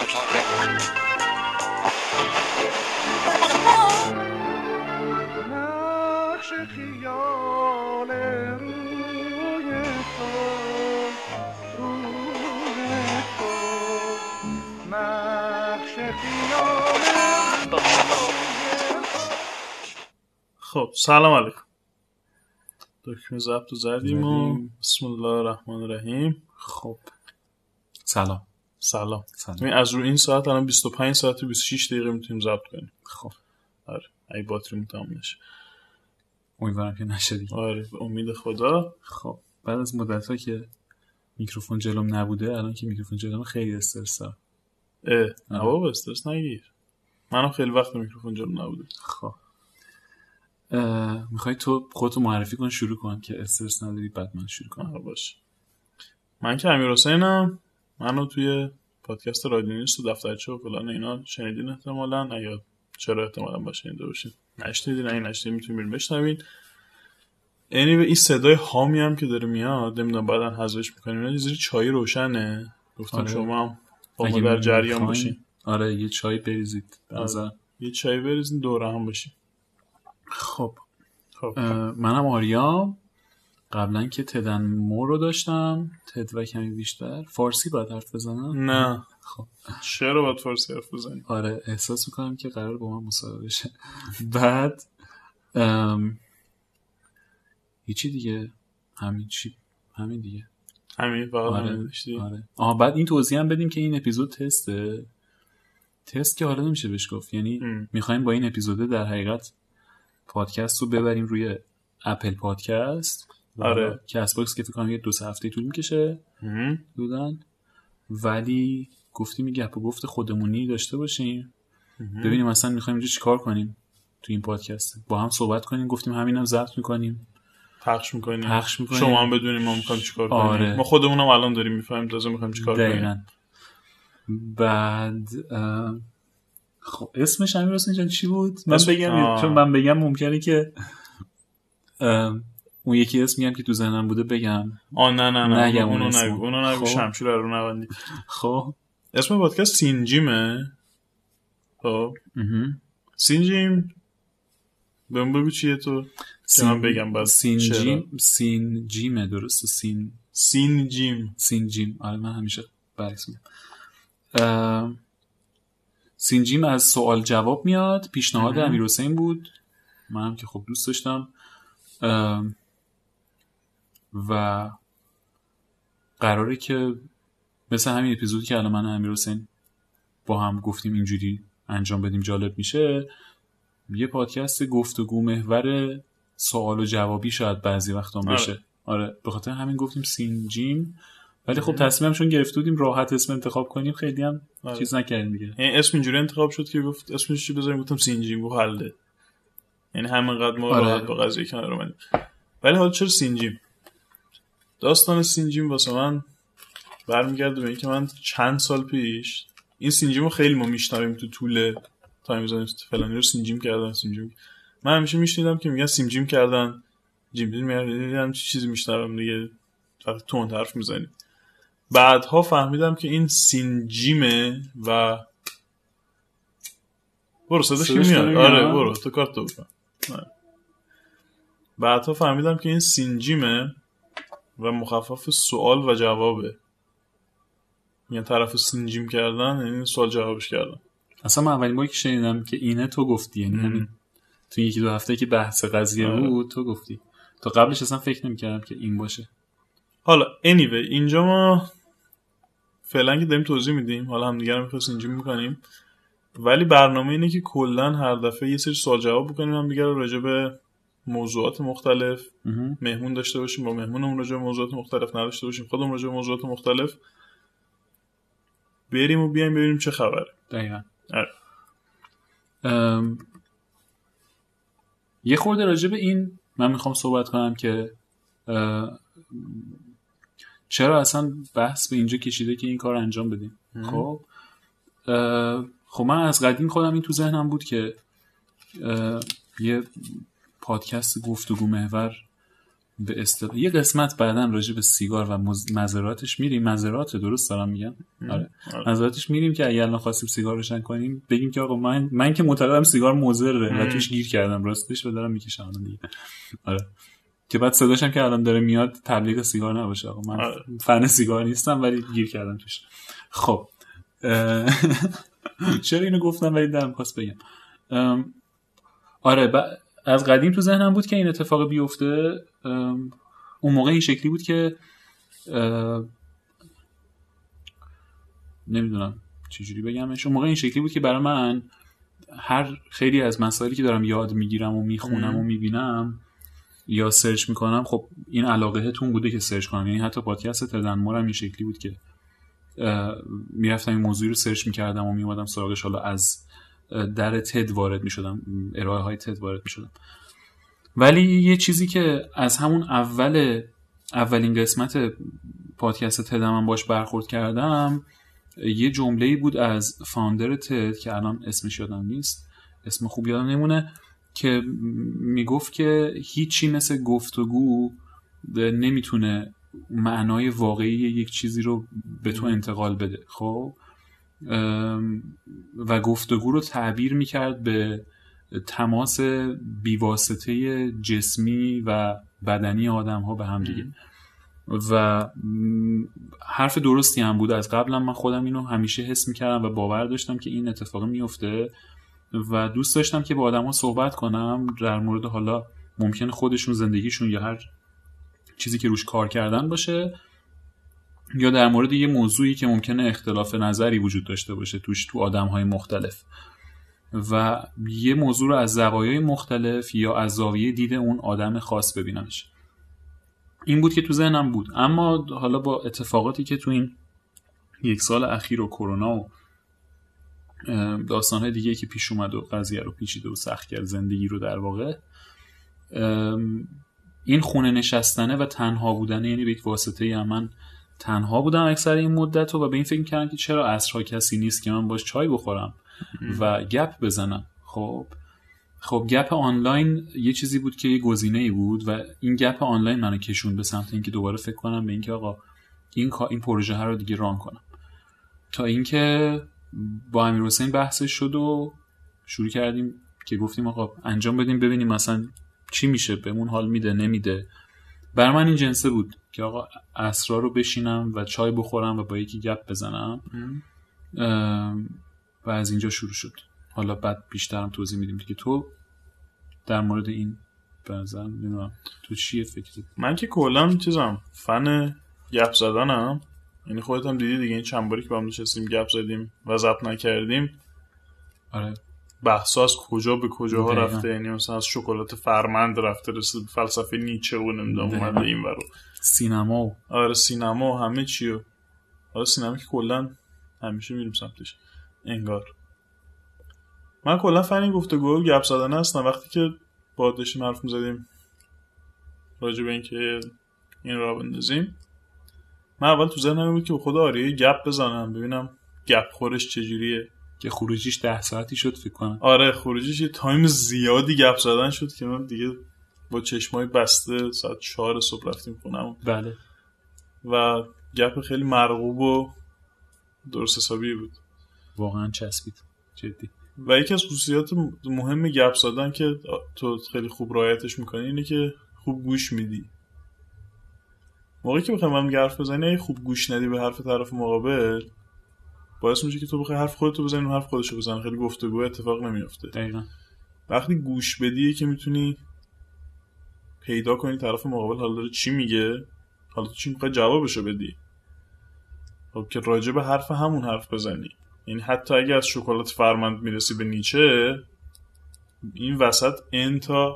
خب سلام علیکم. دکمه ضبط رو زدیم و بسم الله الرحمن الرحیم. خب سلام. از رو این ساعت الان 25 ساعت و 26 دقیقه میتونیم ضبط کنیم. خب آره ای باتری تموم نشه. امیدوارم که نشه دیگه. آره امید خدا. خب بعد از مدت‌ها که میکروفون جلوم نبوده، الان که میکروفون جلوم خیلی استرسا. نه بابا استرس نگیر. منم خیلی وقت میکروفون جلوم نبوده. خب میخوای تو خودتو معرفی کن، شروع کن که استرس نداری، بعد من شروع کنم. باشه. من که امیرحسینم. منو توی پادکست رادیو نیست و دفترچه و فلان اینا شنیدین احتمالاً، یا چرا احتمالاً با شنیده باشین. نشنیدین نشنیدین میتونین بشنوین. این صدای هامی هم که داره میاد نمیدونم بعداً حذفش میکنیم. یه جوری چای روشنه. گفتم آره. شما هم با ما در جریان باشین. آره یه چای بریزید. یه چای بریزین دوره هم باشین. خب منم آریام. قبلا که تدن مو رو داشتم، تد و کمی بیشتر. فارسی باید حرف بزنم؟ نه. خب چرا باید فارسی حرف بزنی؟ آره احساس میکنم که قرار با من مصاحبه بشه. بعد هیچی دیگه، همین دیگه. همین فقط آره. بعد این توضیح هم بدیم که این اپیزود تست که حالا نمیشه بهش گفت، یعنی میخوایم با این اپیزوده در حقیقت پادکست رو ببریم روی اپل پادکست. آره کست باکس که فکر کنم 2-3 هفته طول میکشه دودن، ولی گفتیم یه گپ و گفت خودمونی داشته باشیم. ببینیم اصلا میخوایم اینجا چیکار کنیم تو این پادکست، با هم صحبت کنیم. گفتیم همینم ضبط میکنیم پخش میکنیم شما هم بدونیم ما میخوایم چیکار کنیم. آره. ما خودمونم الان داریم میفهمیم تازه میخوایم چیکار کنیم. بعد خب اسمش امیرحسین جان چی بود؟ من بگم چون من بگم ممکنه که اون یکی اسم میگم که تو ذهنم بوده بگم. نه اونو نگو. شمشیر رو نبندی. خب اسم پادکست سینجیمه. خب سینجیم بهم بگو چیه تو که من بگم. بعد سینجیمه درسته. سینجیم. آره من همیشه برعکس میگم. سینجیم از سوال جواب میاد. پیشنهاد امیرحسین بود، منم که خب دوست داشتم و قراره که مثل همین اپیزودی که الان من و امیرحسین با هم گفتیم اینجوری انجام بدیم، جالب میشه. یه پادکست گفتگو محور سوال و جوابی شاید بعضی وقتا بشه. آره به خاطر همین گفتیم سینجیم، ولی خب تصمیمم چون گرفته بودیم راحت اسم انتخاب کنیم، خیلی هم چیز نکردیم دیگه. یعنی اسم اینجوری انتخاب شد که گفت اسمش چی بذاریم، گفتم سینجیم و حله. یعنی همینقدر ما راحت با قضیه کنار اومدیم. ولی حالا چرا سینجیم؟ داستان سینجیم واسه من برمیگرده به اینکه من چند سال پیش این سینجیمو خیلی ما میشنویم تو طول تایم زون فلانی رو سینجیم کردن. من همیشه میشنیدم که میگن سینجیم کردن، جیم میگن چیزی میشنوم دیگه، فقط تون حرف میزنی. بعدها فهمیدم که این سینجیمه و برو صداش که میاد. آره برو تو کارت تو بکن. بعدها فهمیدم که این سینجیمه و مخفف سوال و جوابه. یعنی طرف سینجیم کردن یعنی سوال جوابش کردن. اصلا من اولین باری که شنیدم که اینه تو گفتی، یعنی همین تو 1-2 هفته که بحث قضیه بود تو گفتی. تا قبلش اصلا فکر نمی‌کردم که این باشه. حالا anyway اینجا ما فعلا که داریم توضیح میدیم، حالا هم دیگه رو می‌خوایم سینجیم می‌کنیم، ولی برنامه اینه که کلا هر دفعه یه سری سوال جواب بکنیم، هم دیگه رو راجع به موضوعات مختلف مهمون داشته باشیم، با مهمونمون راجع به موضوعات مختلف نداشته باشیم، خودمون راجع به موضوعات مختلف بریم و بیایم ببینیم چه خبره. دقیقاً. یه خورده راجع به این من میخوام صحبت کنم که چرا اصلا بحث به اینجا کشیده که این کار انجام بدیم. خب من از قدیم خودم این تو ذهنم بود که یه پادکست گفتگو محور به اصطلاح یه قسمت بعداً راجع به سیگار و مضراتش میریم. مضرات درست دارم میگم؟ آره. مضراتش میریم که اگه الان خواستیم سیگار روشن کنیم بگیم که آقا من که معتقدم سیگار مضره و توش گیر کردم راستش و دارم میکشم الان دیگه. آره. که بعد صداشم که الان داره میاد تبلیغ سیگار نباشه آقا، من فن سیگار نیستم ولی گیر کردم توش. خب چرا اینو گفتم ولی دارم خواست بگم. آره از قدیم تو ذهنم بود که این اتفاق بیفته. اون موقع این شکلی بود که نمیدونم چجوری بگمش. اون موقع این شکلی بود که برای من خیلی از مسائلی که دارم یاد میگیرم و میخونم و میبینم یا سرچ میکنم، خب این علاقه تون بوده که سرچ کنم. یعنی حتی پادکست تدنمورم این شکلی بود که میرفتم این موضوع رو سرچ میکردم و میومدم سراغش، حالا از در تد وارد میشدم، ارائه های تد وارد میشدم. ولی یه چیزی که از همون اولین قسمت پادکست تد من باش برخورد کردم، یه جمله‌ای بود از فاوندر تد که الان اسمش یادم نیست، اسم خوب یادم نمونه، که میگفت که هیچی مثل گفتگو نمیتونه معنای واقعی یک چیزی رو به تو انتقال بده. خب و گفتگو رو تعبیر میکرد به تماس بیواسطه جسمی و بدنی آدم ها به هم دیگه. و حرف درستی هم بود. از قبلا من خودم اینو همیشه حس میکردم و باور داشتم که این اتفاق میفته و دوست داشتم که با آدم ها صحبت کنم در مورد حالا ممکنه خودشون، زندگیشون یا هر چیزی که روش کار کردن باشه، یا در مورد یه موضوعی که ممکنه اختلاف نظری وجود داشته باشه توش تو آدم‌های مختلف و یه موضوع رو از زوایای مختلف یا از زاویه دید اون آدم خاص ببینمش. این بود که تو ذهنم بود. اما حالا با اتفاقاتی که تو این 1 سال اخیر و کرونا و داستان‌های دیگه که پیش اومد و قضیه رو پیچیده و سخت کرد زندگی رو، در واقع این خونه نشستنه و تنها بودنه، یعنی به یک واسطه هم من تنها بودم اکثر این مدت و به این فکر کردم که چرا عصرها کسی نیست که من باش چای بخورم و گپ بزنم. خب گپ آنلاین یه چیزی بود که یه گزینه‌ای بود و این گپ آنلاین منو کشوند به سمت اینکه دوباره فکر کنم به اینکه آقا این پروژه ها رو دیگه ران کنم. تا اینکه با امیرحسین بحثش شد و شروع کردیم که گفتیم آقا انجام بدیم ببینیم مثلا چی میشه، بهمون حال میده نمیده. برای من این جنسه بود که آقا عصرها رو بشینم و چای بخورم و با یکی گپ بزنم و از اینجا شروع شد. حالا بعد بیشترم توضیح میدیم دیگه. تو در مورد این بنظرم نمیدونم تو چیه فکرت؟ من که کلا چیزم فن گپ زدنم، یعنی خودت هم دیدی دیگه این چند باری که با هم نشستیم گپ زدیم و ضبط نکردیم. آره بحثا از کجا به کجاها رفته، یعنی مثلا از شکلات فرمند رفته رسید فلسفه نیچه و نمیدونم اومده این ورو سینما و آره سینما و همه چیو. آره سینما که کلا همیشه میریم سمتش انگار. من کلا فن گفتگو و گپ زدن هستم. وقتی که با داشتیم حرف می‌زدیم راجع به اینکه این راه بندازیم، من اول تو ذهنم بود که خود آریه گپ بزنم ببینم گپ خورش چجوریه، که خروجیش 10 ساعتی شد فکر کنم. آره خروجیش یه تایم زیادی گپ زدن شد که من دیگه با چشمای بسته ساعت 4 صبح رفتیم خونم. بله. و گپ خیلی مرغوب و درست حسابی بود. واقعا چسبید جدی. و یکی از خصوصیات مهم گپ زدن که تو خیلی خوب رعایتش میکنی اینه که خوب گوش میدی. موقعی که بخوای من حرف بزنی اگه خوب گوش ندی به حرف طرف مقابل، باعث میشه که تو بخوای حرف خودت رو بزنی و حرف خودش رو بزنی، خیلی گفتگو اتفاق نمیافته. دقیقاً. وقتی گوش بدی که میتونی پیدا کنی طرف مقابل حالا داره چی میگه، حالا تو چی میخوای جوابشو بدی، خب که راجع به حرف همون حرف بزنی. یعنی حتی اگه از شکلات فرمند میرسی به نیچه، این وسط تا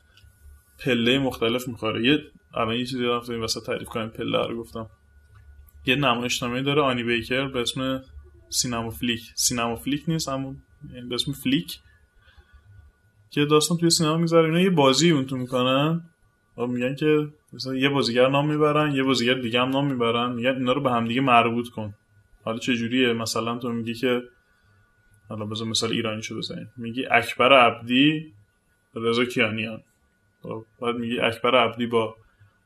پله مختلف میخوره. یه چیزی دارم این وسط تعریف کنم، پله رو گفتم. یه نمایشنامه‌ای داره آنی بیکر به اسم سینما فلیک نیست همون، یعنی به اسم فلیک، که داستان توی سینما میذاره. اینا یه بازی اون تو میکنن و میگن که مثلا یه بازیگر نام میبرن، یه بازیگر دیگه هم نام میبرن، میگن اینا رو به هم دیگه مربوط کن. حالا چه جوریه؟ مثلا تو میگی که حالا بذار مثال ایرانیشو بزنیم، میگی اکبر عبدی رضا کیانیان، بعد میگی اکبر عبدی با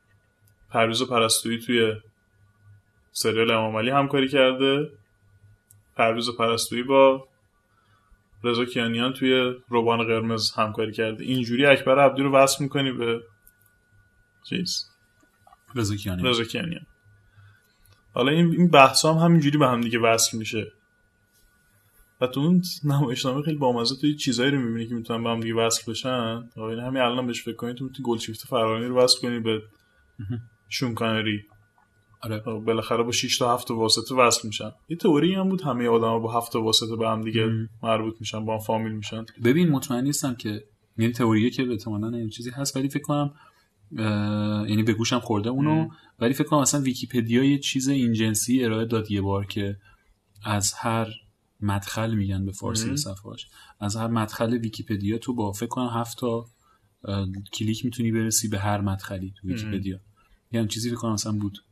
پرویز پرستویی توی سریال امام علی همکاری کرده، پرویز پرستویی با رضا کیانیان توی روبان قرمز همکاری کرده. اینجوری اکبر عبدی رو وصل میکنی به چیز رضا کیانیان. حالا این بحث هم همینجوری به هم دیگه وصل میشه و تو اون نمایشنامه خیلی بامزه توی چیزایی رو میبینی که میتونن به هم دیگه وصل بشن. این همین الان بهش فکر کنید، تو میتونی گلشیفت فرانی رو وصل کنی به شون کانری. آره بالاخره با 6 تا 7 واسطه وصل میشن. یه تئوری هم بود همه آدما با 7 واسطه به هم دیگه مربوط میشن، با هم فامیل میشن. ببین مطمئن نیستم که یعنی تئوریه که احتمالاً این چیزی هست، ولی فکر کنم یعنی به گوشم خورده اونو، ولی فکر کنم اصلا ویکی‌پدیا یه چیز این جنسی ارائه داد یه بار که از هر مدخل میگن به فارسی صفحه‌اش، از هر مدخل ویکی‌پدیا تو با فکر کنم 7 تا کلیک میتونی برسی به هر مدخلی تو ویکی‌پدیا. یعنی چیزی فکر کنم اصلا بود.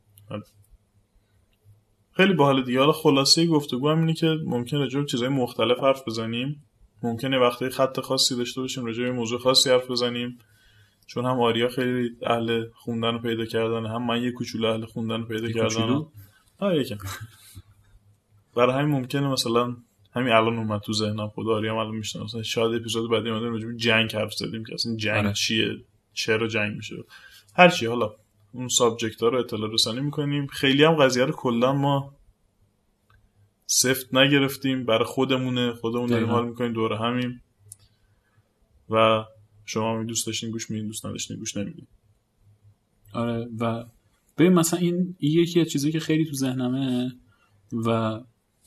خیلی باحال دیگه. حالا خلاصه گفتگو هم اینه که ممکن راجع به چیزای مختلف حرف بزنیم، ممکنه وقتی خط خاصی داشته باشیم راجع به موضوع خاصی حرف بزنیم، چون هم آریا خیلی اهل خوندن رو پیدا کردن، هم من یه کوچولو اهل خوندن رو پیدا کردم. یکم برای همین ممکنه مثلا همین الان اومد تو ذهنم، خدا آریا الان میشنم مثلا شاید اپیزود بعدی اومدیم راجع به جنگ حرف زدیم که اصلا جنگ چیه، چرا جنگ میشه، هر چی. حالا اون سابجکت ها رو اطلاع رسانی میکنیم. خیلی هم قضیه رو کلا ما سفت نگرفتیم، برای خودمون داریم حال میکنیم، دور همیم و شما هم دوست داشتین گوش میدین، دوست نداشتین گوش نمیدین. آره و ببین مثلا این یکی از چیزایی که خیلی تو ذهنمه و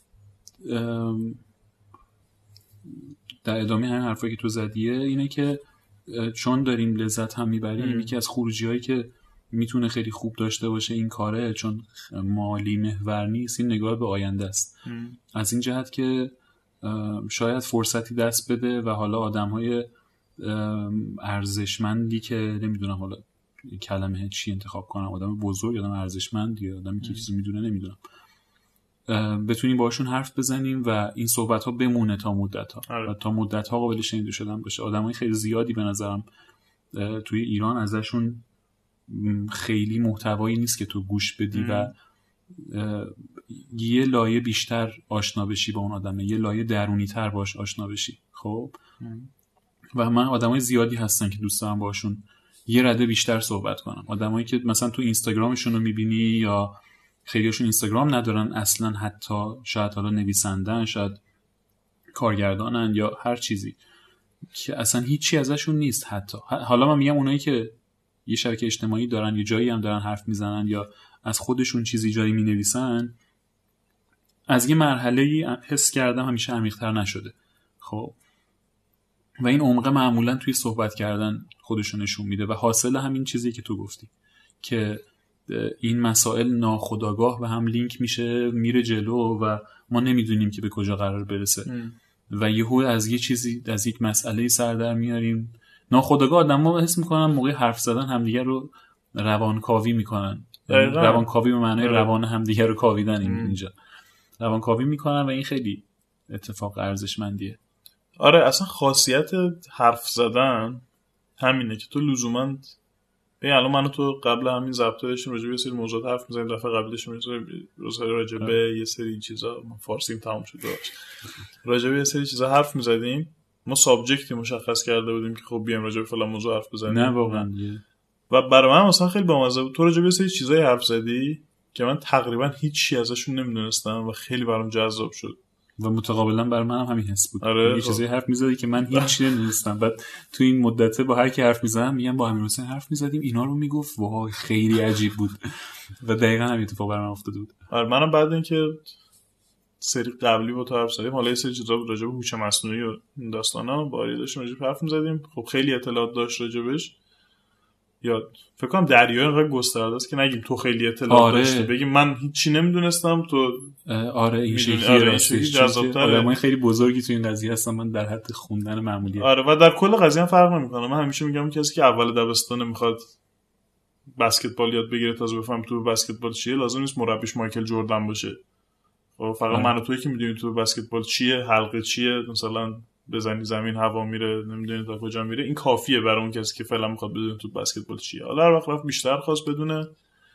در ادامه همین حرفایی که تو زدیه اینه که چون داریم لذت هم میبریم، یکی از خروجی‌هایی که میتونه خیلی خوب داشته باشه این کاره، چون مالی محور نیست، این نگاه به آینده است. از این جهت که شاید فرصتی دست بده و حالا آدم‌های ارزشمندی که نمیدونم حالا کلمه چی انتخاب کنم، آدم بزرگ، آدم ارزشمند یا آدمی که چیزی میدونه نمیدونم، بتونیم باشون حرف بزنیم و این صحبت ها بمونه تا مدت ها و تا مدت ها قابل شنیده شدن باشه. آدمای خیلی زیادی به نظرم توی ایران ازشون خیلی محتوایی نیست که تو گوش بدی و یه لایه بیشتر آشنا بشی با اون آدمه، یه لایه درونی تر باش آشنا بشی. خب و من آدمای زیادی هستن که دوست دارم باشون یه رده بیشتر صحبت کنم. آدمایی که مثلا تو اینستاگرامشون رو میبینی یا خیلیشون اینستاگرام ندارن اصلا، حتی شاید حالا نویسندن، شاید کارگردانن یا هر چیزی که اصلا هیچی ازشون نیست. حتی حالا من میگم اونایی که یه شبکه اجتماعی دارن، یه جایی هم دارن حرف میزنن یا از خودشون چیزی جایی مینویسن، از یه مرحله‌ای حس کردم همیشه عمیق‌تر نشده. خب و این عمق معمولا توی صحبت کردن خودشون نشون میده و حاصل همین چیزی که تو گفتی که این مسائل ناخودآگاه به هم لینک میشه، میره جلو و ما نمیدونیم که به کجا قرار برسه و یهو از یه چیزی، از یک مسئله سر در میاریم ناخودآگاه. آدم‌ها حس میکنن موقع حرف زدن همدیگه رو روانکاوی میکنن. روانکاوی به معنای روان همدیگه رو کاویدن اینجا. روانکاوی میکنن و این خیلی اتفاق ارزشمندیه. آره اصلا خاصیت حرف زدن همینه که تو لزوماً الان من تو قبل همین ضبط داشتیم راجع به یه سری موضوعات حرف می‌زدیم، دفعه قبل داشتیم راجع به یه سری چیزا، فارسیم تموم شد راجع به یه سری چیزا حرف می‌زدیم، ما سابجکتی مشخص کرده بودیم که خب بیایم راجع به فلان موضوع حرف بزنیم. نه واقعا و برای من مثلا خیلی بامزه بود. تو راجع به یه سری چیزای حرف زدی که من تقریبا هیچی ازشون نمی‌دونستم و خیلی برام جذاب شد و متقابلا برای منم همین حس بود. آره یه چیزی حرف می‌زدی که من هیچی نمی‌دونستم، بعد تو این مدته با هر کی حرف می‌زدم میگم با امیرحسین حرف می‌زدیم اینا رو میگفت، وای خیلی عجیب بود و دقیقاً همین اتفاق برام افتاده بود. آره منم بعد اینکه سری قبلی با تو حرف زدیم، حالا یه سری چیزا راجع به هوش مصنوعی و این داستانا با آریا داشتیم راجع به حرف می‌زدیم، خب خیلی اطلاعات داشت راجعش. یا فکر کنم دریا اینقدر گسترده است که نگیم تو خیلی اطلاعات داشتی بگیم من هیچی نمیدونستم تو. آره این شکلی راستش آدمای خیلی بزرگی تو این قضیه هستن، من در حد خوندن معمولی. آره و در کل قضیه هم فرق نمیکنه. من همیشه میگم کسی که اول دبستان میخواد بسکتبال یاد بگیره تازه بفهم تو بسکتبال چیه، لازم نیست مربیش مایکل جردن باشه. فقط من و تویی که میدونیم تو بسکتبال چیه، حلقه چیه، مثلا بزنی زمین هوا میره، نمیدونی تا کجا میره، این کافیه برای اون کسی که فعلا میخواد بدونه تو بسکتبال چیه. حالا هر وقت بیشتر خواست بدونه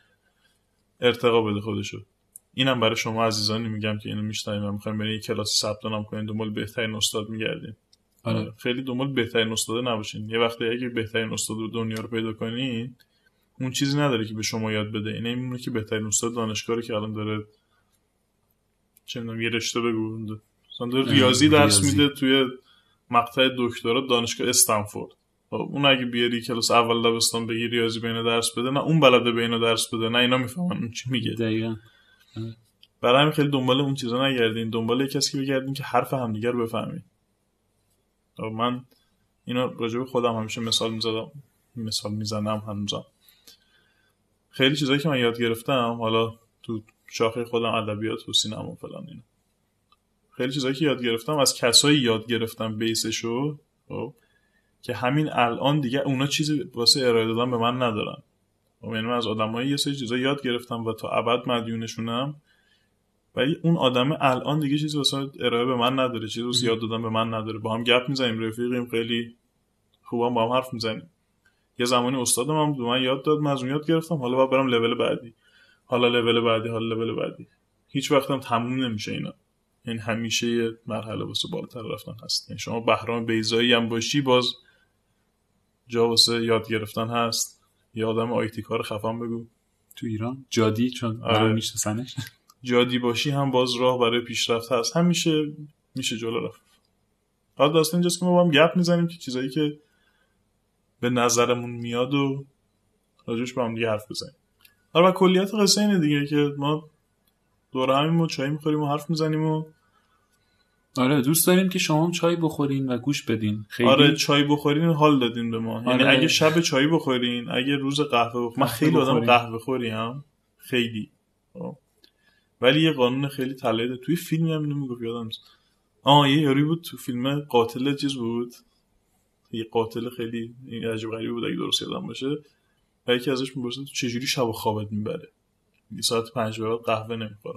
ارتقا بده خودشو. اینم برای شما عزیزانی میگم که اینو میشنوید و میخواین برید کلاس ثبت نام کنین، دنبال بهترین استاد میگردین. آره. خیلی دنبال بهترین استاد نباشین. یه وقتی اگه بهترین استاد دنیا رو پیدا کنین، اون چیزی نداره که به شما یاد بده. اینه میمونه که بهترین استاد دانشگاهی که الان داره چه میدونم یه رشته بگو مثلا داره ریاضی درس میده توی مقطع دکترا دانشگاه استنفورد. اون اگه بیاری کلاس اول دبستان بگی ریاضی بین درس بده، نه اون بلده بین درس بده، نه اینا میفهمن اون چی میگه. دقیقاً. برای همین خیلی دنبال اون چیزا نگردین، دنبال کسی که بگردین که حرف همدیگه رو بفهمین. من اینا راجع به خودم همیشه مثال میزنم هنوزم. خیلی چیزایی که من یاد گرفتم حالا تو شاخه خودم ادبیات و سینما و فلان اینا، خیلی چیزایی که یاد گرفتم از کسایی یاد گرفتم بیسشو که همین الان دیگه اونا چیزی واسه ارائه دادن به من ندارن. یعنی من از آدمایی یه سری چیزا یاد گرفتم و تا ابد مدیونشونم، ولی اون آدم الان دیگه چیزی واسه ارائه به من نداره، چیزی واسه یاد دادن به من نداره. با هم گپ میزنیم، رفیقیم، خیلی خوبم با هم حرف میزنیم. یه زمانی استادم هم به من یاد داد، من از اون یاد گرفتم، حالا باید برم لول بعدی، حالا لول بعدی. هیچ وقت هم تموم نمیشه اینا. یعنی همیشه یه مرحله واسه بالاتر رفتن هست. یعنی شما بهرام بیضایی هم باشی باز جا واسه یاد گرفتن هست. یه آدم آیتی کار خفن بگو تو ایران جادی، چون میشناسنش، جادی باشی هم باز راه برای پیشرفت هست. همیشه میشه جلو رفت. حالا داستان اینجاست که ما با هم گپ میزنیم که چیزایی که به نظرمون میاد و راجعش با هم دیگه حرف بزنیم. حالا کلیت قصه اینه دیگه که ما دور همیم و چای میخوریم و حرف میزنیم و آره دوست داریم که شما هم چای بخورین و گوش بدین. خیلی آره چای بخورین حال دادین به ما. یعنی اگه شب چای بخورین، اگه روز قهوه بخورین. من خیلی آدم قهوه خوریم خیلی ولی یه قانون خیلی طلایی توی فیلمی هم اینو میگفت، یادم نیست. یه یاری بود تو فیلم قاتل چیز بود، یه قاتل خیلی عجیب غریبی بود اگه درست یادم باشه، و یکی ازش میپرسید تو چجوری شب خوابت میبره؟ ساعت 5 بعد قهوه نمیخورم.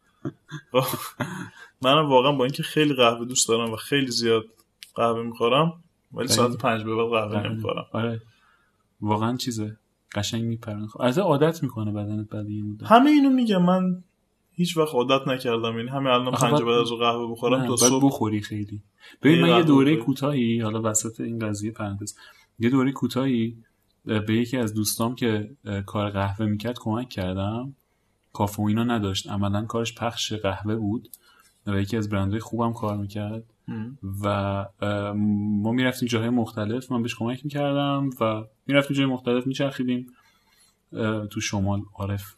منم واقعا با اینکه خیلی قهوه دوست دارم و خیلی زیاد قهوه میخورم، ولی ساعت 5 بعد قهوه نمیخورم. آره واقعا چیزه قشنگ میپرن. از عادت میکنه بدنت بعد یه مدت. همه اینو میگم، من هیچ وقت عادت نکردم. یعنی همه الان 5 بعد از قهوه بخورم تا صبح بخوری خیلی. ببین من یه دوره کوتاهی، حالا وسط این قضیه پرانتز، یه دوره کوتاهی به یکی از دوستام که کار قهوه میکرد کمک کردم. کافه و اینا نداشت، عملا کارش پخش قهوه بود و یکی از برندهای خوبم کار میکرد و ما میرفتیم جاهای مختلف، من بهش کمک میکردم و میرفتیم جاهای مختلف میچرخیدیم تو شمال عارف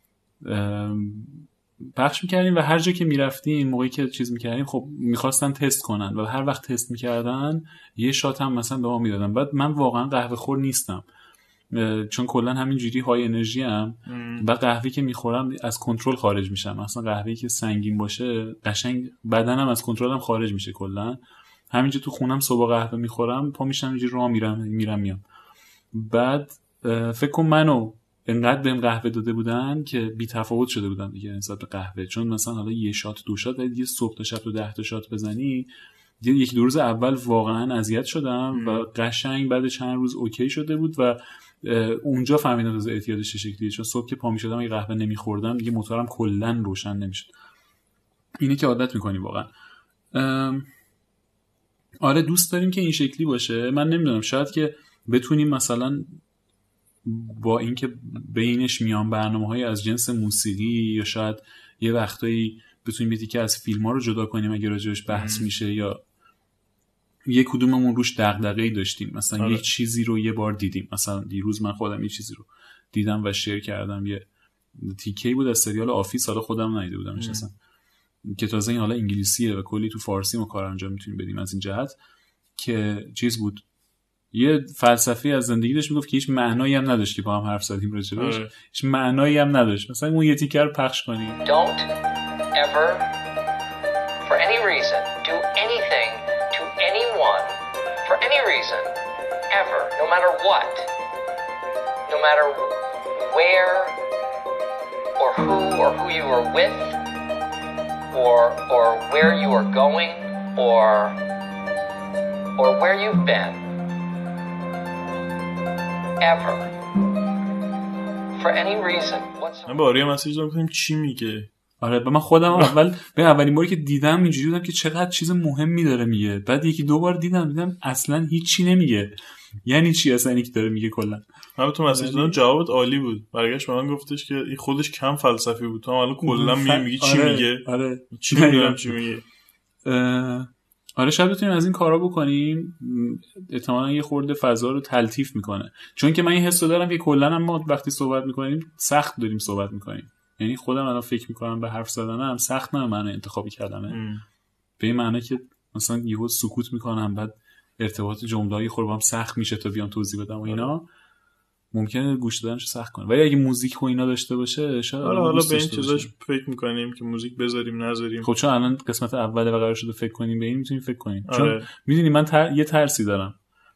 پخش میکردیم و هر جا که میرفتیم موقعی که چیز میکردیم خب میخواستن تست کنن و هر وقت تست میکردن یه شات هم مثلا به ما میدادن. بعد من واقعا قهوه خور نیستم چون کلا همینجوری های انرژی ام و قهوه‌ای که میخورم از کنترل خارج میشم. مثلا قهوه‌ای که سنگین باشه قشنگ بدنم از کنترلم خارج میشه. کلا همینجا تو خونم صبح قهوه میخورم پا میشم اینجوری راه میرم میام. بعد فکر کنم منو انقدر بهم قهوه داده بودن که بی تفاوت شده بودم دیگه نسبت به قهوه. چون مثلا حالا یه شات دو شات دیگه صبح تا شب تو 10 تا شات بزنی، یکی دو روز اول واقعا اذیت شدم و قشنگ بعد چند روز اوکی شده بود و اونجا فهمیدم از اعتیادش چه شکلیه. چون صبح که پا میشدم اگه قهوه نمیخوردم دیگه موتورم کلا روشن نمیشد. اینه که عادت میکنی واقعا. آره دوست داریم که این شکلی باشه. من نمیدونم شاید که بتونیم مثلا با اینکه بینش میان برنامه‌های از جنس موسیقی یا شاید یه وقتایی بتونیم یه تیکه از فیلم‌ها رو جدا کنیم اگه راجعش بحث میشه یا یه کدوممون روش دغدغه‌ای داشتیم مثلا یه چیزی رو یه بار دیدیم. مثلا دیروز من خودم یه چیزی رو دیدم و شیر کردم، یه تیکه‌ای بود از سریال آفیس، حالا خودم ندیده بودمش اصلا که تازه این حالا انگلیسیه و کلی تو فارسی ما کار انجام میتونیم بدیم از این جهت که چیز بود. یه فلسفی از زندگی داشت میگفت که هیچ معنایی هم نداشت که با هم حرف زدیم راجعش. هیچ معنایی هم نداشت. مثلا اون یه تیکر پخش کنیم. Don't ever for any reason do anything to anyone for any reason ever, no matter what, no matter where or who you are with or where you are going or where you've been. Ever, for any reason. من با آریا مسیج دادم گفتم چی میگه. آره من خودم اولین باری که دیدم اینجوری بودم که چقدر چیز مهمی داره میگه. بعد یکی دو بار دیدم اصلا هیچی نمیگه. یعنی چی اصلا اینی که داره میگه کلا؟ من تو مسیج دادم جوابت عالی بود. برگشت به من گفتش که این خودش کم فلسفی بود. تو حالا کلا میگی چی میگه؟ آره چی میگم چی میگه؟ آره شاید بتونیم از این کارا بکنیم. احتمالاً یه خورده فضا رو تلطیف میکنه. چون که من این حسو دارم که کلا ما وقتی صحبت میکنیم سخت داریم صحبت میکنیم. یعنی خودم الان فکر میکنم به حرف زدنم سخت نه من انتخاب کلمه. به این معنی که مثلا یهو سکوت میکنم بعد ارتباط جمله‌ای خود با هم سخت میشه تا بیام توضیح بدم و اینا ممکنه گوش دادنش سخت کنه. ولی اگه موزیک و اینا داشته باشه شاید حالا به این چیزاش فکر میکنیم که موزیک بذاریم نذاریم. خب چون الان قسمت اوله و قرار شده فکر کنیم به این میتونیم فکر کنیم. چون میدونی من یه ترسی دارم.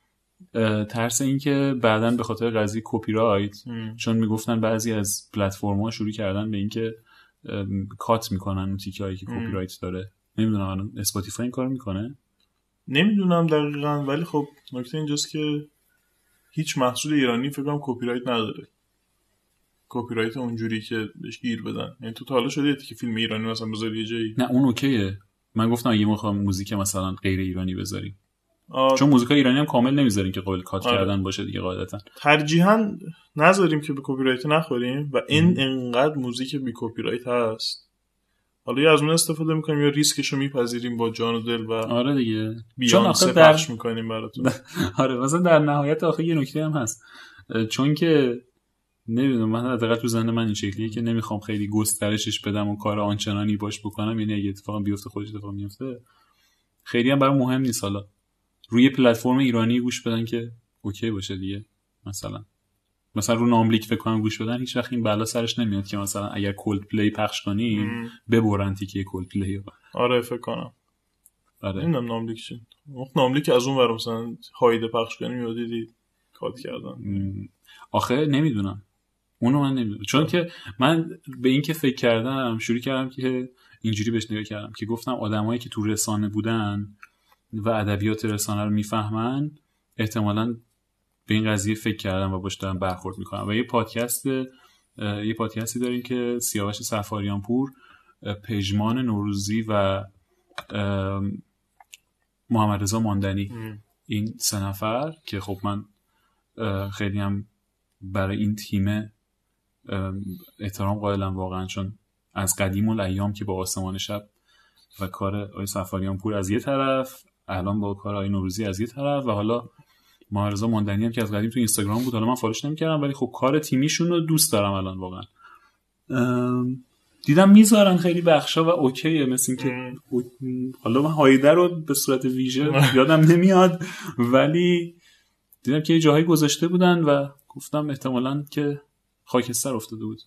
ترس این که بعداً به خاطر قضیه کپی رایت چون میگفتن بعضی از پلتفرم‌ها شروع کردن به این که کات میکنن اون تیکه‌ای که کپی رایت داره. نمیدونم الان اسپاتیفای این کارو میکنه؟ نمیدونم دقیقاً، ولی خب نکته اینجاست که هیچ محصول ایرانی فکر کنم کپی رایت نداره. کپی رایت اونجوری که بهش گیر بدن. یعنی تو تا حالا شده که فیلم ایرانی مثلا بذاری یه جایی؟ نه اون اوکیه. من گفتم اگه میخوام موزیک مثلا غیر ایرانی بذاریم چون موزیکای ایرانی هم کامل نمیذاریم که قابل کات کردن باشه دیگه قاعدتا. ترجیحاً نذاریم که به کپی رایت نخوریم و این انقدر موزیک بی کپی رایت هست. حالا یا از اون استفاده میکنیم یا ریسکشو میپذیریم با جان و دل و آره دیگه چون آخه پخش میکنیم براتون. آره مثلا در نهایت آخه یه نکته هم هست چون که نمیدونم من حداقل تو ذهن من این شکلیه که نمیخوام خیلی گسترشش بدم و کار آنچنانی باش بکنم. یعنی اگه اتفاقا بیفته خودش اتفاق میفته خیلی هم برام مهم نیست حالا روی پلتفرم ایرانی گوش بدن که اوکی باشه دیگه. مثلا رو ناملیک فکر کنم گوش بدن هیچ وقت این بلا سرش نمیاد که مثلا اگر کولد پلی پخش کنیم ببرن تیکه کولد پلی. آره فکر کنم. آره نمیدونم ناملیک چی. ناملیک از اون ور مثلا هایده پخش کنیم یا دیدی کات کردن. آخه نمیدونم اونو من نمیدونم چون که من به این که فکر کردم شروع کردم که اینجوری بهش نگاه کردم که گفتم آدمایی که تو رسانه بودن و ادبیات رسانه رو میفهمن احتمالاً به این قضیه فکر کردم و باش دارم برخورد میکنم. و یه پادکستی داریم که سیاوش سفاریان پور، پژمان نوروزی و محمد رضا ماندنی این سه نفر که خب من خیلی هم برای این تیم احترام قائلم واقعا چون از قدیم الایام که با آسمان شب و کار آقای سفاریان پور از یه طرف الان با کار آقای نوروزی از یه طرف و حالا محمد رضا ماندنی هم که از قدیم تو اینستاگرام بود حالا من فالوش نمی‌کردم ولی خب کار تیمیشون رو دوست دارم الان واقعا. دیدم میذارن خیلی بخشا و اوکیه مثل این که حالا من هایده رو به صورت ویژه یادم نمیاد ولی دیدم که یه جاهایی گذاشته بودن و گفتم احتمالاً که خاکستر افتاده بود.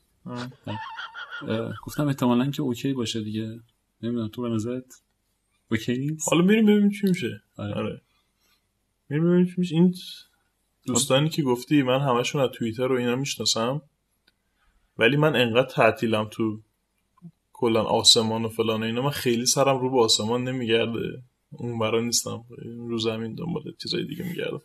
گفتم احتمالاً که اوکی باشه دیگه. نمیدونم تو به نظرت اوکی نیست؟ حالا میریم ببینیم چی میشه. آره میریم ببینیم چی میشه. این دوستانی که گفتی من همشون از توییتر و اینا میشناسم ولی من انقدر تعطیلم تو کلا آسمان و فلان اینا من خیلی سرم رو به آسمان نمیگرده. اون برا نیستم رو زمین دنبال چیزای دیگه میگردم.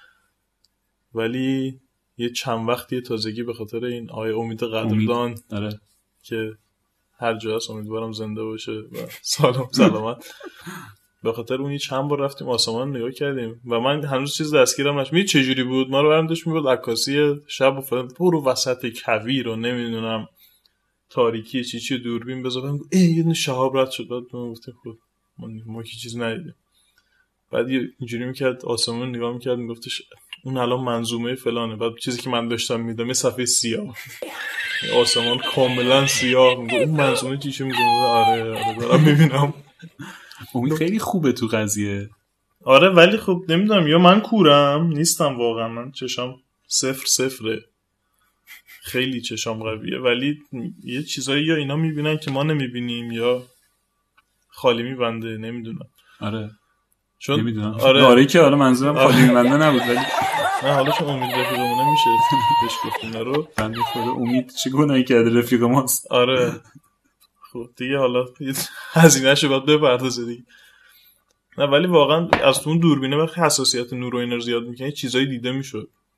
ولی یه چند وقتی تازگی به خاطر این آقای امید قدردان که هر جا هست امیدوارم زنده باشه و سلامت به خاطر اون چند بار رفتیم آسمان نگاه کردیم و من هنوز چیز دستگیرم نشد. چه جوری بود ما رو برندش میگفت عکاسی شب و فلان برو وسط کویر رو نمیدونم تاریکی چی دوربین بذارم یه دونه شهاب رد شد بعد من گفتم خود ما که چیز ندیدیم. بعد اینجوری میکرد آسمان نگاه میکرد میگفتش اون الان منظومه فلانه بعد چیزی که من داشتم میدم یه صفحه سیاه آسمان کاملا سیاه اون منظومه چیشه میگه آره دارم میبینم. امید خیلی خوبه تو قضیه. آره ولی خب نمیدونم یا من کورم نیستم واقعا من چشام 0 خیلی چشام قویه ولی یه چیزایی یا اینا میبینن که ما نمیبینیم یا خالی میبنده نمیدونم. آره چون نمیدونم آره که حالا منظورم خالی میبنده نبود ولی نه حالا چون امید رفیقمونه میشه بهش گفتیم رو بنده خدا امید چه گناهی کرده رفیق ماست. آره خب دیگه حالا هزینه‌شو باید بپردازه دیگه. نه ولی واقعا از اون دوربینه وقتی حساسیت نور و اینا زیاد میکنه چیزایی دیده میشد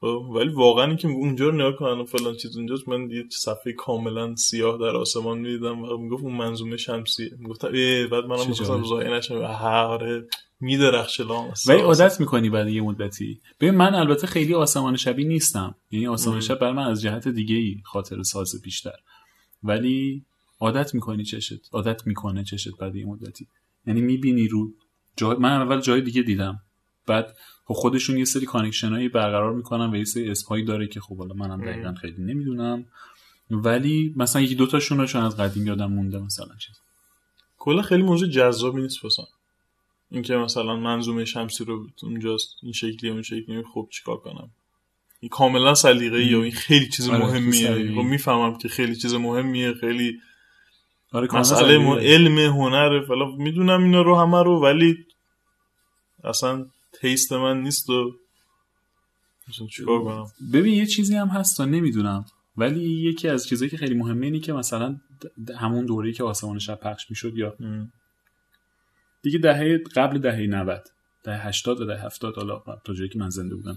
ولی واقعا این که اونجا رو نگاه کنن و فلان چیز اونجاست، من یه صفحه کاملا سیاه در آسمان میدیدم و میگفت اون منظومه شمسیه، میگفتم بعد منم می‌خواستم زای نشم. آره میدرخشه لام. ولی عادت میکنی بعد یه مدتی. ببین من البته خیلی آسمان شبی نیستم، یعنی آسمان شب برای من از جهت دیگه‌ای خاطر ساز بیشتر، ولی عادت میکنی چشت، عادت میکنه چشت بعد یه مدتی، یعنی میبینی رو جای من اول جای دیگه دیدم، بعد خودشون یه سری کانکشنایی برقرار میکنن و یه سری اسمایی داره که خب حالا منم دقیقاً خیلی نمیدونم، ولی مثلا یکی دو تاشون رو چون از قدیم یادم مونده مثلا چیز. کلا خیلی موضوع جذابی نیست واسه این که مثلا منظومه شمسی رو اونجاست این شکلی اون شکلی، خب چیکار کنم؟ این کاملا سلیقه‌ای یا این خیلی چیز مهمیه. خب میفهمم که خیلی چیز مهمیه، خیلی مسئله علم هنره فلا میدونم اینا رو همه رو، ولی اصلا تیست من نیست و مثلا چیکار کنم؟ ببین یه چیزی هم هست تا نمیدونم، ولی یکی از چیزایی که خیلی مهمه اینه که مثلا همون دوره‌ای که آسمان شب پخش میشد یا دیگه دهه قبل دهه 90 دهه 80 و دهه 70 حالا تا جایی که من زنده بودم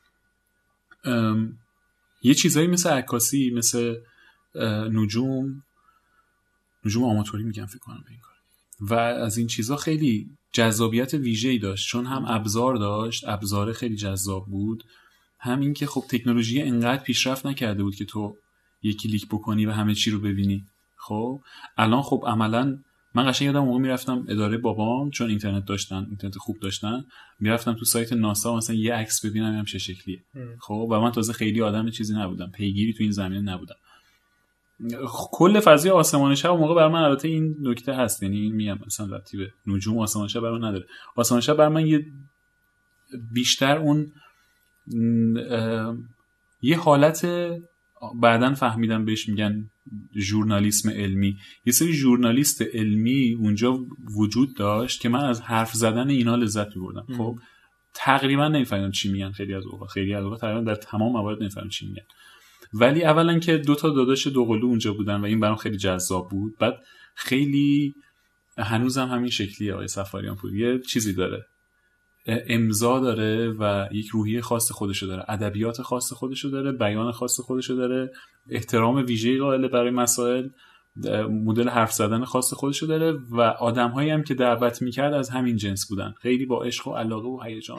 یه چیزایی مثل عکاسی، مثل نجوم آماتوری میگم فکر کنم به این کار، و از این چیزا خیلی جذابیت ویژه‌ای داشت، چون هم ابزار داشت، ابزار خیلی جذاب بود، هم این که خب تکنولوژی انقدر پیشرفت نکرده بود که تو یک کلیک بکنی و همه چی رو ببینی. خب الان خب عملاً من قشنگ یادم موقع میرفتم اداره بابام، چون اینترنت داشتن، اینترنت خوب داشتن، میرفتم تو سایت ناسا مثلا یه عکس ببینم ببینم چه شکلیه. خب و من تازه خیلی آدم چیزی نبودم، پیگیری تو این زمینه نبودم. کل فضای آسمان شب موقع برای من البته این نکته هست، یعنی این میگم مثلا ربطی به نجوم آسمان شب برای من نداره. آسمان شب برای من یه بیشتر اون یه حالت بعدن فهمیدم بهش میگن ژورنالیسم علمی. یه سری ژورنالیست علمی اونجا وجود داشت که من از حرف زدن اینا لذت می‌بردم. خب تقریبا نمی‌فهمیدم چی میگن، خیلی از اوقات تقریبا در تمام موارد نمی‌فهمیدم چی میگن، ولی اولا که دو تا داداش دوقلو اونجا بودن و این برام خیلی جذاب بود. بعد خیلی هنوزم همین شکلیه آقای سفاریان پور، یه چیزی داره، امضا داره و یک روحیه خاص خودشو داره، ادبیات خاص خودشو داره، بیان خاص خودشو داره، احترام ویژه‌ای قائل برای مسائل، مدل حرف زدن خاص خودشو داره و آدم‌هایی هم که دعوت می‌کرد از همین جنس بودن، خیلی با عشق و علاقه و هیجان.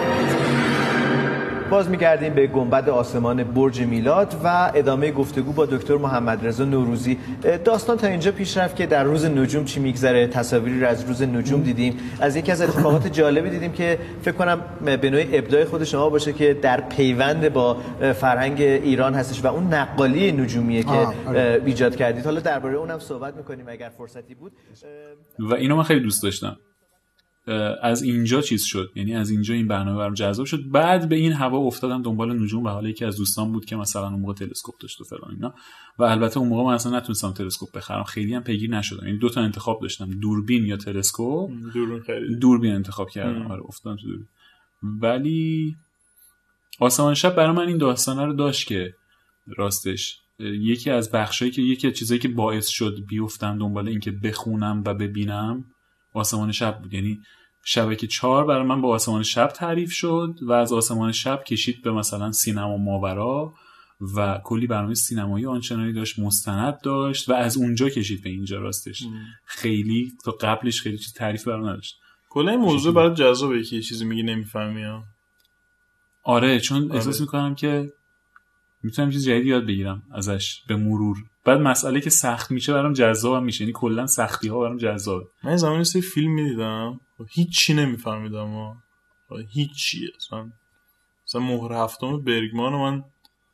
باز می‌گردیم به گنبد آسمان برج میلاد و ادامه گفتگو با دکتر محمدرضا نوروزی. داستان تا اینجا پیش رفت که در روز نجوم چی میگذره، تصاویری رو از روز نجوم دیدیم، از یکی از اتفاقات جالبی دیدیم که فکر کنم به نوعی ابداع خود شما باشه که در پیوند با فرهنگ ایران هستش و اون نقالی نجومیه که ایجاد کردید. حالا درباره اونم صحبت می‌کنیم اگر فرصتی بود. و اینو من خیلی دوست داشتم. از اینجا چیز شد، یعنی از اینجا این برنامه برام جذاب شد. بعد به این هوا افتادم دنبال نجوم و حالا یکی از دوستان بود که مثلا اون موقع تلسکوپ داشت و فلان اینا، و البته اون موقع من اصلا نتونستم تلسکوپ بخرم، خیلی هم پیگیر نشدم، یعنی دو تا انتخاب داشتم، دوربین یا تلسکوپ. دوربین انتخاب کردم. آره افتادم تو دوربین. ولی آسمان شب برای من این داستانه رو داشت که راستش یکی از بخشایی که یکی از چیزایی که باعث شد بیفتم دنبال این که بخونم و ببینم آسمان شب بود. یعنی شبکه 4 برای من با آسمان شب تعریف شد و از آسمان شب کشید به مثلا سینما ماورا و کلی برنامه سینمایی آنچنانی داشت، مستند داشت و از اونجا کشید به اینجا. راستش خیلی تا قبلش خیلی چیز تعریف برام نداشت. کلا این موضوع برات جذابه که یه چیزی میگی نمیفهمی ها. آره چون احساس میکنم که میتونم چیز جدید یاد بگیرم ازش به مرور. بعد مسئله که سخت میشه برام جذابم میشه، یعنی کلا سختی ها برام جذابه. من زمانی سری فیلم میدیدم هیچی نمیفهمیدم، هیچی اصلا مهر هفتم برگمان من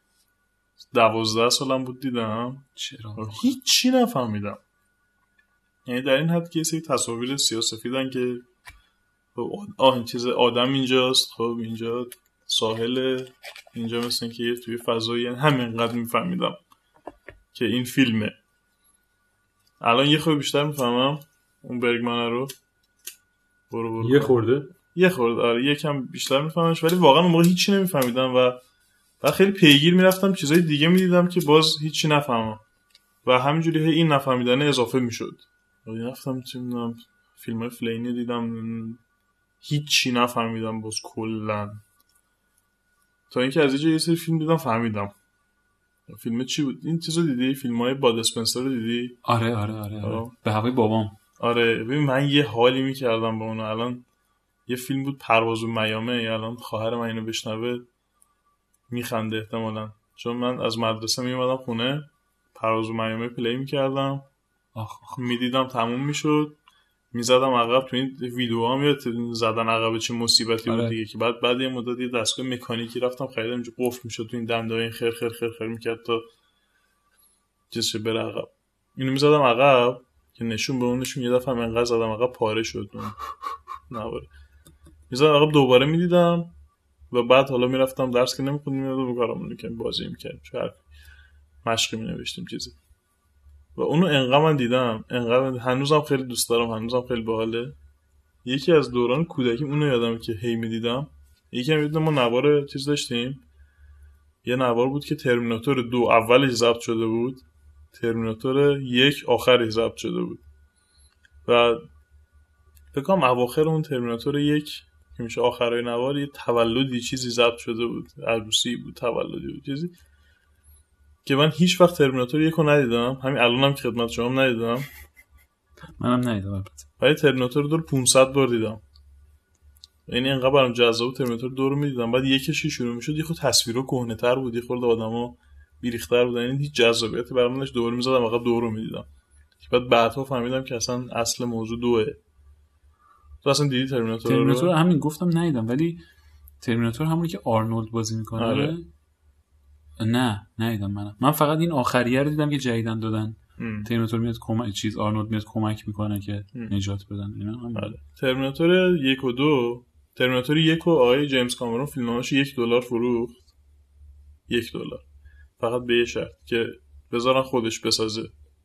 12 سالم بود دیدم، چرا هیچی نفهمیدم. یعنی در این حد که یه سری تصاویر سیاه‌سفیدن که این چیز آدم اینجاست، خب اینجا ساحل، اینجا مثلا که توی فضایی، همینقدر میفهمیدم که این فیلمه. الان یه خورده بیشتر میفهمم اون برگمانه رو. برو یه خورده آره یکم بیشتر میفهممش، ولی واقعا اون موقع هیچی نمیفهمیدم و خیلی پیگیر میرفتم چیزای دیگه میدیدم که باز هیچی نفهمم و همینجوری این نفهمیدن اضافه میشد. رفتم چه فیلمای فلینی دیدم، هیچی نفهمیدم باز کلا. تا اینکه از یه سری فیلم دیدم فهمیدم فیلم چی بود. این چیزو دیدی؟ فیلم‌های باد اسپنسر رو دیدی؟ آره. به هوای بابام. آره ببین من یه حالی میکردم با اون. الان یه فیلم بود پرواز و میامه، الان خواهر من اینو بشنوه میخنده احتمالاً، چون من از مدرسه میومدم خونه پرواز و میامه پلی میکردم، میدیدم تموم میشد، میزدم عقب. تو این ویدیوها میاد زدن عقب چه مصیبتی بود دیگه، که بعد یه مدت یه دستگاه مکانیکی رفتم خریدم، اینجا قفل میشد تو این دندای این خیر خیر خیر خیر میکرد تا چیزش بره عقب. اینو میزدم عقب که نشون به اون نشون، یه دفعه انقدر زدم عقب پاره شد نواره. میزدم عقب دوباره میدیدم و بعد حالا میرفتم درس که نمیخوندیم میادم کارامون که بازی میکردیم، چه مشقی مینوشتیم چیزی. و اونو انقدر من دیدم، انقدر هنوزم خیلی دوست دارم، هنوزم خیلی باحاله. یکی از دوران کودکیم اونو یادمه که هی میدیدم. یکی هم دیدم ما نوار چیز داشتیم، یه نوار بود که ترمیناتور 2 اولش ضبط شده بود، ترمیناتور 1 آخرش ضبط شده بود و فکر کنم اواخر اون ترمیناتور 1 که میشه آخرای نوار یه تولدی چیزی ضبط شده بود، عروسی بود، تولدی بود چیزی، که من هیچ وقت ترمیناتور 1 رو ندیدم. همین الانم که خدمت شما هم ندیدم. منم ندیدم البته. ولی ترمیناتور 2 رو 500 بار دیدم. یعنی انقدر برام جذاب ترمیناتور 2 رو میدیدم. بعد یکش شروع میشد یه خود تصویرا کهنه‌تر بود، یه خورده آدما بیریختر بودن، یعنی هیچ جذابیتی برام نداشت. دوباره میزدم عقب 2 رو میدیدم. بعد بعدها فهمیدم که اصلا اصل موضوع 2. تو اصلا دیدی ترمیناتور رو؟ ترمیناتور همین گفتم ندیدم، ولی ترمیناتور همونی که آرنولد بازی میکنه. آره. نه ندیدم. من فقط این آخریه رو دیدم که جدیدن دادن. ترمیناتور میاد کمک آرنولد میاد کمک میکنه که نجات بدن اینا هم. آره. ترمیناتور 1 و 2، ترمیناتور 1 و آقای جیمز کامرون فیلمنامه‌اش $1 فروخت. $1 فقط به یه شرط که بذارن خودش بسازه.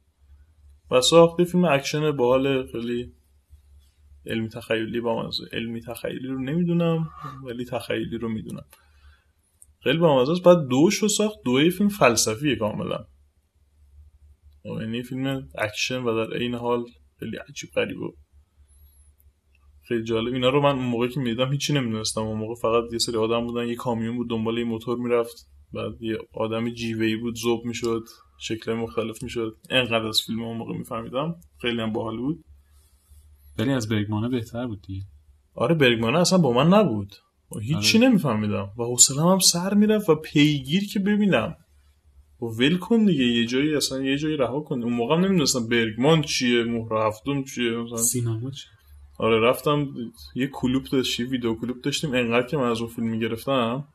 و ساخته فیلم اکشن باحال، خیلی علمی تخیلی بامزه. علمی تخیلی رو نمیدونم ولی تخیلی رو میدونم. خیلی بامزه است. بعد 2 رو ساخت. 2 فیلم فلسفیه کاملا، یعنی فیلم اکشن و در عین حال خیلی عجیب غریب و خیلی جالب. اینا رو من اون موقعی که میدیدم هیچی نمیدونستم. اون موقع فقط یه سری آدم بودن، یه کامیون بود دنبال یه موتور میرفت، بعد یه آدم جیوه‌ای بود ذوب میشد، شکل مختلف میشد. اینقدر از فیلم اون موقع میفهمیدم. خیلی هم باحال بود. ولی از برگمانه بهتر بود دیگه. آره برگمانه اصلا با من نبود، هیچی نمیفهمیدم و حوصله‌ام هم سر میرفت و پیگیر که ببینم و ول کن دیگه، یه جایی اصلا یه جایی رها کن. اون موقع هم نمیدونستم برگمان چیه، مهر هفتم چیه، مثلا سینما چیه. آره رفتم یه کلوب داشتیم، ویدیو کلوب داشتیم. انقدر که من از اون فیلم میگرفتم،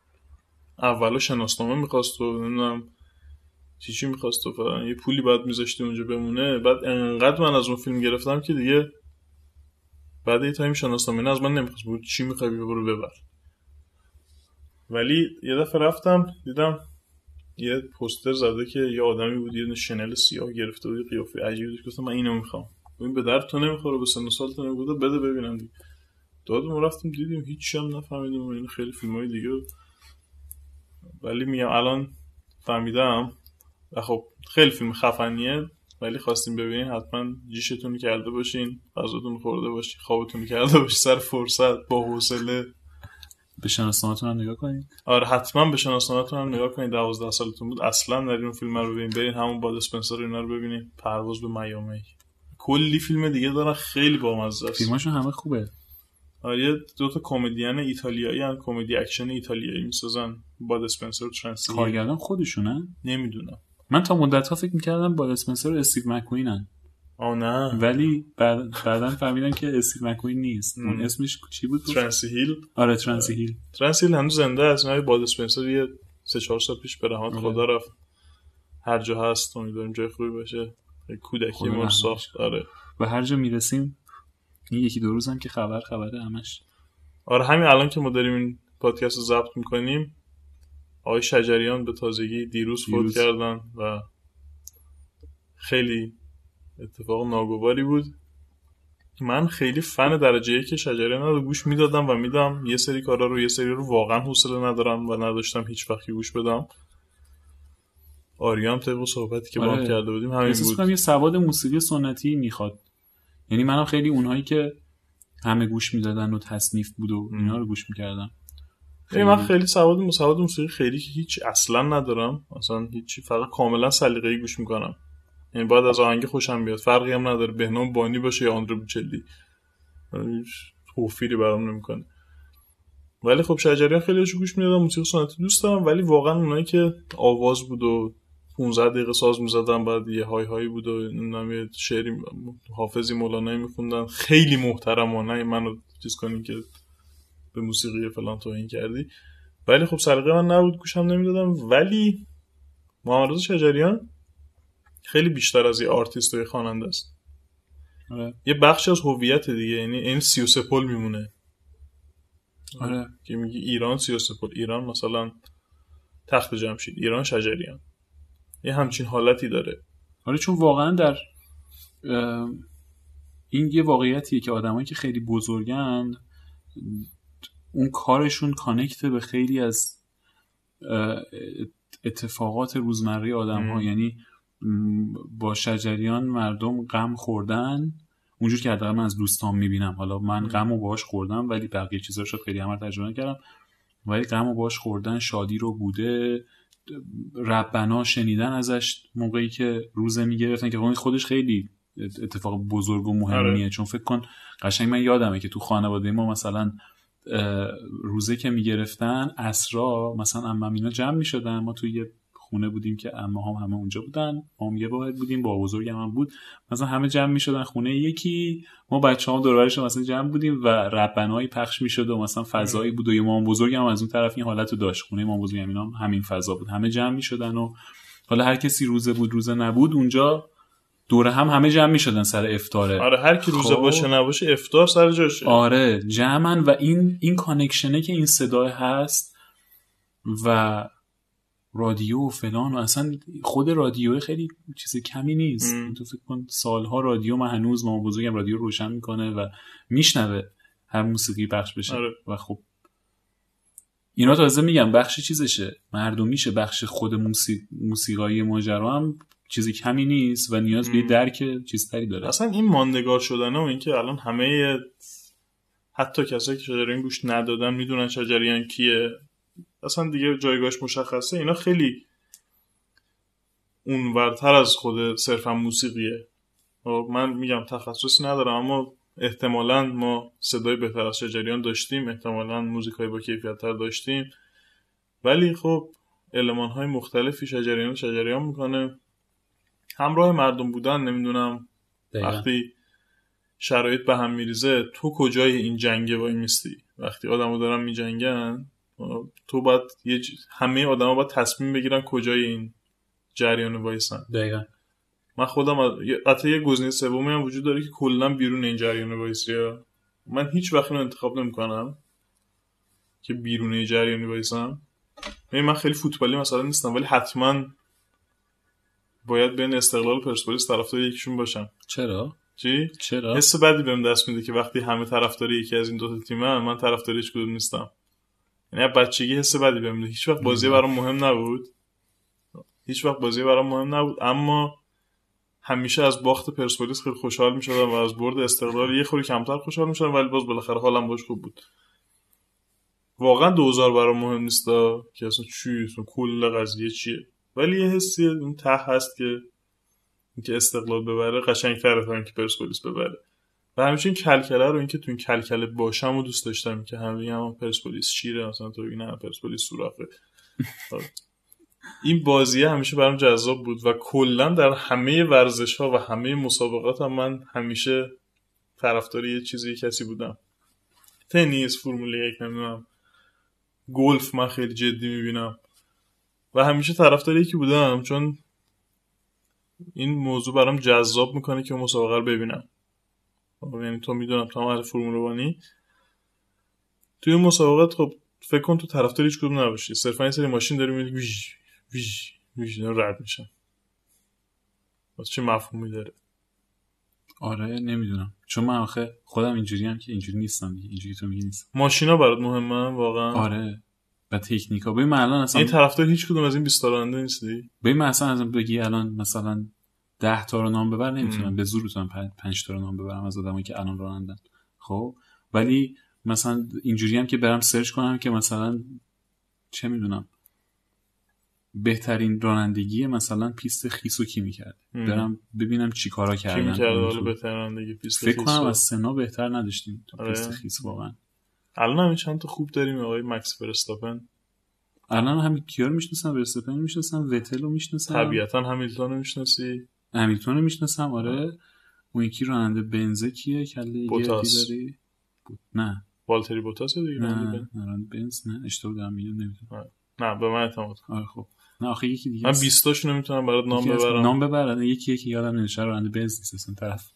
اولا شناسنامه میخواست و نمیدونم چی میخواست و فلان، یه پولی بعد میذاشتی اونجا بمونه. بعد انقدر من از اون فیلم گرفتم که دیگه بعد یه تایم شناسنامه از من نمیخواست، بود چی میخوای برو ببر. ولی یه دفعه رفتم دیدم یه پوستر زده که یه آدمی بود یه شنل سیاه گرفته بود، قیافه عجیبی داشت. گفتم من اینو میخوام. این به درد تو نمیخوره، به سن و سال تو نمیخوره، بده ببینم دیگه. دادم رفتیم دیدیم، هیچی هم نفهمیدیم. این خیلی فیلمای دیگه، ولی میگم الان فهمیدم. و خب خیلی فیلم خفنیه، ولی خواستیم ببینین حتما جیشتون کرده باشین، غذاتون خورده باشین، خوابتون کرده باشین، سر فرصت با حوصله. به شناسنامه‌تون هم نگاه کنید. آره حتما به شناسنامه‌تون هم نگاه کنید. 12 سالتون بود اصلا نرین اون فیلم رو ببینید. برین همون باد اسپنسر اینا رو ببینید، پرواز به میامی. کلی فیلم دیگه دارن خیلی بامزه است. فیلماشون همه خوبه. آره 2 تا کمدین ایتالیایی ان، کمدی اکشن ایتالیایی میسازن. باد اسپنسر و ترانسی. کارگردان خودشونن؟ نمیدونم. من تا مدت‌ها فکر می‌کردم باد اسپنسر و استیو مک‌کوینن. نه ولی بعداً فهمیدم که استیو مک‌کوین نیست. اون اسمش چی بود؟ ترانسی هیل. آره ترانسی هیل. ترانسی هیل هنوز زنده است. نه باد اسپنسر یه 3-4 سال پیش به رحمت خدا رفت. هر جا هست امیدواریم جای خوبی باشه. کودکی ما ساخت. آره و هر جا میرسیم این یکی دو روز هم که خبره همش. آره همین الان که ما داریم این پادکست رو ضبط میکنیم، آقای شجریان به تازگی دیروز فوت کردن و خیلی اتفاق ناگواری بود. من خیلی فن درجه 1 شجریان رو گوش میدادم و میدم. یه سری کارا رو یه سری رو واقعا حوصله ندارم و نداشتم هیچ وقتی گوش بدم. آریام طبق صحبتی که با هم کرده بودیم همین بود. من یه سواد موسیقی سنتی میخواد. یعنی منم خیلی اونهایی که همه گوش میدادن و تصنیف بود و اینا رو گوش میکردم. من خیلی سواد موسیقی خیلی که هیچ اصلا ندارم، اصلا هیچی، فقط کاملا سلیقه‌ای گوش میکنم. یعنی باید از آهنگ خوشم بیاد، فرقی هم نداره بهنام بانی باشه یا آندره بوچلی، هیچ توفیری برام نمیکنه. ولی خب شجریان خیلی هاشو گوش میدادم، موسیقی سنتی دوست دارم، ولی واقعا اونایی که آواز بود و 15 دقیقه ساز میزدن بعد یه های هایی بود و نمیدونم شعری حافظی مولانایی میخوندن، خیلی محترمانه منو چیز کنین که به موسیقی فلان توهین کردی، ولی خب سلیقه من نبود، گوشم نمیدادم. ولی محمد رضا شجریان خیلی بیشتر از یه آرتیست و یه خواننده است. یه بخشی از هویت دیگه، یعنی این 33 پل میمونه. که میگی ایران 33 پل، ایران مثلا تخت جمشید، ایران شجریان، یه همچین حالتی داره. چون واقعا در این یه واقعیتیه که آدمایی که خیلی بزرگن اون کارشون کانکت به خیلی از اتفاقات روزمره آدم‌ها. یعنی با شجریان مردم غم خوردن، اونجور که حداقل من از دوستان میبینم، حالا من غمو باهاش خوردم ولی بقیه چیزا رو شاید خیلی همه تجربه نکردم، ولی غمو باهاش خوردن، شادی رو بوده، ربنا شنیدن ازش موقعی که روزه میگرفتن که خودش خیلی اتفاق بزرگ و مهمیه. چون فکر کن قشنگ من یادمه که تو خانواده ما مثلا روزه که میگرفتن عصرا مثلا عمم اینا جمع میشدن، ما تو یه خونه بودیم که عمه همه اونجا بودن، ما هم یه واحد بودیم، با بزرگم هم بود، مثلا همه جمع میشدن خونه یکی، ما بچه‌ها دور و برش مثلا جمع بودیم و ربنایی پخش میشد و مثلا فضایی بود و یه مام بزرگم از اون طرف این حالتو داشت، خونه مام بزرگم اینا همین فضا بود، همه جمع میشدن و حالا هر کسی روزه بود روزه نبود اونجا دوره همه جمع میشدن سر افطاره. آره هر کی روزه باشه نباشه افطار سر جاشه. آره جمعن و این کانکشنه که این صدا هست و رادیو و فلان و اصلا خود رادیو خیلی چیز کمی نیست. تو فکر کن سالها رادیو، من هنوز مامان بزرگم رادیو روشن میکنه و میشنوه هر موسیقی پخش بشه. و خب اینا تازه میگم بخش چیزشه مردمیشه، بخش خود موسیقایی ماجرا هم چیزی کمی نیست و نیاز به درک چیزتری داره. اصلا این ماندگار شدنه و این که الان همه حتی کسایی که شجریان گوش ندادن میدونن شجریان کیه، اصلا دیگه جایگاهش مشخصه، اینا خیلی اونورتر از خود صرفا موسیقیه. من میگم تخصصی ندارم اما احتمالاً ما صدای بهتر از شجریان داشتیم، احتمالاً موزیکای با کیفیت‌تر داشتیم، ولی خب المان‌های مختلفی شجریان میکنه، همراه مردم بودن. نمیدونم وقتی شرایط به هم میریزه تو کجای این جنگه وای میستی؟ وقتی آدمو دارن میجنگن تو باید همه آدما باید تصمیم بگیرن کجای این جریان وایسن. دقیقاً من خودم حتی یه گزینه سومی هم وجود داره که کلا بیرون این جریان وایسی. من هیچ وقت اینو انتخاب نمیکنم که بیرون این جریان وایسم. من خیلی فوتبالی مثلا نیستم ولی حتما باید بین استقلال و پرسپولیس طرفدار یکیشون باشم. چرا؟ چرا؟ حس بدی بهم دست میده که وقتی همه طرفدار یکی از این دو تا تیمن من طرفدار هیچ کدوم نیستم. یعنی بچگی حس بدی بهم میده. هیچ وقت بازی برام مهم نبود. اما همیشه از باخت پرسپولیس خیلی خوشحال میشدم و از برد استقلال یه خوری کمتر خوشحال میشدم، ولی باز بالاخره حالم باش خوب بود. واقعا 2000 برام مهم نیست که اصلا کل قضیه چیه، ولی یه حسی اون ته هست که اینکه استقلال ببره قشنگ‌تره تا اینکه پرسپولیس ببره. و همیشه این کلکله رو، اینکه تو این کلکله باشم و دوست داشتم که همه پرسپولیس شیره، مثلا تو اینا پرسپولیس سوراخه. این بازیه همیشه برام جذاب بود و کلا در همه ورزش‌ها و همه مسابقات هم من همیشه طرفدار یه چیزی کسی بودم. تنیس، فرمول 1، نمیدونم گلف من خیلی جدی میبینم و همیشه طرفدار یکی بودم، چون این موضوع برام جذاب میکنه که مسابقه رو ببینم. یعنی تو میدونم تو هم اهل فرمول 1 توی مسابقات خب فکر کن تو طرفدار هیچ کدوم نباشی، صرفا این سری ماشین داری میبینی ویژ رد میشن. واسه چه مفهومی داره؟ آره نمیدونم، چون من آخه خودم اینجوری هم که اینجوری نیستم دیگه، اینجوری تو میگی نیستم. ماشینا برات مهمه واقعا؟ آره و تکنیکا. ببین من الان اصلا این طرفدار هیچ کدوم از این 20 تا راننده نیستی. ببین من اصلا از بگی الان مثلا 10 تا رو نام ببر نمیتونم، به زور میتونم 5 تا رو نام ببرم از آدمایی که الان رانندن. خب ولی مثلا اینجوری هم که برم سرچ کنم که مثلا چه میدونم بهترین رانندگی مثلا پیست خیسو کی میکرد، برم ببینم چی کارا کردن کی میکرد حالا بهترین رانندگی پیست خیسو. فکر کنم از سنا بهتر نداشتیم تو پیست خیس واقعا. الان همین چند تا خوب داریم، آقای مکس فرستاپن. الان همین کیا رو میشناسم؟ فرستاپن رو میشناسم، وتل رو میشناسم، طبیعتا همیلتون رو میشناسی؟ همیلتون رو میشناسم آره. اون یکی راننده بنز کیه؟ کله گردی داری؟ نه والتری بوتاس دیگه. نه بنز نه، اشتباه دارم میگم، نمیدونم. نه به من اعتماد کن. آره خب نه آخه یکی دیگه من 20 تاشو نمیتونم برات نام ببرم. یکی یادم نمیشه راننده بنز نیست اصلا طرف.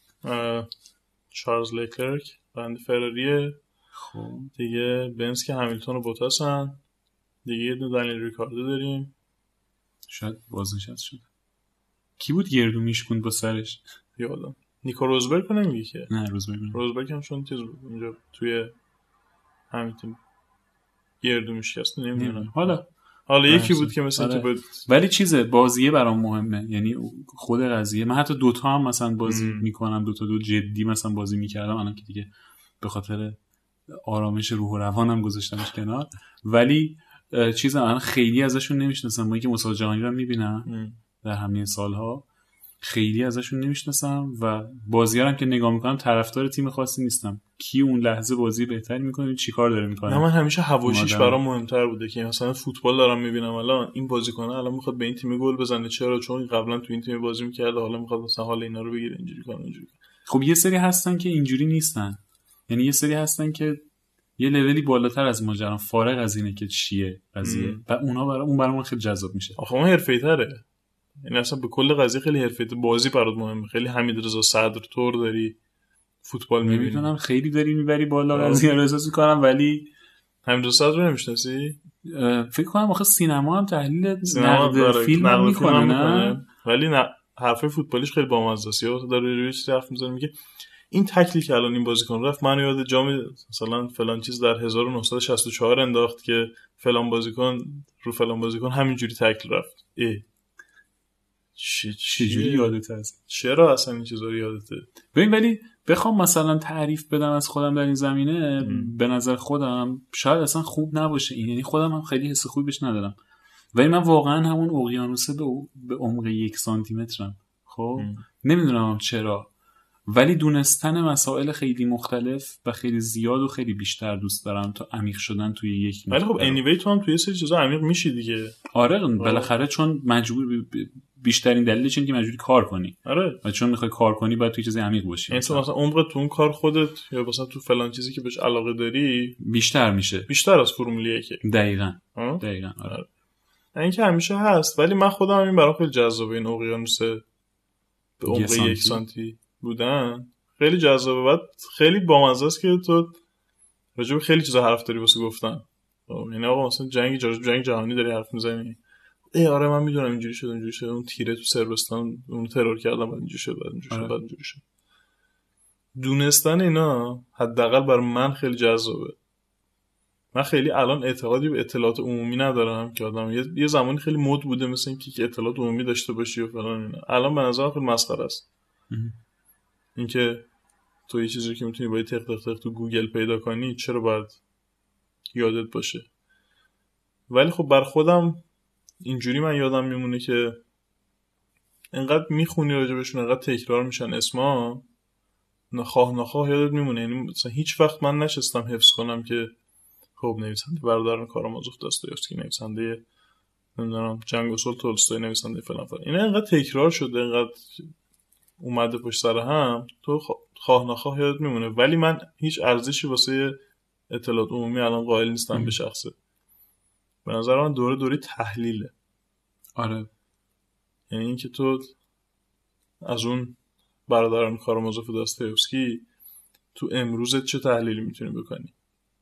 چارلز لکلرک راننده فراریه. خب دیگه بنز که همیلتون و بوتاسن. دیگه یه دنیل ریکاردو داریم، شاید بازنشسته شده. کی بود گردو میشکوند با سرش؟ یادم نیکو روزبرگ نمیگه که؟ نه روزبرگ هم چون چیز بود اونجا توی همین تیم گردو میشکست، نمیدونم. حالا یکی بود که مثلا آره. ولی چیزه بازیه برام مهمه، یعنی خود قضیه. من حتی دوتا هم مثلا بازی میکنم، دو جدی مثلا بازی میکردم، الان که دیگه به خاطر آرامش روح و روانم گذاشتمش کنار. ولی چیزا الان خیلی ازشون نمیشناسم. ما که مسابقه جهانی رو میبینم در همین سالها، خیلی ازشون نمیشناسم و بازی‌ها هم که نگاه میکنم طرفدار تیم خاصی نیستم. کی اون لحظه بازی بهتری میکنه، چی کار داره میکنه. نه من همیشه حواشیش برام مهمتر بوده که مثلا فوتبال دارم میبینم الان این بازیکنه الان میخواد به این تیم گل بزنه، چرا؟ چون قبلا تو این تیم بازی میکرده، حالا میخواد مثلا حال اینا رو بگیره، اینجوری کنه اونجوری. خب یه سری هستن که اینجوری نیستن، یعنی یه سری هستن که یه لولی بالاتر از ماجرا، فارغ از اینه که چیه قضیه و اون برام خیلی جذاب میشه. آخه اون حرفه‌ای‌تره، یعنی اصلا به کل قضیه خیلی حرفه‌ای، بازی برات مهمه. خیلی حمیدرضا صدر طور داری فوتبال می‌بینم خیلی داری میبری بالا قضیه رو احساس می‌کنم. ولی حمیدرضا صدر رو نمی‌شناسی؟ فکر کنم آخه سینما هم تحلیل نقد فیلم می‌کنه نه، ولی نه حرفه فوتبالیش خیلی بامزه است. یا داره رویش حرف می‌زنه میگه این تکلی که الان این بازیکن رفت، من یاد جام مثلا فلان چیز در 1964 انداخت که فلان بازیکن رو فلان بازیکن همینجوری تکل رفت. چجوری یادت هست؟ چرا اصلا این چیزا رو یادته؟ ببین ولی بخوام مثلا تعریف بدم از خودم در این زمینه، به نظر خودم شاید اصلا خوب نباشه این، یعنی خودم هم خیلی حس خوبی بهش ندارم، ولی من واقعا همون اقیانوسه به عمق 1 سانتیمترم. خب نمیدونم چرا، ولی دونستن مسائل خیلی مختلف و خیلی زیاد و خیلی بیشتر دوست دارم تا عمیق شدن توی یک نکته. ولی خب انیوی تو هم توی سری چیزا عمیق میشی دیگه. آره بالاخره چون مجبور، بیشترین دلیلش اینه که مجبوری کار کنی. آره و چون میخوای کار کنی باید توی چیز عمیق باشی. یعنی مثلا عمق تو اون کار خودت یا مثلا تو فلان چیزی که بهش علاقه داری بیشتر میشه، بیشتر از فرمول 1. دقیقاً آره. این که همیشه هست، ولی من خودم این برام خیلی جذابه، این اقیانوس به عمق 1 سانتی بودن خیلی جذابه. بعد خیلی بامزه است که تو راجع به خیلی چیزا حرف داری واسه گفتن. یعنی آقا مثلا جنگ جهانی داری حرف میزنی، آره من میدونم اینجوری شد، اون تیره تو سربستان اون ترور کردن، بعد اینجوری شد، بعد اینجوری شد. دونستن اینا حداقل برای من خیلی جذابه. من خیلی الان اعتقادی به اطلاعات عمومی ندارم که آدم یه زمانی خیلی مد بوده مثلا اینکه که اطلاعات عمومی داشته باشی و فلان اینا. الان به نظرم خیلی مسخره است. اینکه تو یه چیزی که میتونی با یه تق تو گوگل پیدا کنی چرا باید یادت باشه؟ ولی خب بر خودم اینجوری من یادم میمونه که انقدر میخونی راجبشون، انقدر تکرار میشن اسما، نخواه یادت میمونه. یعنی مثلا هیچ وقت من نشستم حفظ کنم که خب نویسنده برادران کارامازوف داستایوفسکی، نویسنده نمیدونم جنگ و صلح تولستوی، نویسنده فلان فلان، اینا انقدر تکرار شده، انقدر اومده پشت سر هم، تو خواه نخواه یادت میمونه. ولی من هیچ ارزشی واسه اطلاعات عمومی الان قائل نیستم به شخصه. به نظر من دوره تحلیله. آره یعنی این که تو از اون برادران کارامازوف داستایوفسکی تو امروزت چه تحلیلی میتونی بکنی؟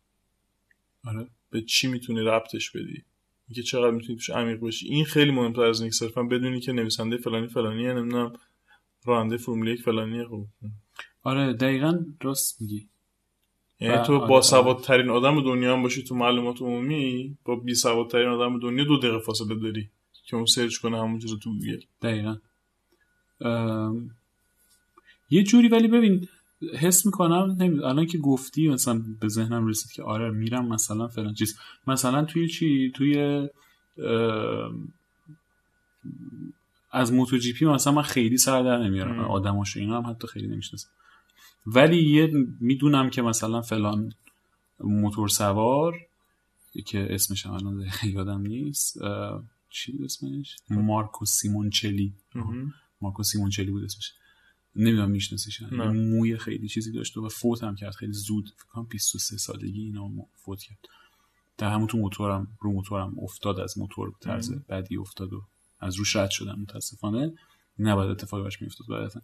آره به چی میتونی ربطش بدی؟ اینکه چقدر میتونی توش عمیق بشی، این خیلی مهمتر از اینکه صرفا بدونی که نویسنده فلانیه، نمیدونم راننده فرمول 1 فلانیه. خوب آره دقیقاً راست میگی. یعنی تو با سوادترین آدم دنیا هم باشی تو معلومات عمومی، با بی سوادترین آدم دنیا 2 دقیقه فاصله داری که اون سرچ کنه همون چیزو تو گوگل. دقیقاً. یه جوری ولی ببین حس میکنم الان که گفتی مثلا به ذهنم رسید که آره میرم مثلا فلان چیز، مثلا توی از موتو جی پی مثلا من خیلی سر در نمیارم، آدماشو اینا هم حتی خیلی نمیشناسم، ولی میدونم که مثلا فلان موتور سوار که اسمش الان یادم نیست، چی بود اسمش؟ مارکو سیمونچلی بود اسمش، نمیدونم میشناسیش؟ موی خیلی چیزی داشت و فوت هم کرد خیلی زود، فکر کنم 23 سالگی اینا فوت کرد. در همون تو موتورم افتاد، از موتور طرز بدی افتاد و از روش رد شدم، متاسفانه نباید اتفاقی براش میافتاد بعداً.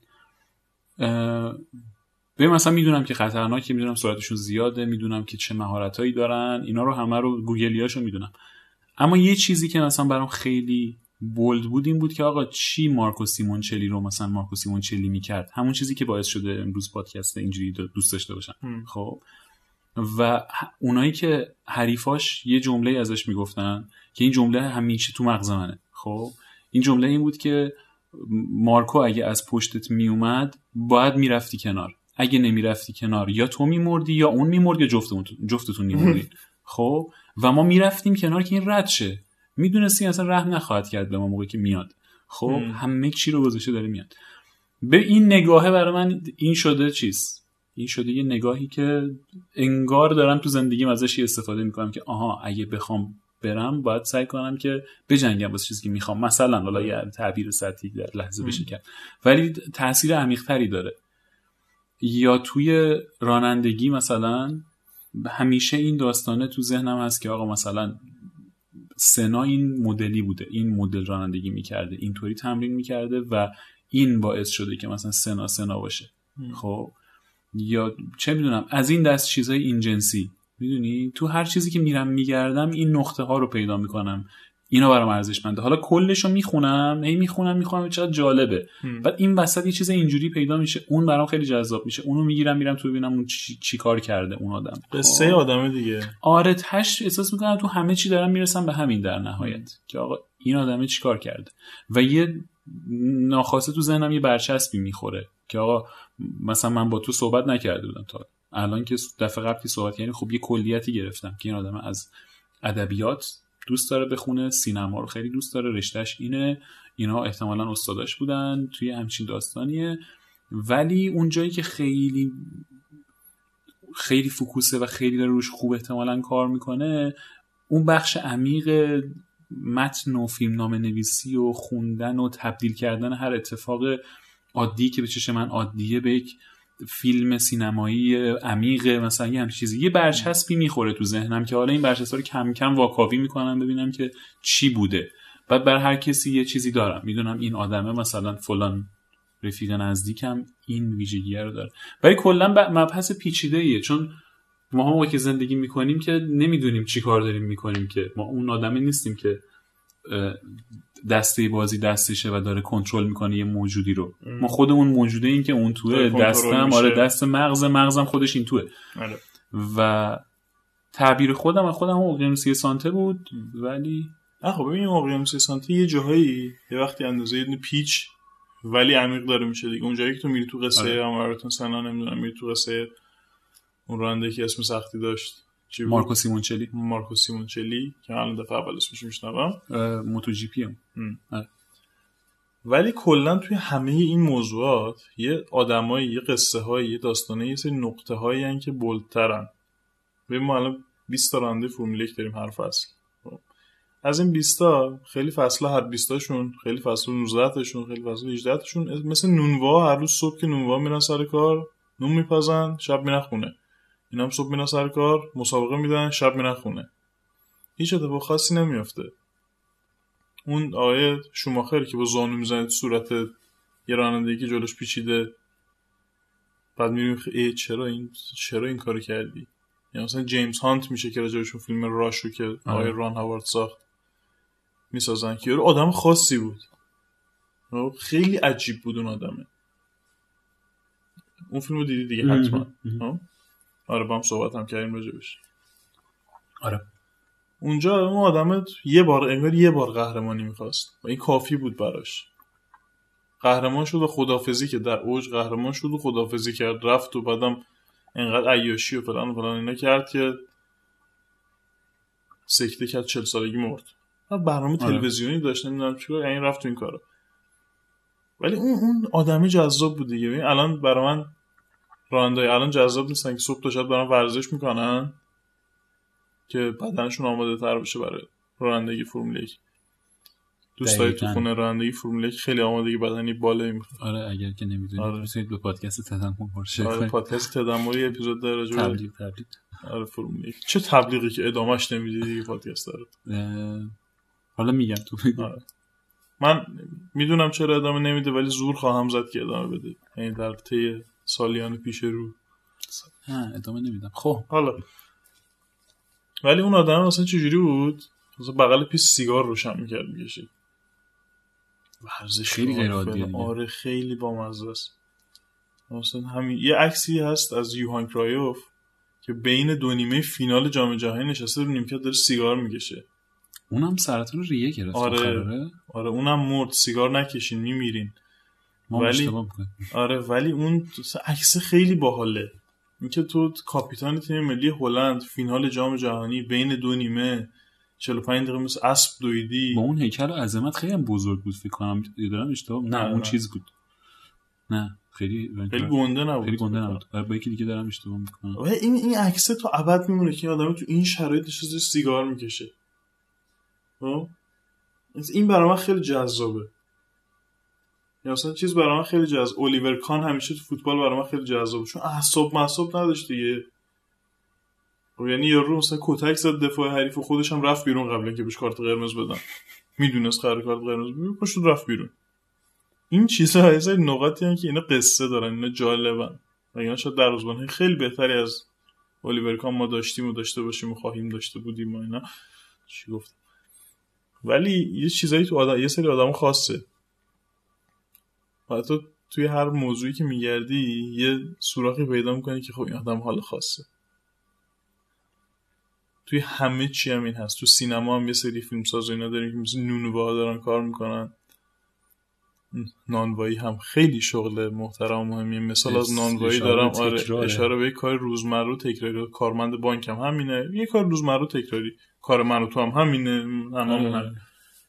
ببین مثلا میدونم که خطرناکه، میدونم سرعتشون زیاده، میدونم که چه مهارتایی دارن، اینا رو همه رو گوگلیاشو میدونم، اما یه چیزی که مثلا برام خیلی بولد بود این بود که آقا چی مارکو سیمونچلی رو مثلا مارکو سیمونچلی میکرد، همون چیزی که باعث شده امروز پادکست اینجوری دوست داشته باشن. خب و اونایی که حریفاش یه جمله ازش میگفتن که این جمله همیشه تو مغز منه. خب این جمله این بود که مارکو اگه از پشتت میومد باید میرفتی کنار، اگه نمیرفتی کنار یا تو میمردی یا اون میمرد یا جفتتون میمردین. خب و ما میرفتیم کنار که این رد شه، میدونستی اصلا رحم نخواهد کرد به ما موقعی که میاد. خب همه چی رو گذاشته داره میاد. به این نگاهه برای من این شده این شده یه نگاهی که انگار دارم تو زندگیم ازش استفاده میکنم که آها اگه بخوام برم باید سعی کنم که بجنگم واسه چیزی که میخوام، مثلا حالا یه تعبیر سطحی در لحظه بشه کرد ولی تأثیر عمیق‌تری داره. یا توی رانندگی مثلا همیشه این داستانه تو ذهنم هست که آقا مثلا سنا این مدلی بوده، این مدل رانندگی میکرده، اینطوری تمرین میکرده و این باعث شده که مثلا سنا باشه. خب یا چه میدونم از این دست چیزای این جنسی، میدونی تو هر چیزی که میرم میگردم این نقطه ها رو پیدا میکنم، اینا برام ارزشمنده. حالا کلشو میخونم چقدر جالبه، بعد این وسط یه چیز اینجوری پیدا میشه، اون برام خیلی جذاب میشه، اونو میگیرم تو ببینم اون چی کار کرده اون آدم، قصه آدمه دیگه. آره تاش احساس میکنم تو همه چی دارم میرسم به همین در نهایت که آقا این آدمه چی کار کرده و یه ناخواسته تو ذهنم یه برچسبی میخوره که آقا مثلا من با تو صحبت نکرده بودم تا الان که دفعه قبلی صحبت کردیم، خب یه کلیتی گرفتم که این آدم از ادبیات دوست داره بخونه، سینما رو خیلی دوست داره، رشتهش اینا احتمالاً استاداش بودن توی همچین داستانیه، ولی اون جایی که خیلی خیلی فوکوسه و خیلی داره روش خوب احتمالاً کار میکنه، اون بخش عمیق متن و فیلمنامه نویسی و خوندن و تبدیل کردن هر اتفاق عادی که به چشم من عادیه به یک فیلم سینمایی عمیق مثلا یه همچین چیزی، یه برچسبی میخوره تو ذهنم که حالا این برچسب رو کم کم واکاوی میکنم ببینم که چی بوده. بعد بر هر کسی یه چیزی دارم، میدونم این آدمه مثلا فلان رفیق نزدیکم این ویژگیه رو داره. ولی کلا مبحث پیچیده‌ایه، چون ما موقعی که زندگی میکنیم که نمیدونیم چی کار داریم میکنیم، که ما اون آدمی نیستیم که دسته بازی دستشه و داره کنترل میکنه یه موجودی رو. ما خودمون موجوده این که اون توه، دستم دست مغزم خودش این توه. و تعبیر خودم اقیانوس 1 سانته بود، ولی خب ببین اقیانوس 1 سانته یه جاهایی یه وقتی اندازه یه پیچ ولی عمیق داره میشه دیگه. اون جایی که تو میری تو قصه امارتون سنا نمیدونم میری تو قصه اون راننده که اسم سختی داشت مارکو سیمونچلی که الان دفعه اول اسمش میشنوم، موتو جی پی هم. ولی کلا توی همه این موضوعات یه آدمایی، یه قصه هایی، یه داستانه، یه سری نقطه هایی هن که بولدترن. ببین ما الان 20 تا راننده فرمول 1 داریم هر فصل. از این 20 تا خیلی فصل هر 20 تاشون، خیلی فصل 19 تاشون، خیلی فصل 18 تاشون مثل نونوا، هر روز صبح که نونوا میرن سر کار نون میپزن، شب میرن خونه. اینا هم صبح میرن سر کار مسابقه میدن، شب میرن خونه. هیچ اتفاق خاصی نمیافته. اون آقای شوماخر که با زانو میزنه تو صورت یه راننده‌ای که جلوش پیچیده، بعد میبینیم چرا این کارو کردی؟ یا مثلا جیمز هانت میشه که راجعشون فیلم راشو که آقای ران هاوارد ساخت میسازن که آدم خاصی بود، خیلی عجیب بود اون آدمه. اون فیلمو دیدی دیگه حتما. آره با هم صحبت هم کردیم راجبش. آره اونجا اون آدم یه بار قهرمانی میخواست و این کافی بود براش. قهرمان شد و خدافزی که در اوج قهرمان شد و خدافزی کرد، رفت و بعدم انقدر عیاشی و فلان و فلان اینا کرد که سکته کرد، 40 سالگی مرد. برنامه تلویزیونی داشت نمیدونم چیکار، یعنی رفت تو این کارا. ولی اون آدمی جذاب بود دیگه. ببین الان برای من راننده‌های الان جذاب نیستن که صبح تا شب دارن ورزش میکنن که بدنشون آماده تر بشه برای رانندگی فرمول 1. دوستای تو خونه رانندگی فرمول 1 خیلی آمادگی بدنی بالایی میخواد. آره اگر که نمیدونید میتونید به پادکست تدمر مراجعه کنید. آره پادکست تدمر یه اپیزود داره راجع به تبلیغ. آره فرمول 1. چه تبلیغی که ادامهش نمیدی دیگه پادکست داره. حالا میگم تو بگو. آره. من میدونم چرا ادامه نمیده ولی زور خواهم زد که ادامه بده. یعنی در طی سالیان پیش رو ادامه نمیدم. خب حالا ولی اون آدم اصلا چجوری بود؟ مثلا بغل پیش سیگار روشن میکرد میکشید. ورزش خیلی غیر عادیه. آره خیلی بامزه است. مثلا همین یه عکسی هست از یوهان کرایوف که بین دو نیمه فینال جام جهانی نشسته رو نیمکت داره سیگار میکشه. اونم سرطان ریه گرفت. آره اونم مرد. سیگار نکشین میمیرین. ولی آره ولی اون عکس خیلی باحاله. اینکه تو کاپیتان تیم ملی هلند فینال جام جهانی بین دو نیمه 45 دقیقه مثل اسب دویدی. با اون هیکل عظمت خیلی هم بزرگ بود فکر کنم. دارم اشتباه؟ نه اون چیز بود. نه خیلی گنده نبود. خیلی گنده نبود. با یکی دیگه دارم اشتباه میکنم. این عکس تو ابد میمونه که آدم تو این شرایط نشسته سیگار میکشه. این برای من خیلی جذابه. یا مثلا چیز برای من خیلی جذاب. الیور کان همیشه تو فوتبال برای من خیلی جذابه چون اعصاب نداشت دیگه. یعنی یارو مثلا کتک زد دفاع حریف و خودش هم رفت بیرون قبل اینکه بهش کارت قرمز بدن. میدونست قرار کارت قرمز بگیره پشت رفت بیرون. این چیزها یه سری نقاطی هستن که اینا قصه دارن، اینا جالبن. یعنی شاید در روزبان خیلی بهتری از الیور کان ما داشتیم و داشته باشیم و خواهیم داشته بودیم و اینا. چی گفتم؟ ولی یه چیزایی تو یه سری آدم خاصه. حتی توی هر موضوعی که میگردی یه سوراخی پیدا میکنی که خب این آدم حال خاصه. توی همه چی هم این هست. تو سینما هم یه سری فیلمساز اینا داریم که مثل نونوا دارن کار میکنن. نانوایی هم خیلی شغل محترم و مهمیه. مثال از نانوایی دارم. آره اشاره به کار روزمره تکراری. کارمند بانک هم همینه. یه کار روزمره تکراری. کار من و تو هم همینه. هممون.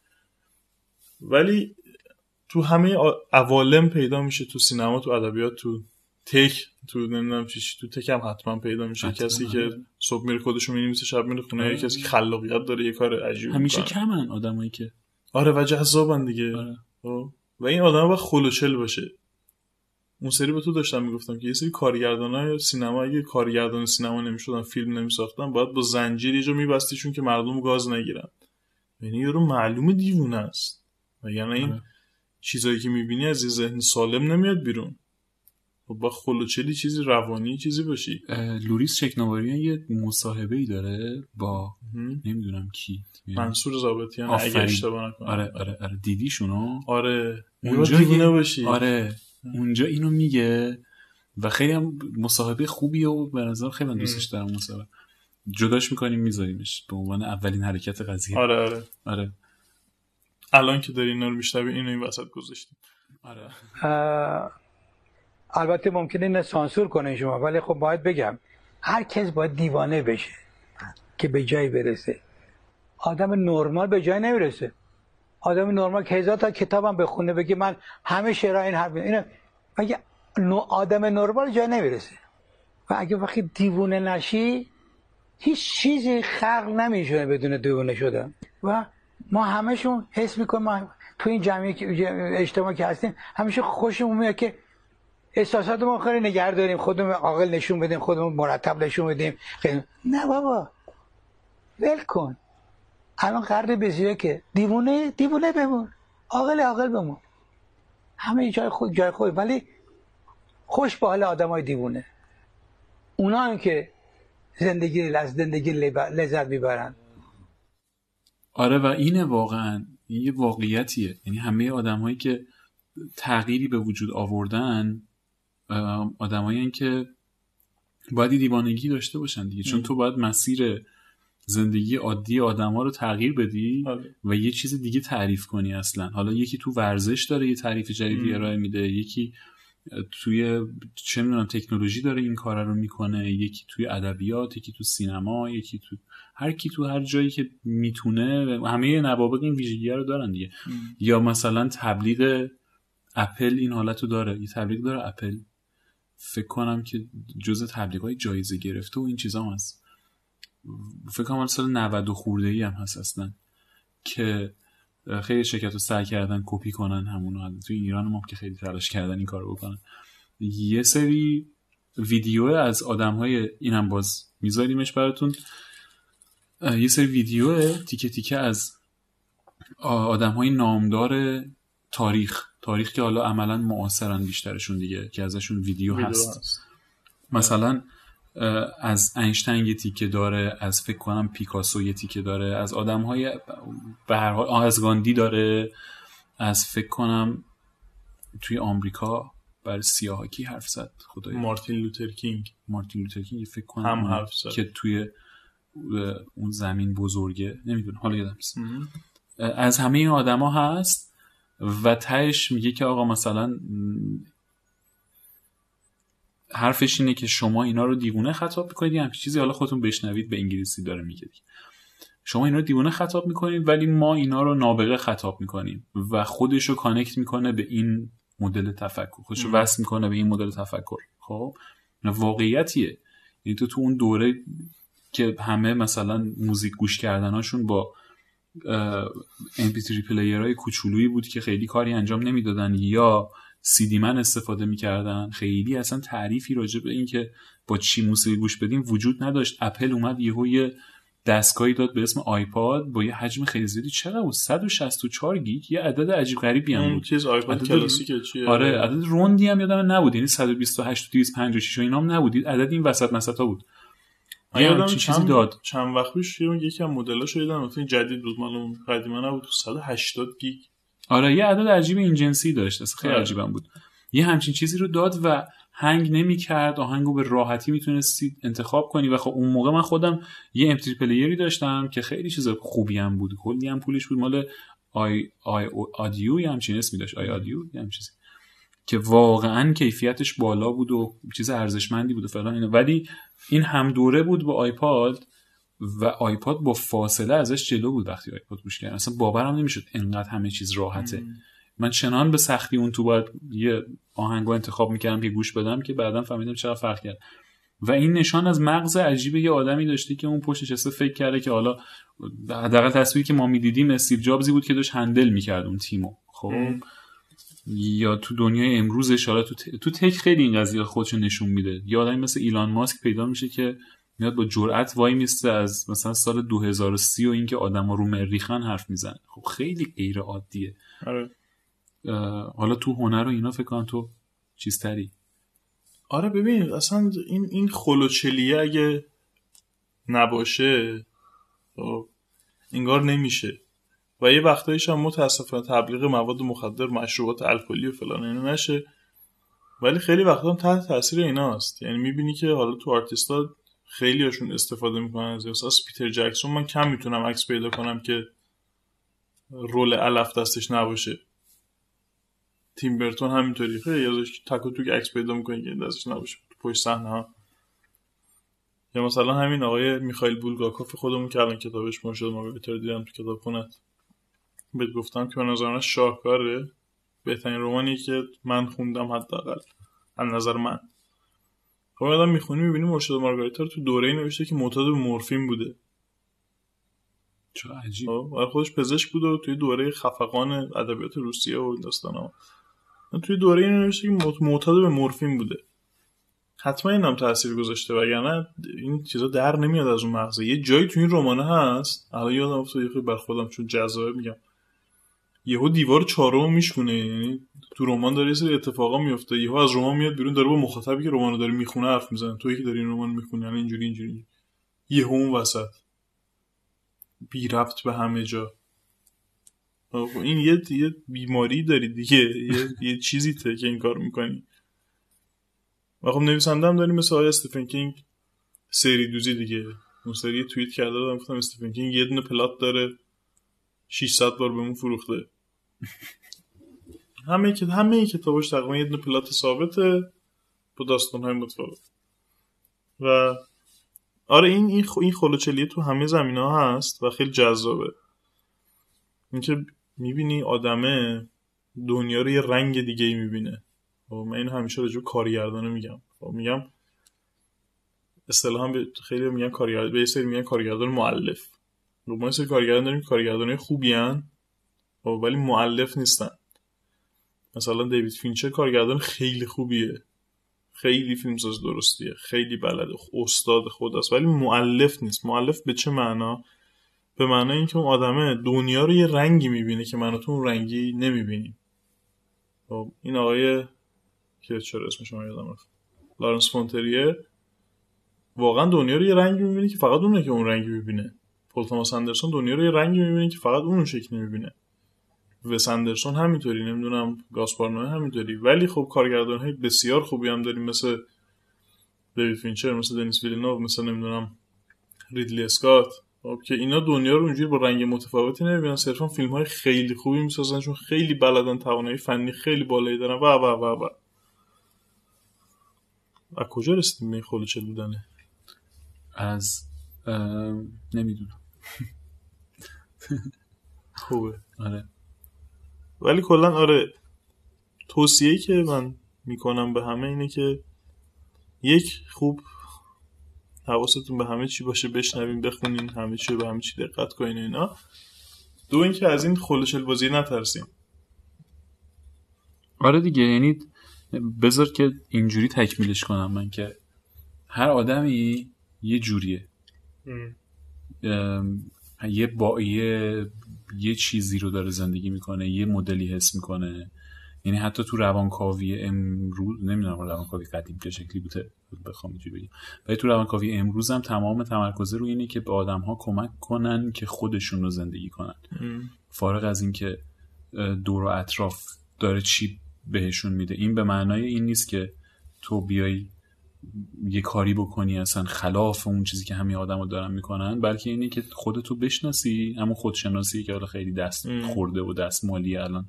ولی تو همه عوالم پیدا میشه. تو سینما، تو ادبیات، تو تک، تو نمیدونم چی، تو تک هم حتما پیدا میشه. کسی که صبح میره کدشو می‌نویسه شب میره خونه. یه کسی که خلاقیت داره یه کار عجیب همیشه کمن آدمایی که آره و جذابن دیگه. و این آدم باید خلوچل باشه. اون سری به تو داشتم میگفتم که یه سری کارگردانای سینما اگه کارگردان سینما نمیشدن فیلم نمیساختن باید با زنجیر یه جا میبستیشون که مردم گاز نگیرن. یعنی یارو معلومه دیوونه است. و یعنی این چیزایی که میبینی از یه ذهن سالم نمیاد بیرون. با خلوچلی چیزی روانی چیزی باشی. لوریس چکناواریان یه مصاحبه‌ای داره با نمیدونم کی، منصور ضابطیان اگه اشتباه نکنم. آره دیدیشونو. آره اونجا دیوونه باشی. آره اونجا اینو میگه و خیلی هم مصاحبه خوبیه و به نظر خیلی من دوستش دارم. مصاحبه جداش میکنیم میذاریمش به عنوان اولین حرکت قضیه. آره الان که داری اینا رو میشنوی اینو این وسط گذاشتیم. آره البته ممکنه اینو سانسور کنه شما ولی خب باید بگم هر کس باید دیوانه بشه که به جایی برسه. آدم نرمال به جایی نمیرسه. آدم نرمال که هزار تا کتابم بخونه بگه من همه شعرها این حرف اینو مگه آدم نرمال جایی نمیرسه. و اگه وقتی دیوانه نشی هیچ چیزی خلق نمیشه بدون دیوانه شدن. و ما همشون حس میکنیم ما تو این جمعی اجتماعی که هستیم همیشه خوشمون میاد که احساسات ما خیلی نگه داریم، خودمون عاقل نشون بدیم، خودمون مرتب نشون بدیم. خیلی نه بابا ول کن. الان قرن 21 که دیوونه بمون، عاقل بمون. همه جای خود ولی خوش به حال آدمای دیوونه. اونا هم که زندگی لذت میبرن. آره و اینه واقعا این یه واقعیتیه. یعنی همه آدمایی که تغییری به وجود آوردن آدمایی هستن که باید دیوانگی داشته باشن دیگه. چون تو باید مسیر زندگی عادی آدما رو تغییر بدی و یه چیز دیگه تعریف کنی اصلا. حالا یکی تو ورزش داره یه تعریف جدیدی ارائه میده، یکی توی چه میدونم تکنولوژی داره این کارا رو میکنه، یکی توی ادبیات، یکی تو سینما، یکی تو هر کی تو هر جایی که میتونه. همه نوابغ این ویژگی‌ها رو دارن دیگه. یا مثلا تبلیغ اپل این حالتو داره، یه تبلیغ داره اپل فکر کنم که جزء تبلیغات جایزه گرفته و این چیزا هم هست، فکر کنم سال 90 خورده‌ای هم هست اصلا، که خیلی شرکت‌ها سعی کردن کپی کنن همونو. تو ایران ما که خیلی تلاش کردن این کارو بکنن. یه سری ویدیو از آدم‌های، اینم باز میذاریمش براتون، یه سری ویدیو تیکه تیکه از آدم‌های نامدار تاریخ که حالا عملاً معاصرن بیشترشون دیگه، که ازشون ویدیو هست. مثلا از اینشتین یه تیکه داره، از فکر کنم پیکاسو یه تیکه داره، از آدم‌های به هر حال از گاندی داره، از فکر کنم توی آمریکا برای سیاها کی حرف زد خدایا، مارتین لوتر کینگ فکر کنم هم حرف زد که توی اون زمین بزرگه، نمیدونم حالا یادم نیست. از همه این آدما هست و تهش میگه که آقا مثلا حرفش اینه که شما اینا رو دیوونه خطاب میکنید، همین چیزی حالا خودتون بشنوید، به انگلیسی داره میگه، شما اینا رو دیوونه خطاب میکنید ولی ما اینا رو نابغه خطاب میکنیم، و خودش رو کانکت میکنه به این مدل تفکر، خودش رو وصل میکنه به این مدل تفکر. خب واقعیتیه. یعنی تو اون دوره که همه مثلا موزیک گوش کردناشون با MP3 پلیرهای کوچولویی بود که خیلی کاری انجام نمیدادن، یا CD من استفاده میکردن، خیلی اصلا تعریفی راجع به این که با چی موسیقی گوش بدیم وجود نداشت. اپل اومد یه دستگاهی داد به اسم آیپاد با یه حجم خیلی زیادی، چقدر بود؟ 164 گیگ، یه عدد عجیب غریبی هم بود. چیز آیپاد کلاسیکه چیه؟ آره عدد روندی هم یادم نبود، یعنی 128 و 256 و اینا هم نبود، عدد این وسط مسطا بود. یادم چیزی داد چند وقت پیش یکی از مدلاشو دیدم، مثلا جدید بود، مال اون قدیما نبود، 180 گیگ. آره یه عدد عجیب این جنسی داشت، اصلا خیلی عجیبم بود. یه همچین چیزی رو داد و هنگ نمی‌کرد، آهنگو به راحتی میتونستی انتخاب کنی. و خب اون موقع من خودم یه MP3 پلیری داشتم که خیلی چیز خوبی هم بود، کلی هم پولش بود، مال آی آدیو یا همچین اسمی داشت، آی آدیو یا همین چیزی، که واقعا کیفیتش بالا بود و چیز ارزشمندی بود و فلان اینا. ولی این هم دوره بود با آیپاد و آیپاد با فاصله ازش جلو بود. وقتی آیپاد گوش کردم اصلا باورم نمیشد انقدر همه چیز راحته. من چنان به سختی اون تو باید یه آهنگو انتخاب میکردم که گوش بدم که بعداً فهمیدم چقدر فرق کرد. و این نشان از مغز عجیب یه آدمی داشتی که اون پشتش نشسته فکر کرده که حالا حداقل تصویری که ما میدیدیم استیو جابزی بود که داشت هندل میکرد اون تیمو. خب یا تو دنیای امروزش حالا تو تک خیلی این قضیه خودشو نشون میده. یه آدمی مثل ایلان ماسک پیدا میشه که میاد با جرأت وای میسته از مثلا سال 2030 و اینکه آدما رو مریخن حرف میزنه. خب خیلی غیر عادیه. آره. حالا تو هنر و اینا فکر کنم تو چیزتری. آره ببین اصلا این خلوچلیه اگه نباشه انگار نمیشه. و یه وقتایش هم متاسفانه تبلیغ مواد مخدر، مشروبات الکلی و فلان اینا نشه، ولی خیلی وقتا هم تحت تاثیر ایناست. یعنی میبینی که حالا تو آرتیستا خیلی هاشون استفاده میکنن از احساس. پیتر جکسون من کم میتونم عکس پیدا کنم که رول علف دستش نباشه. تیم برتون همینطوری خیلی ازش تک و توک عکس پیدا میکنی که دستش نباشه تو پشت صحنه ها. یا مثلا همین آقای میخائیل بولگاکوف خودمون که الان کتابش مرشد مارگاریتا دیدم تو کتابخونه، بهت گفتم که به نظر من شاهکاره، بهترین رمانی که من خوندم حداقل از نظر من. خب آدم میخونی میبینی مرشد مارگاریتا رو تو دوره‌ای نوشته که معتاد به مورفین بوده. چه عجیب. خودش پزشک بود و توی دوره خفقان ادبیات روسیه و داستانا توی دوره‌ای نوشته که معتاد به مورفین بوده. حتما اینم تاثیر گذاشته، وگرنه این چیزا در نمیاد از اون مغزه. یه جایی تو این رمان هست، الان یادم افتاد یه خیلی بر خودم چون جذابه میگم، یهو دیوار چهارم میشکونه. یعنی تو رمان داره یه سری اتفاقا میفته، یهو از رمان میاد بیرون، داره با مخاطبی که رمانو داره میخونه حرف میزنه. تویی که داری این رمان میخونی الان اینجوری یهو اون وسط بی ربط به همه جا. این یه بیماری داری دیگه، یه چیزی ته که این کار میکنی. و خب نویسنده هم داریم مثل آقای استیفن کینگ، سری دوزی دیگه. اون سری توییت کرده بودم گفتم استیفن کینگ یه دونه پلات داره 600 بار بهمون فروخته. همه کتاباش تقریبا یه دونه پلات ثابته با داستان‌های متفاوت. و آره این خلوچلیه تو همه زمینه‌ها هست و خیلی جذابه. اینکه می‌بینی آدمه دنیا رو یه رنگ دیگه‌ای می‌بینه. و من اینو همیشه راجع به کارگردانه میگم. میگم اصطلاحاً خیلی میگن کارگردان، به سری میگن کارگردان مؤلف. ما یه سری کارگردان داریم که کارگردانای خوبی ان ولی مؤلف نیستن. مثلا دیوید فینچر کارگردان خیلی خوبیه، خیلی فیلمساز درستیه، خیلی بلده، استاد خداست، ولی مؤلف نیست. مؤلف به چه معنا؟ به معنای اینکه اون آدمه دنیا رو یه رنگی میبینه که من و تو اون رنگی نمیبینیم. خب این آقای که چرا اسمش من یادم رفت، لارنس فونتریه، واقعا دنیا رو یه رنگی میبینه که فقط اونه که اون رنگی میبینه. پل توماس اندرسون دنیا رو یه رنگی میبینه که فقط اون شکلی میبینه. وس اندرسون همینطوری، نمیدونم گاسپار نوئه همینطوری. ولی خب کارگردان‌های بسیار خوبی هم داریم مثل دیوید فینچر، مثل دنیس ویلنوو، مثل نمیدونم ریدلی اسکات، خب که اینا دنیا رو اونجوری با رنگ متفاوتی نمیبینن، صرفا فیلم‌های خیلی خوبی میسازن چون خیلی بلدن، توانایی فنی خیلی بالایی دارن و از کجا رسیدیم به خلوچل بودنه؟ از نمیدونم. خوبه. آره. ولی کلا آره توصیه‌ای که من میکنم به همه اینه که یک، خوب حواستون به همه چی باشه، بشنوین، بخونین، همه چی به همه چی دقت کنین اینا. دو، اینکه از این خلوچل بازی نترسین. آره دیگه، یعنی بذار که اینجوری تکمیلش کنم من که هر آدمی یه جوریه، یه چیزی رو داره زندگی میکنه، یه مدلی حس میکنه. یعنی حتی تو روانکاوی امروز، نمیدونم روانکاوی قدیم چه شکلی بوده بخوام اینجوری بگم، ولی تو روانکاوی امروز هم تمام تمرکز رو اینه که به آدم‌ها کمک کنن که خودشون رو زندگی کنن. فارغ از این که دور و اطراف داره چی بهشون میده. این به معنای این نیست که تو بیای یه کاری بکنی اصلا خلاف اون چیزی که همه آدم‌ها دارن میکنن، بلکه اینه که خودتو بشناسی، اما خودشناسی که حالا خیلی دست خورده و دست مالی الان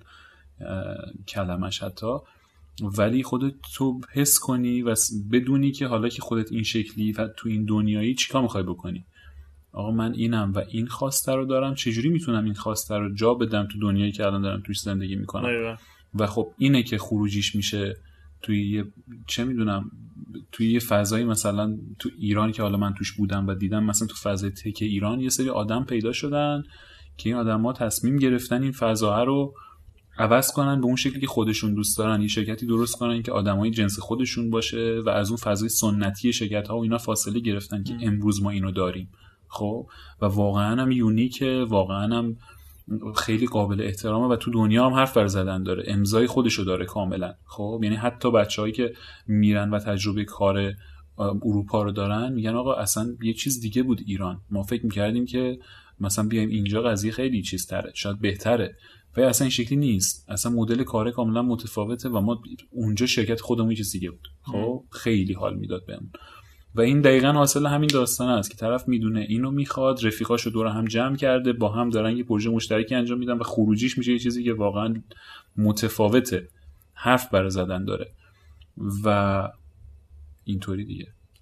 کلمش حتی، ولی خودت تو حس کنی و بدونی که حالا که خودت این شکلی و تو این دنیایی چیکار میخوای بکنی. آقا من اینم و این خواسته رو دارم، چجوری میتونم این خواسته رو جا بدم تو دنیایی که الان دارم توش زندگی میکنم. و خب اینه که خروجیش میشه توی یه چه میدونم توی یه فضایی، مثلا تو ایران که حالا من توش بودم و دیدم، مثلا تو فضای تک ایران یه سری آدم پیدا شدن که این آدم‌ها تصمیم گرفتن این فضا رو عوض کنن به اون شکلی که خودشون دوست دارن، یه شرکتی درست کنن که آدمای جنس خودشون باشه و از اون فضای سنتی شرکت‌ها و اینا فاصله گرفتن که امروز ما اینو داریم. خب و واقعا هم یونیکه، واقعا هم خیلی قابل احترامه و تو دنیا هم حرف بر زدن داره، امضای خودشو داره کاملا. خب یعنی حتی بچه‌هایی که میرن و تجربه کار اروپا رو دارن میگن آقا اصلا یه چیز دیگه بود ایران، ما فکر می‌کردیم که مثلا بیایم اینجا قضیه خیلی چیز تره، شاید بهتره، ولی اصلا این شکلی نیست، اصلا مدل کار کاملا متفاوته و ما اونجا شرکت خودمون یه چیز دیگه بود. خب خیلی حال میداد بهمون و این دقیقاً حاصل همین داستان است که طرف میدونه اینو میخواد، رفیقاشو دور هم جمع کرده، با هم دارن یه پروژه مشترکی انجام میدن و خروجیش میشه یه چیزی که واقعاً متفاوته، حرف برای زدن داره و اینطوری دیگه.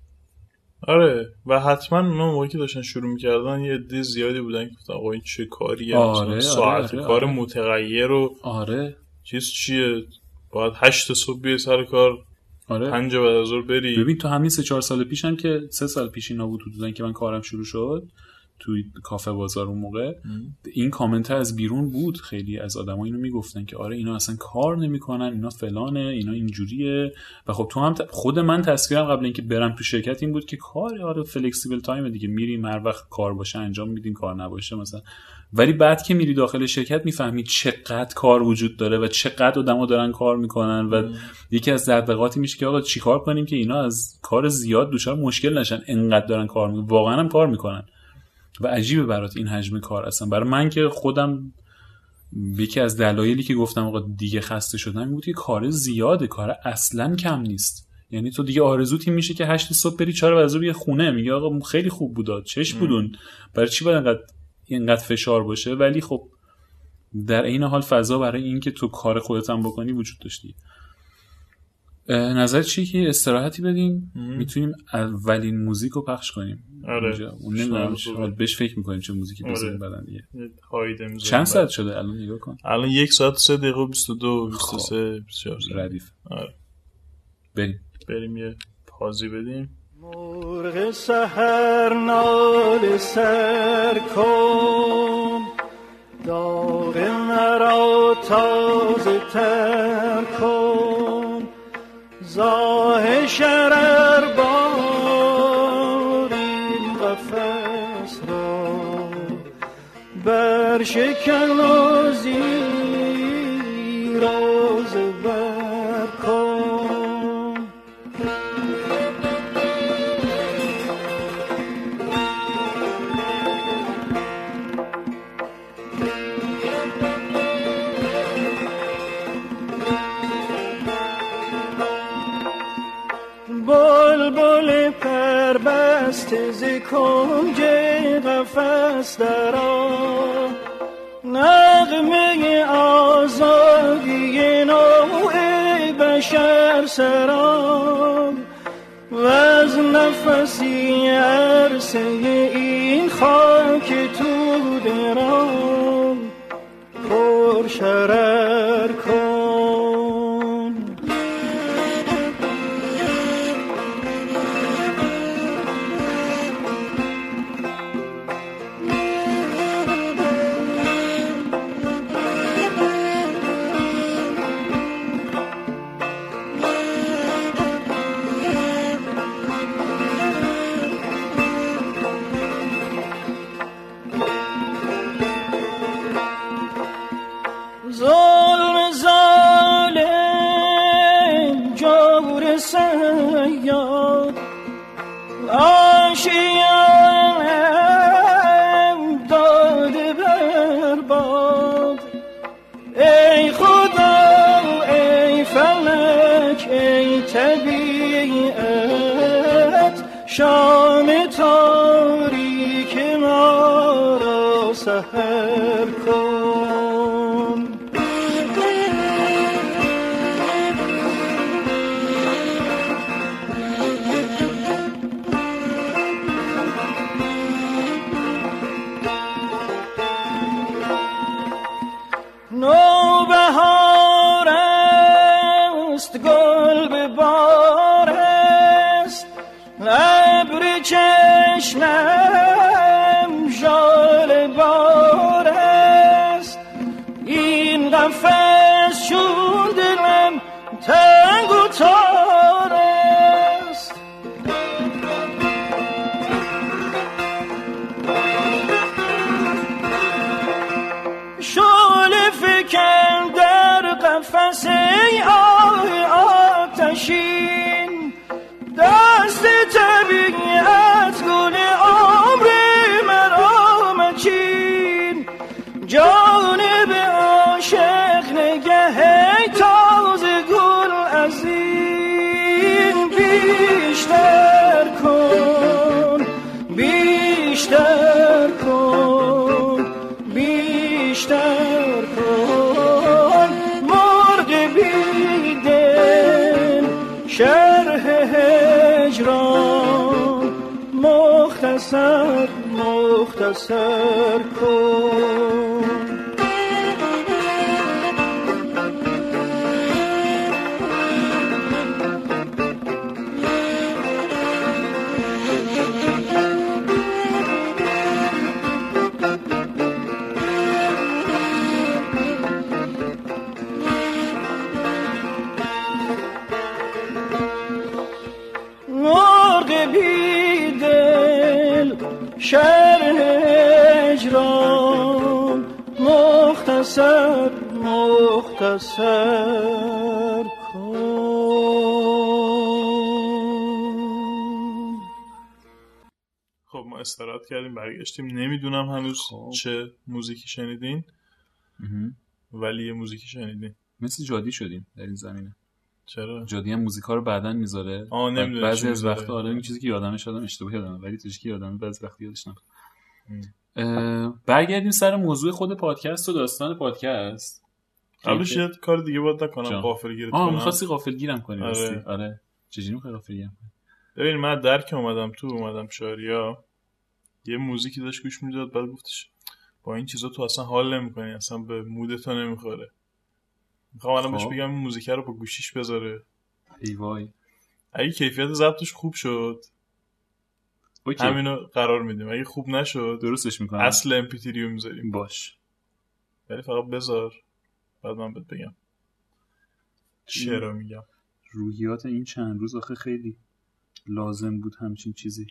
آره و حتما اونا موقعی که داشتن شروع میکردن یه عده زیادی بودن که گفتن آقا این چه کاریه، آره، ساعت آره، کار آره. متغیر و آره چیز چیه، باید 8 صبح بیای سر کار، آره 5 بعد از ظهر بری. ببین تو همین 3-4 سال پیشم که 3 سال پیش اینا بود حدوداً که من کارم شروع شد توی کافه بازار اون موقع، این کامنت از بیرون بود، خیلی از آدما اینو میگفتن که آره اینا اصلا کار نمیکنن، اینا فلانه، اینا اینجوریه. و خب تو هم خود من تصویرم قبل اینکه برم تو شرکت این بود که کار آره فلکسیبل تایم دیگه، میریم هر وقت کار باشه انجام میدیم، کار نباشه مثلا. ولی بعد که میری داخل شرکت میفهمی چقدر کار وجود داره و چقدر آدما دارن کار میکنن و یکی از دغدغاتی میشه که آقا چیکار کنیم که اینا از کار زیاد دچار مشکل نشن، انقدر دارن کار میکنن، واقعا هم کار میکنن. و عجیبه برات این حجم کار اصلا. برای من که خودم یکی از دلایلی که گفتم آقا دیگه خسته شدم این بود که کار زیاده، کار اصلا کم نیست. یعنی تو دیگه آرزوت این میشه که 8 صبح بری 4 بعد یه خونه، میگه آقا خیلی خوب بود، چش بودون، برای چی باید اینقدر فشار باشه؟ ولی خب در این حال فضا برای این که تو کار خودت هم بکنی وجود داشتی. نظر چیه که استراحتی بدیم؟ میتونیم اولین موزیک رو پخش کنیم. آره اون نمیدونم بهش فکر میکنیم چه موزیکی بزنیم بعدن دیگه. چند ساعت شده الان نگاه کن؟ الان 1 ساعت 3 دقیقه 22 23 24 ردیف. آره بریم یه پازی بدیم. مرغ سحر نال سر کن، داغ مرا تازه تر کن، زاه شرر بار این قفس را برشکن و زیر و زبر کن. بلبل پربسته ز کنج قفس درآ، نغمه آزادی نوع بشر سرا، وز نفسی عرصه این خاک تو درام پر شرر کن. ظلم ظالم جور سیاد آشیم داده برباد. ای خدا ای فلک ای طبیعت، شام تاریک ما را سحر کن. نوبهار است گل به بار است، ابر چشمم ژاله بار است. این قفس چون دلم تنگ و تار است. شعله فکن در قفس ای آتشین، دست طبیعت گل عمر مرا مچین. جانب عاشق نگه ای تازه گل از این بیشتر کن، بیشتر کن، بیشتر کن. مرغ بی دل شرح هجران مختصر مختصر کن. شرح هجران مختصر مختصر کن. خب ما استراحت کردیم برگشتیم. نمیدونم هنوز چه موزیکی شنیدین ولی یه موزیکی شنیدین. مثل جادی شدیم در این زمینه. چرا جادی هم موزیکا رو بعداً میذاره. بعضی از وقتا آره این چیزی که یادمش اشتباه یادمه، ولی چیزی که یادمه بعضی وقتا یادش نمیاد. برگردیم سر موضوع خود پادکست و داستان پادکست. قبلش یه کار دیگه باید نکنم، غافلگیرت کنم. می‌خواستی غافلگیرم کنی؟ آره چجوری می‌خوای غافلگیرم کنی؟ ببین من درک اومدم شاریا یه موزیکی داشت گوش میداد، بعد گفتش با این چیزا تو اصلا حال نمی‌کنی، اصلا به مود تو نمیخوره. میخوام الان بهش بگم این موزیک رو با گوشیش بذاره. ای وای اگه کیفیت ضبطش خوب شد اوکی، همینو قرار میدیم. اگه خوب نشد درستش میکنم، اصل ام پی 3 رو میذاریم. باش، ولی فقط بذار بعد من بهت بگم چرا میگم. روحیات این چند روز آخه خیلی لازم بود همچین چیزی.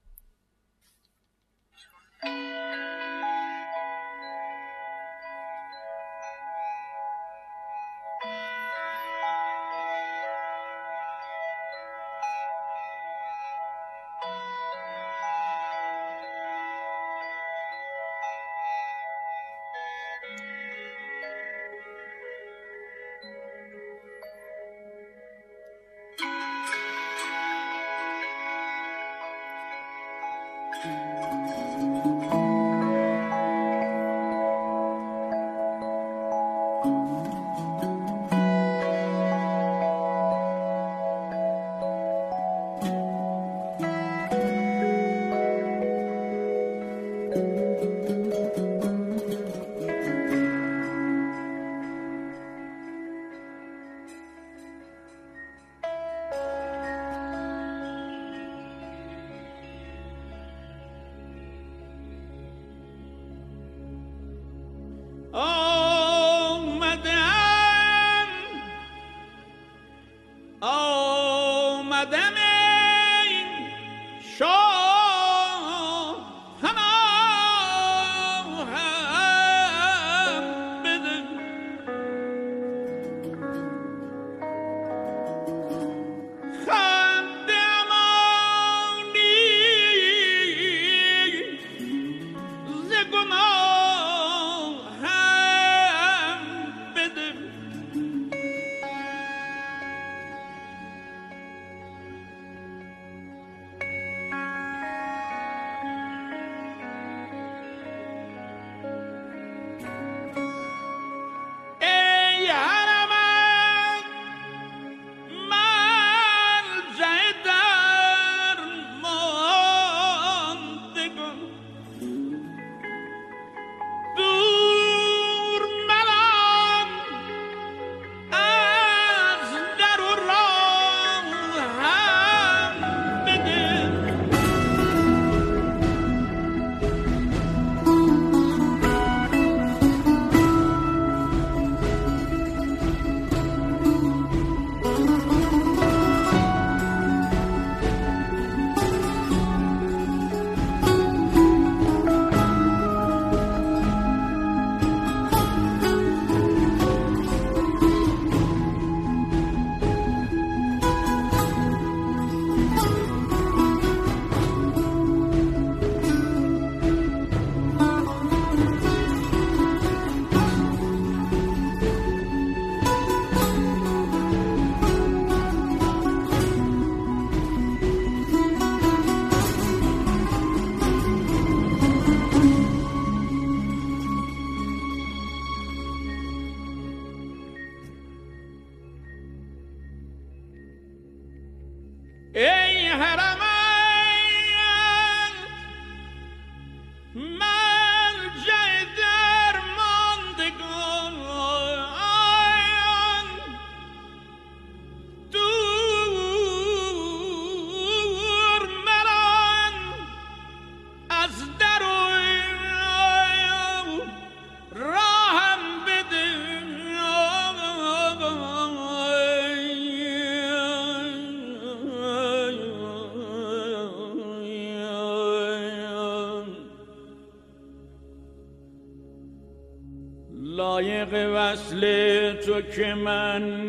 لایق وصل تو که من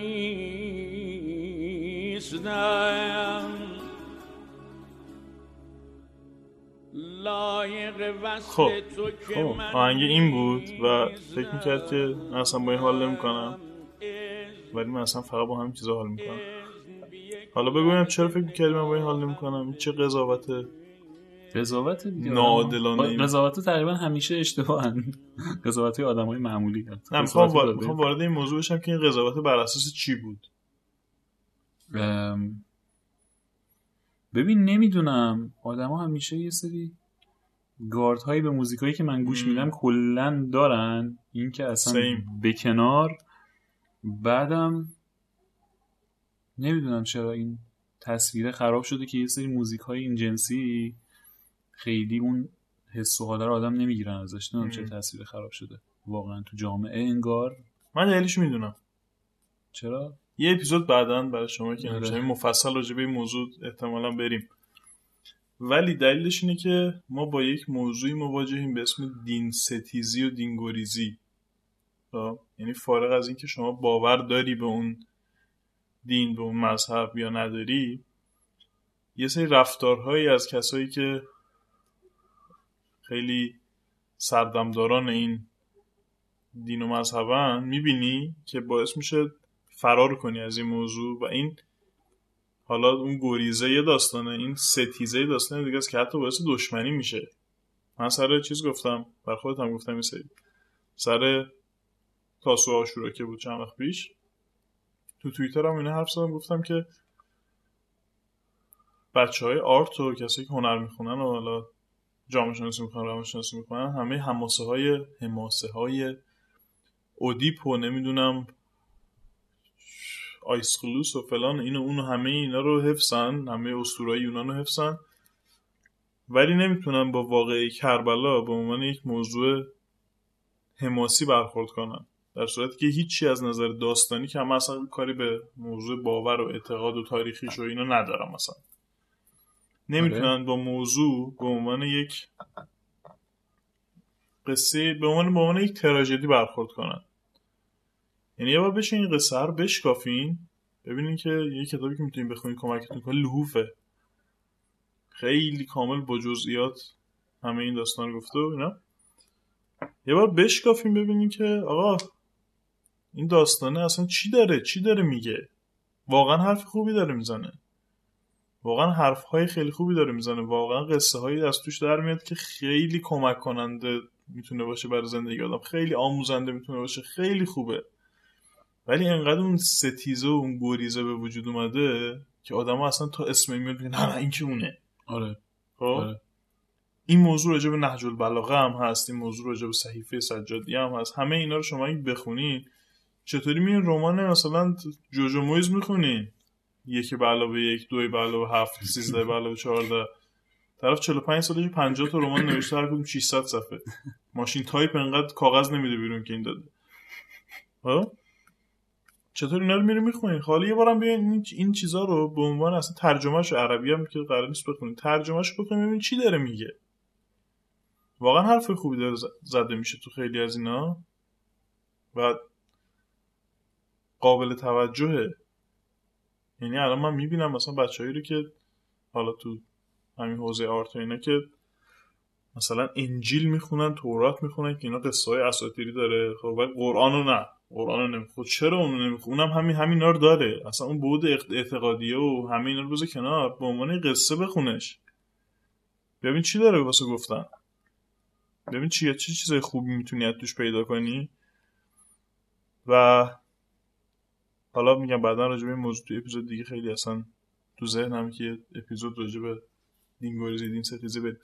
نیستم، لایق وصل تو که من آهنگ این بود و فکر میکرد که اصلا با این حال نمی کنم. ولی من اصلا فقط با همین چیزا حال میکنم. حالا بگویم چرا فکر می‌کردی من با این حال نمی‌کنم؟ چه قضاوت دیگه ناعادلانه. قضاوت تقریبا همیشه اشتباهن. قضاوت‌های آدمای معمولی هست. نه میخوام وارد این موضوع بشم که این قضاوت بر اساس چی بود. ببین نمیدونم، آدما همیشه یه سری گاردهایی به موزیکایی که من گوش میدم کلا دارن، این که اصلا به کنار. بعدم نمیدونم چرا این تصویر خراب شده که یه سری موزیکای این جنسی خیلی اون حس و حاله رو آدم نمیگیرن ازش. نمیدونم چرا تصویر خراب شده واقعا تو جامعه انگار. من دلیلش میدونم. چرا؟ یه اپیزود بعداً برای شما که نمیشه مفصل راجع به این موضوع احتمالاً بریم، ولی دلیلش اینه که ما با یک موضوعی مواجهیم به اسم دین ستیزی و دینگوریزی. یعنی فارغ از این که شما باور داری به اون دین، به اون مذهب یا نداری، یه سری رفتارهایی از کسایی که خیلی سردمداران این دین و مذهبن میبینی که باعث میشه فرار کنی از این موضوع. و این حالا اون گریزه یه داستانه، این ستیزه داستانه دیگه است که حتی باعث دشمنی میشه. من سر چیز گفتم، بر خودت هم گفتم، این سر تاسوعا عاشورا که بود چند وقت پیش تو توییتر هم اینه حرف زدم، گفتم که بچهای آرت و کسایی که هنر میخونن و حالا جامعه شناسی میخونن، روان شناسی میخونن، همه حماسه های اودیپ و نمیدونم آیسخلوس و فلان اینو اونو همه اینا رو حفظن، همه اسطوره‌های یونان رو حفظن، ولی نمیتونن با واقعه کربلا به عنوان یک موضوع حماسی برخورد کنن، در صورتی که هیچی از نظر داستانی که هم اصلا کاری به موضوع باور و اعتقاد و تاریخیش و اینا ندارم، مثلا نمیتونن با موضوع به عنوان یک قصه، به عنوان یک تراژدی برخورد کنن. یعنی یه بار بشین این قصه رو بشکافین، ببینین که یه کتابی که میتونین بخونین کمکتون کنه، لحوفه، خیلی کامل با جزئیات همه این داستان رو گفته و اینا. یه بار بشکافین ببینین که آقا این داستانه اصلا چی داره میگه، واقعا حرف خوبی داره میزنه، واقعا حرفهای خیلی خوبی داره میزنه، واقعا قصه هایی از توش در میاد که خیلی کمک کننده میتونه باشه برای زندگی آدم، خیلی آموزنده میتونه باشه، خیلی خوبه. ولی انقدر اون ستیزه و اون گریزه به وجود اومده که آدم اصلا تا اسم میاد بگه نه این که اونه. آره. این موضوع راجع به نهج البلاغه هم هست، این موضوع راجع به صحیفه سجادیه هم هست. همه اینا رو شما اگه بخونین، چطوری میین رمان مثلا جوجو مویز میخونین 1+1 2+7 13+14، طرف 45 سالش 50 تا رمان نوشته، هر کدوم 600 صفحه، ماشین تایپ انقدر کاغذ نمیده بیرون که این داده. چطور اینا رو میری میخونین؟ حالا یه بارم بیاین این چیزا رو به عنوان اصلا ترجمهش عربی هم که قرار نیست بخونین، ترجمهش بکنین ببین چی داره میگه. واقعا حرف خوبی داره زده میشه تو خیلی از اینا و قابل توجهه. یعنی الان من میبینم مثلا بچه‌ای رو که حالا تو همین حوزه آرت و اینا که مثلا انجیل میخونن، تورات میخونن که اینا قصه‌های اساطیری داره، خب ولی قرآنو نمیخونه. چرا اونو نمیخونه؟ اونم همینا رو داره. اصلا اون بود اعتقادیه و همه اینا رو بذار کنار، به عنوان قصه بخونش، ببین چی داره واسه گفتن، ببین چه چیزای خوبی میتونی از توش پیدا کنی. و حالا میگم بعداً راجع به این موضوع تو اپیزود دیگه خیلی اصلا تو ذهنم که اپیزود راجع به دینگوریزی، دین ستیزی بده.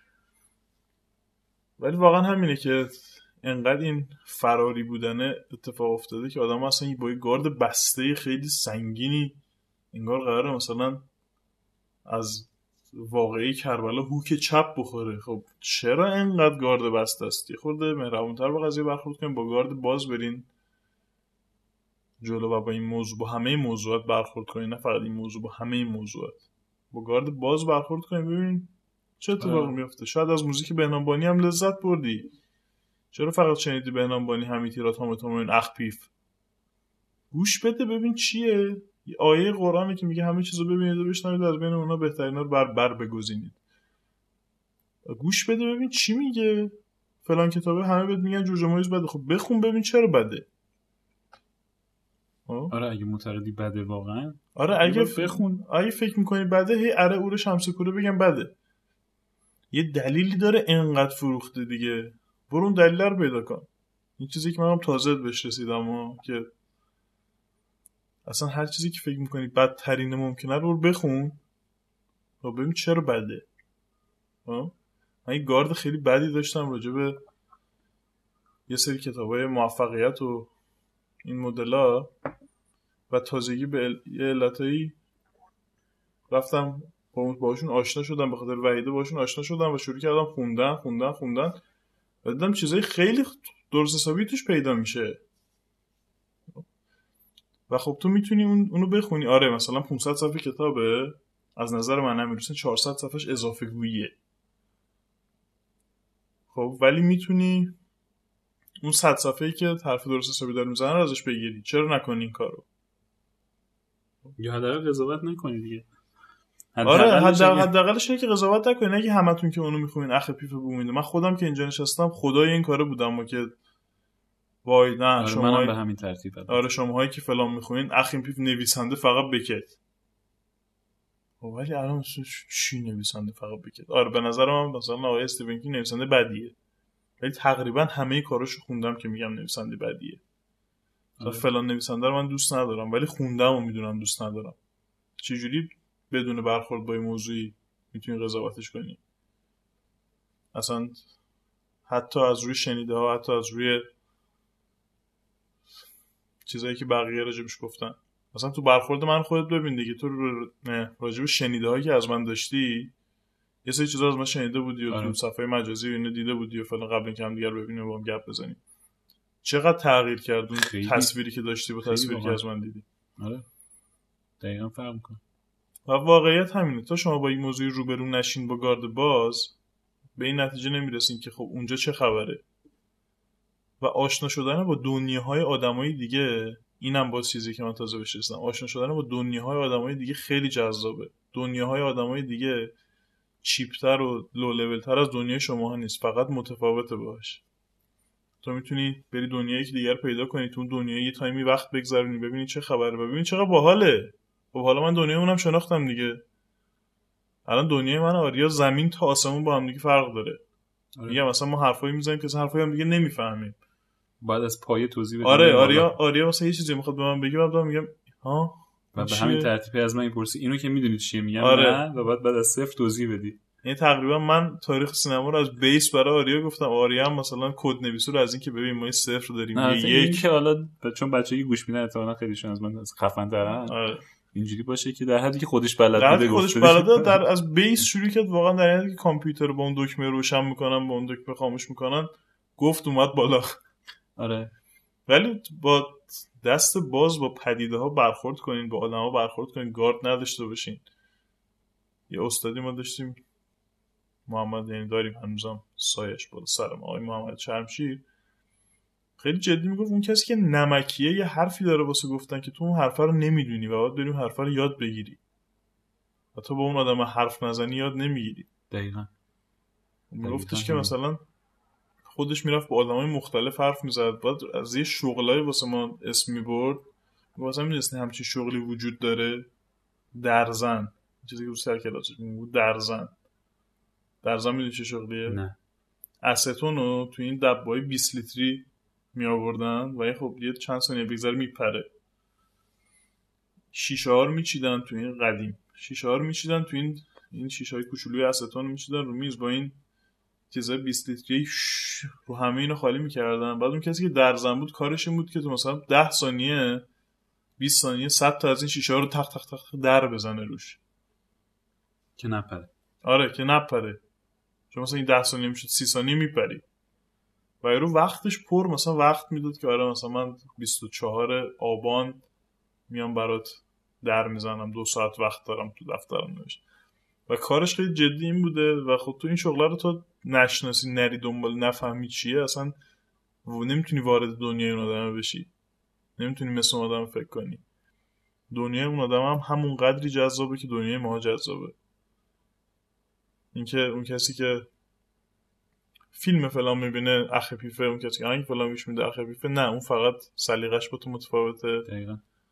ولی واقعا همینه که انقدر این فراری بودنه اتفاق افتاده که آدم اصلا با یه گارد بسته خیلی سنگینی انگار قراره مثلا از واقعی کربلا هوک چپ بخوره. خب چرا انقدر گارد بسته است؟ یه خورده مهربون‌تر با قضیه برخورد کنین، با گارد باز برین جلو و با این موضوع، با همه موضوعات برخورد کنین، نه فقط این موضوع، با همه موضوعات با گارد باز برخورد کنین، ببین چه اتفاقی میفته. شاید از موزیک بهنام بانی هم لذت بردی، چرا فقط شنیدی بهنام بانی همیتی را تام این اخ پیف؟ گوش بده ببین چیه. یه آیه قرآنه که میگه همه چیزو ببینید و بشنوید، از بین اونا بهترینا رو بر بگزینید. گوش بده ببین چی میگه. فلان کتابه همه بهت میگن جوجه مویز بده، خب بخون ببین چرا بده. آره اگه معتقدی بده واقعا، آره اگه بخون. اگه فکر میکنی بده، هی اره اوره شمس کوره بگم بده. یه دلیلی داره انقدر فروخته دیگه، برو اون دلیل رو پیدا کن. این چیزی که منم تازه بهش رسیدم که اصلا هر چیزی که فکر میکنی بدترین ممکنه رو بخون و ببین چرا بده. من این گارد خیلی بدی داشتم راجع به یه سری کتابای موفقیت و این مدل‌ها و تازگی به یه علتایی رفتم باشون آشنا شدم، به خاطر وحیده باشون آشنا شدم و شروع کردم خوندن و دیدم چیزای خیلی درست حسابی توش پیدا میشه و خب تو میتونی اونو بخونی. آره مثلا 500 صفحه کتابه، از نظر من امیرحسین 400 صفحهش اضافه گوییه. خب ولی میتونی اون 100 صفحه‌ای که حرف درست حسابی داره میزنه رو ازش بگیری. چرا نکنی این کارو؟ یا حداقل قضاوت نکنی دیگه. آره حداقلش اینه که قضاوت نکنی، نه که همتون که اونو میخونین اخ پیف بومید. من خودم که اینجا نشستم خدای این کارو بودم و که وای نه آره شما منم به همین ترتیب هستم. آره شماهایی که فلان میخونین اخ این پیف نویسنده فقط بکت. ولی الان چی نویسنده فقط بکت؟ آره به نظر من مثلا آقای استیون کینگ نویسنده بدیه، ولی تقریبا همه کاراشو خوندم که میگم نویسنده بدیه. فلان نویسنده رو من دوست ندارم ولی خوندم و میدونم دوست ندارم. چجوری بدون برخورد با این موضوعی میتونی قضاوتش کنی؟ اصلا حتی از روی شنیده ها، حتی از روی چیزایی که بقیه راجبش گفتن. مثلا تو برخورد من خودت ببین دیگه، تو راجب شنیده هایی که از من داشتی یه سری چیزا از من شنیده بودی و تو صفحه مجازی اینو دیده بودی و فلان، قبل اینکه هم دیگه رو ببینیم و با هم گپ بزنیم. چقدر تغییر کرد اون تصویری که داشتی با تصویری که از من دیدی. آره دقیقاً فرق می‌کنه. و واقعیت همینه، تا شما با این موضوع روبرو نشین با گارد باز به این نتیجه نمیرسین که خب اونجا چه خبره. و آشنا شدن با دنیاهای آدمای دیگه، اینم با چیزی که من تازه بهش رسیدم، آشنا شدن با دنیاهای آدمای دیگه خیلی جذابه. دنیاهای آدمای دیگه چیپتر و لو لولتر از دنیای شما نیست، فقط متفاوته باش. تو میتونی بری دنیایی که دیگر پیدا کنی، تو اون دنیای یه تایمی وقت بگذرونی، ببینی چه خبره، ببینی چقدر باحاله. خب حالا من دنیای اونم شناختم دیگه. الان دنیای من آریا زمین تا آسمون با هم دیگه فرق داره. میگم مثلا ما حرفایی میزنیم که حرفایی هم دیگه نمیفهمیم. بعد از پایه توضیح بدیم. آره آریا مثلا یه چیزی میخواد به من بگه، بعد من میگم ها و به همین ترتیب از من میپرسی اینو که میدونید چیه، میگم آره. نه، و بعد از صفر توضیح بدی. یعنی تقریبا من تاریخ سینما رو از بیس برای آریا گفتم. آریا هم مثلا کد نویسو رو از این که ببین ما صفر داریم یک که حالا چون بچه‌ای گوش میدن احتمالاً خیلیشون از من خفن ترن. آره. اینجوری باشه که در حدی که خودش بلد بوده خودش بلده در از بیس شروع کرد واقعا، در حدی که کامپیوتر با اون دکمه روشن میکنن با اون دکمه خاموش میکنن گفت اومد بالا. آره ولی با دست باز با پدیده ها برخورد کنین، با آدم ها برخورد کنین، گارد نداشته باشین. یه استادی ما داشتیم محمد، یعنی داریم هنوزم سایش بالا سرم، آقای محمد چرمشیر، خیلی جدی میگفت اون کسی که نمکیه یه حرفی داره واسه گفتن که تو اون حرفه رو نمیدونی و باید بریم حرفه رو یاد بگیری و تو با اون آدم حرف نزنی یاد نمیگیری. دقیقاً میگفتش که مثلا خودش میرفت با آدمای مختلف حرف میزد، بعد از یه شغلای واسه ما اسم میبرد، واسه من میدونستی همچین شغلی وجود داره. درزن، چیزی که رو سر کلاسش میگفت درزن میدونی چه شغلیه؟ نه. استون رو تو این دبای 20 لیتری می آوردن و خب یه چند ثانیه بگذره میپره. شیشه ها رو میچیدن تو این قدیم، شیشه ها رو میچیدن تو این شیشه های کوچولوی استون رو میچیدن رو میز با این چیزای 20 لیتری رو همه اینو خالی میکردن. بعد اون کسی که درزن بود کارش این بود که تو مثلا 10 ثانیه 20 ثانیه 100 تا از این شیشه ها رو تق تق تق در بزنه روش که نپره. آره که نپره، چون مثلا این 10 ثانیه میشد 30 ثانیه میپری و رو وقتش پر مثلا وقت میداد که آره مثلا من 24 آبان میام برات در میزنم 2 ساعت وقت دارم تو دفترم نوشت و کارش خیلی جدی این بوده. و خب تو این شغله رو تو نشناسی، نری دنبال، نفهمی چیه، اصلا نمیتونی وارد دنیای اون آدم بشی، نمیتونی مثل اون آدم فکر کنی. دنیای اون آدم هم همون قدری جذابه که دنیای ما جذابه. اینکه اون کسی که فیلم فلان میبینه اخ پیفه، اون کسی که آهنگ فلان گوش میده اخ پیفه، نه اون فقط سلیقش با تو متفاوته. دقیقاً.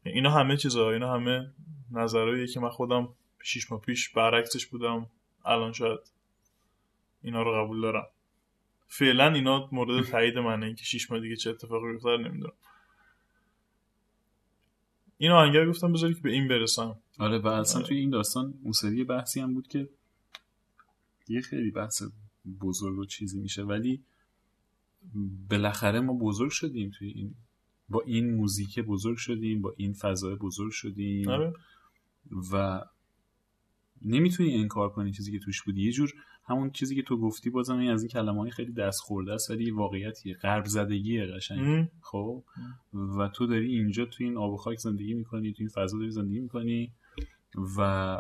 اینا همه چیزا، اینا همه نظرهاییه که من خودم 6 ماه پیش برعکسش بودم، الان شاید اینا رو قبول دارم. فعلا اینا مورد تایید منه، اینکه 6 ماه دیگه چه اتفاقی بیفته نمیدونم. این آهنگر گفتم بذاری که به این برسم. آره و اصلا توی این داستان اون سری بحثی هم بود که یه خیلی بحث بزرگ و چیزی میشه، ولی بالاخره ما بزرگ شدیم توی این، با این موزیک بزرگ شدیم، با این فضای بزرگ شدیم. آره. و نمیتونی انکار کنی چیزی که توش بودی. یه جور همون چیزی که تو گفتی، بازم این از این کلمه‌های خیلی دست خورده است ولی واقعیتیه، غرب زدگیه قشنگ. خب و تو داری اینجا تو این آب و خاک زندگی میکنی، تو این فضا داری زندگی میکنی و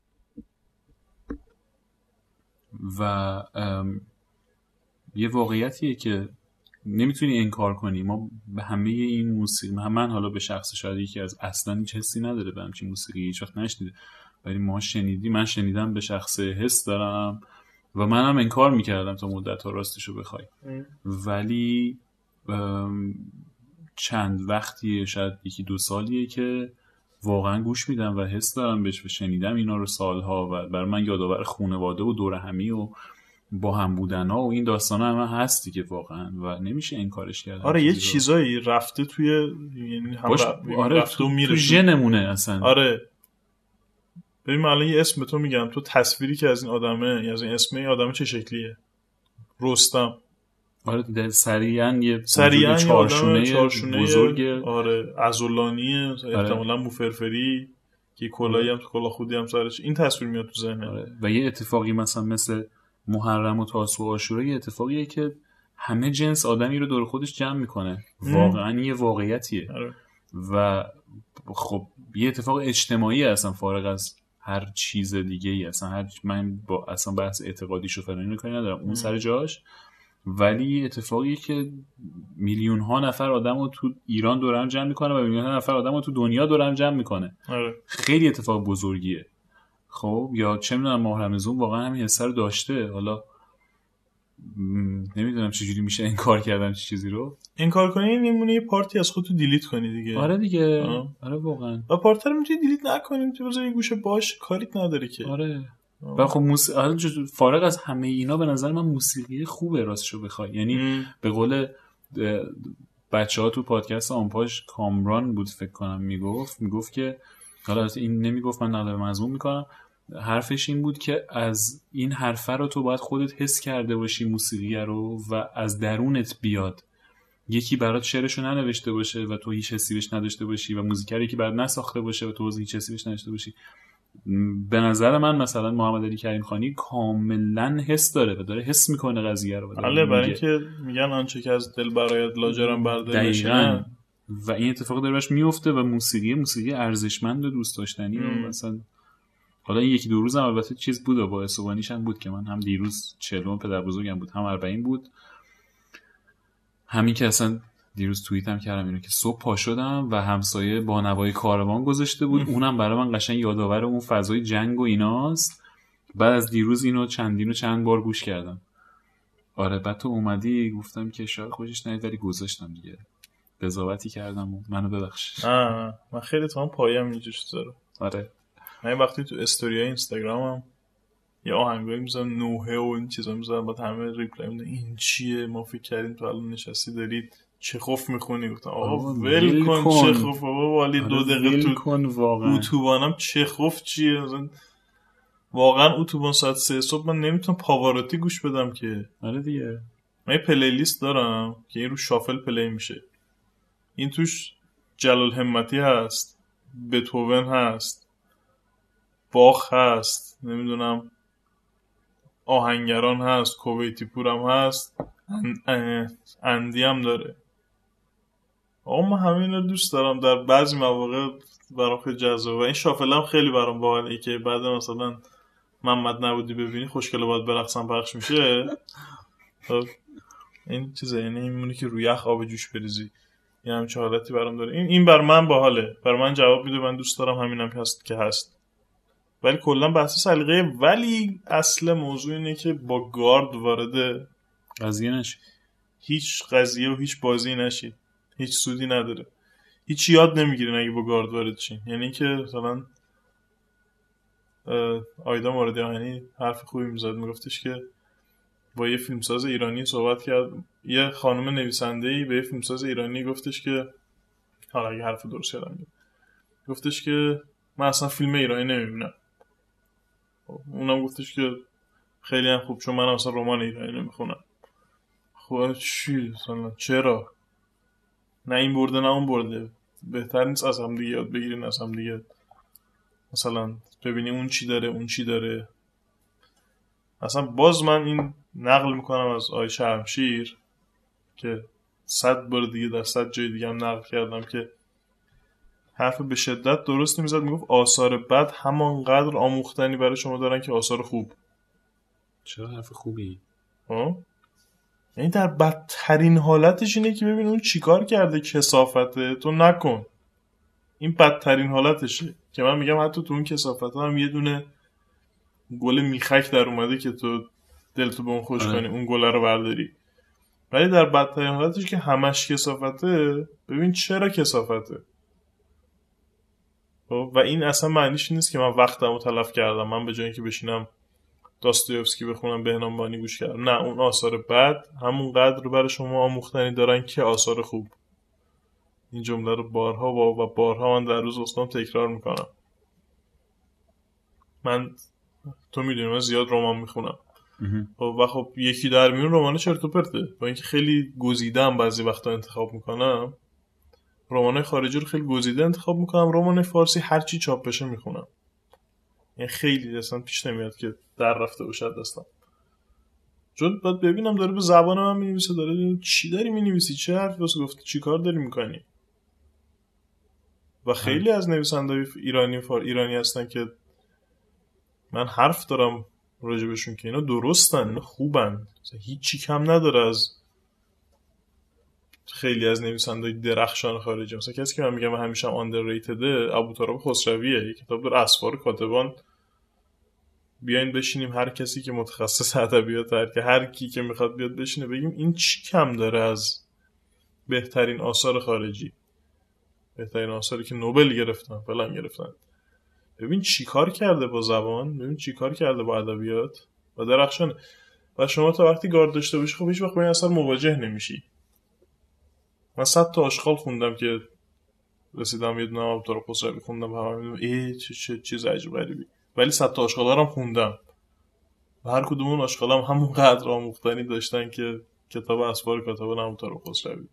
یه واقعیتیه که نمیتونی انکار کنی. ما به همه این موسیقی، من حالا به شخص شاید یکی از اصلا هیچ حسی نداره به همچین موسیقی، هیچ وقت نشنیده، ولی ما شنیدیم، من شنیدم، به شخص حس دارم و منم انکار میکردم تا مدت ها راستشو بخوای. ولی چند وقتیه، شاید 1-2 سالیه که واقعا گوش میدم و حس دارم بهش و شنیدم اینا رو سالها و برای من یادآور خانواده و دور همی و با هم بودن ها و این داستان هم هستی که واقعا و نمیشه انکارش کرد. آره یه چیزایی رفته توی، یعنی هم آره رفته و میره تو ژنمونه اصلا. آره ببین من الان یه اسم تو میگم، تو تصویری که از این آدمه، از این اسم این آدمه چه شکلیه؟ رستم. آره سریعا یه چارشونه بزرگه. آره عضلانیه، احتمالاً موفرفری که کلاهی هم تو کلاه خودی هم سرش، این تصویر میاد تو ذهنم. آره. و یه اتفاقی مثل محرم و تاسوع و عاشورا، یه اتفاقیه که همه جنس آدمی رو دور خودش جمع میکنه. واقعا یه واقعیتیه. آره. و خب یه اتفاق اجتماعی اصلا فارغ از هر چیز دیگه ای. اصلا من با اصلا بحث اعتقادیش و فلانی کاری ندارم، اون سر جاش، ولی اتفاقی که میلیون ها نفر آدم رو تو ایران دورم جمع میکنه و میلیون ها نفر آدم رو تو دنیا دورم جمع میکنه. آره. خیلی اتفاق بزرگیه. خب یا چه میدونم محرم زون واقعا همین حس رو داشته. حالا نمیدونم چجوری میشه انکار کردن چیزی رو. انکار کنی میمونه یه پارتی از خودتو دیلیت کنی دیگه. آره دیگه. آره واقعا. و پارتی رو میتونی دیلیت نکنی، تو بذاری گوشه باش، کاریت نداره که. آره. و خب فارغ از همه اینا به نظر من موسیقی خوبه راستشو بخوای. یعنی به قول بچه‌ها تو پادکست آنپاش، کامران بود فکر کنم، میگفت که حالا این نمیگفت، من نقل مضمون میکنم، حرفش این بود که از این حرفه رو تو باید خودت حس کرده باشی موسیقی رو و از درونت بیاد. یکی برات شعرشو ننوشته باشه و تو هیچ حسی بهش نداشته باشی و موزیکری که برات نساخته باشه و تو هیچ حسی بهش نداشته باشی. به نظر من مثلا محمد علی کریم خانی کاملا حس داره و داره حس میکنه قضیه رو. بله، برای اینکه میگن آنچه که از دل برایت لاجرم بر دل نشینه، و این اتفاق داره براش میفته و موسیقی ارزشمند و دوست داشتنی و مثلا حالا این 1-2 روز هم البته چیز بود و با اسوانیش هم بود که من هم دیروز 40 پدر بزرگم بود، هم 40 بود، همین که اصلا دیروز توییت هم کردم اینو که صبح پا شدم و همسایه با نوای کاروان گذاشته بود، اونم برای من قشنگ یادآور اون فضای جنگ و ایناست. بعد از دیروز اینو چند بار گوش کردم. آره بعد تو اومدی گفتم که شاید خوشش نیاد ولی گذاشتم دیگه، قضاوتی کردم و منو ببخش. من خیلی تو هم پایم اینجوری داره. آره من وقتی تو استوریای اینستاگرامم یه آهنگایی میذارم نوحه و این چیزا میذارم، بعد همه ریپلای میدن این چیه، ما فکر کردیم تو الان نشستی دارید چخوف میخونی. گفتم آقا ول کن چخوف بابا، والی 2 دقیقه تو اتوبانم چخوف چیه؟ مثلا واقعا اتوبان ساعت 3 صبح من نمیتونم پاواروتی گوش بدم که. آره دیگه. من یه پلیلیست دارم که این رو شافل پلی میشه، این توش جلال همتی هست، بتهوون هست، باخ هست، نمیدونم آهنگران هست، کویتی پور هم هست، اندی هم داره. آقا من همین رو دوست دارم، در بعضی مواقع برام خیلی جذابه و این شافل هم خیلی برام باحاله که بعد مثلا محمد نبودی ببینی خوشگله باید برقصم پخش میشه. این چیزه، یعنی میمونه که روی یخ آب جوش بریزی، یه همچه حالتی برام داره. این بر من باحاله، بر من جواب میده، من دوست دارم، همینم که هست. ولی کلا بحث سلیقه، ولی اصل موضوع اینه که با گارد وارد قضیه نشید، هیچ قضیه و هیچ بازی نشید، هیچ سودی نداره. هیچ یاد نمیگیرین اگه با گارد وارد شین. یعنی که مثلا آیدا مورد آهنی حرف خوبی میزد، میگفتش که با یه فیلمساز ایرانی صحبت کرد، یه خانم نویسنده‌ای به یه فیلمساز ایرانی گفتش که حالا اگه حرف درست یادم میاد، گفتش که من اصلا فیلم ایرانی نمیبینم. اونم گفتش که خیلی هم خوب، چون من اصلا رمان ایرانی نمیخونم. خب چی مثلا چرا؟ نه این برده نه اون برده، بهتر نیست از هم دیگه یاد بگیرین، از هم دیگه مثلا ببینی اون چی داره اون چی داره. اصلا باز من این نقل میکنم از آقای شمشیر که 100 بار دیگه در 100 جای دیگه هم نقل کردم که حرف به شدت درست میزد. میگفت آثار بد همانقدر آموختنی برای شما دارن که آثار خوب. چرا حرف خوبی؟ یعنی در بدترین حالتش اینه که ببین اون چیکار کرده، کثافته، تو نکن. این بدترین حالتشه که من میگم حتی تو اون کثافت هم یه دونه گل میخک در اومده که تو دلتو به اون خوش کنی، اون گله رو برداری. ولی در بدترین حالتش که همش کثافته، ببین چرا کثافته. و این اصلا معنیش نیست که من وقتمو تلف کردم، من به جای اینکه بشینم داستایوفسکی بخونم بهنام بانی گوش کردم. نه، اون آثار بد همون قدر برای شما آموختنی دارن که آثار خوب. این جمله رو بارها و بارها من در روز اصلا تکرار میکنم. من تو میدونی من زیاد رمان میخونم و خب یکی در میون رمان چرت و پرته، با اینکه خیلی گزیده‌ام بعضی وقتا انتخاب میکنم. رمانای خارجی رو خیلی گزیده انتخاب میکنم، رمان فارسی هر چی چاپ بشه میخونم. یعنی خیلی اصلا پیش نمیاد که در رفته باشه دستم. چون باید ببینم داره به زبان من مینویسه، داره چی داری مینویسی، چه حرفی واسه گفته، چی کار داری میکنی. و خیلی از نویسنده‌های ایرانی هستن که من حرف دارم راجبشون که اینا درستن، اینا خوبن، هیچی کم نداره از خیلی از نویسنده‌های درخشان خارجی. مثلا کسی که من میگم همیشه هم آندرریتده، ابوتراب خسرویه. یک کتاب داره اسفار کاتبان. بیاین بشینیم هر کسی که متخصص ادبیات، هر کی که میخواد بیاد بشینه بگیم این چی کم داره از بهترین آثار خارجی، بهترین آثاری که نوبل گرفتن فلان گرفتن. ببین چی کار کرده با زبان، ببین چی کار کرده با ادبیات و درخشان. و شما تا وقتی گارد داشته باشی خب هیچ وقت با این اثر مواجه نمیشی. من 100 تا آشغال خوندم که رسیدم یه دونه ابوتراب خسروی خوندم و همین چه چیز عجیب غریبی، ولی 100 تا آشغالا رو هم خوندم و هر کدوم اون آشغالا هم همون قدر آموختنی داشتن که کتاب اسفار کاتبان ابوتراب خسروی.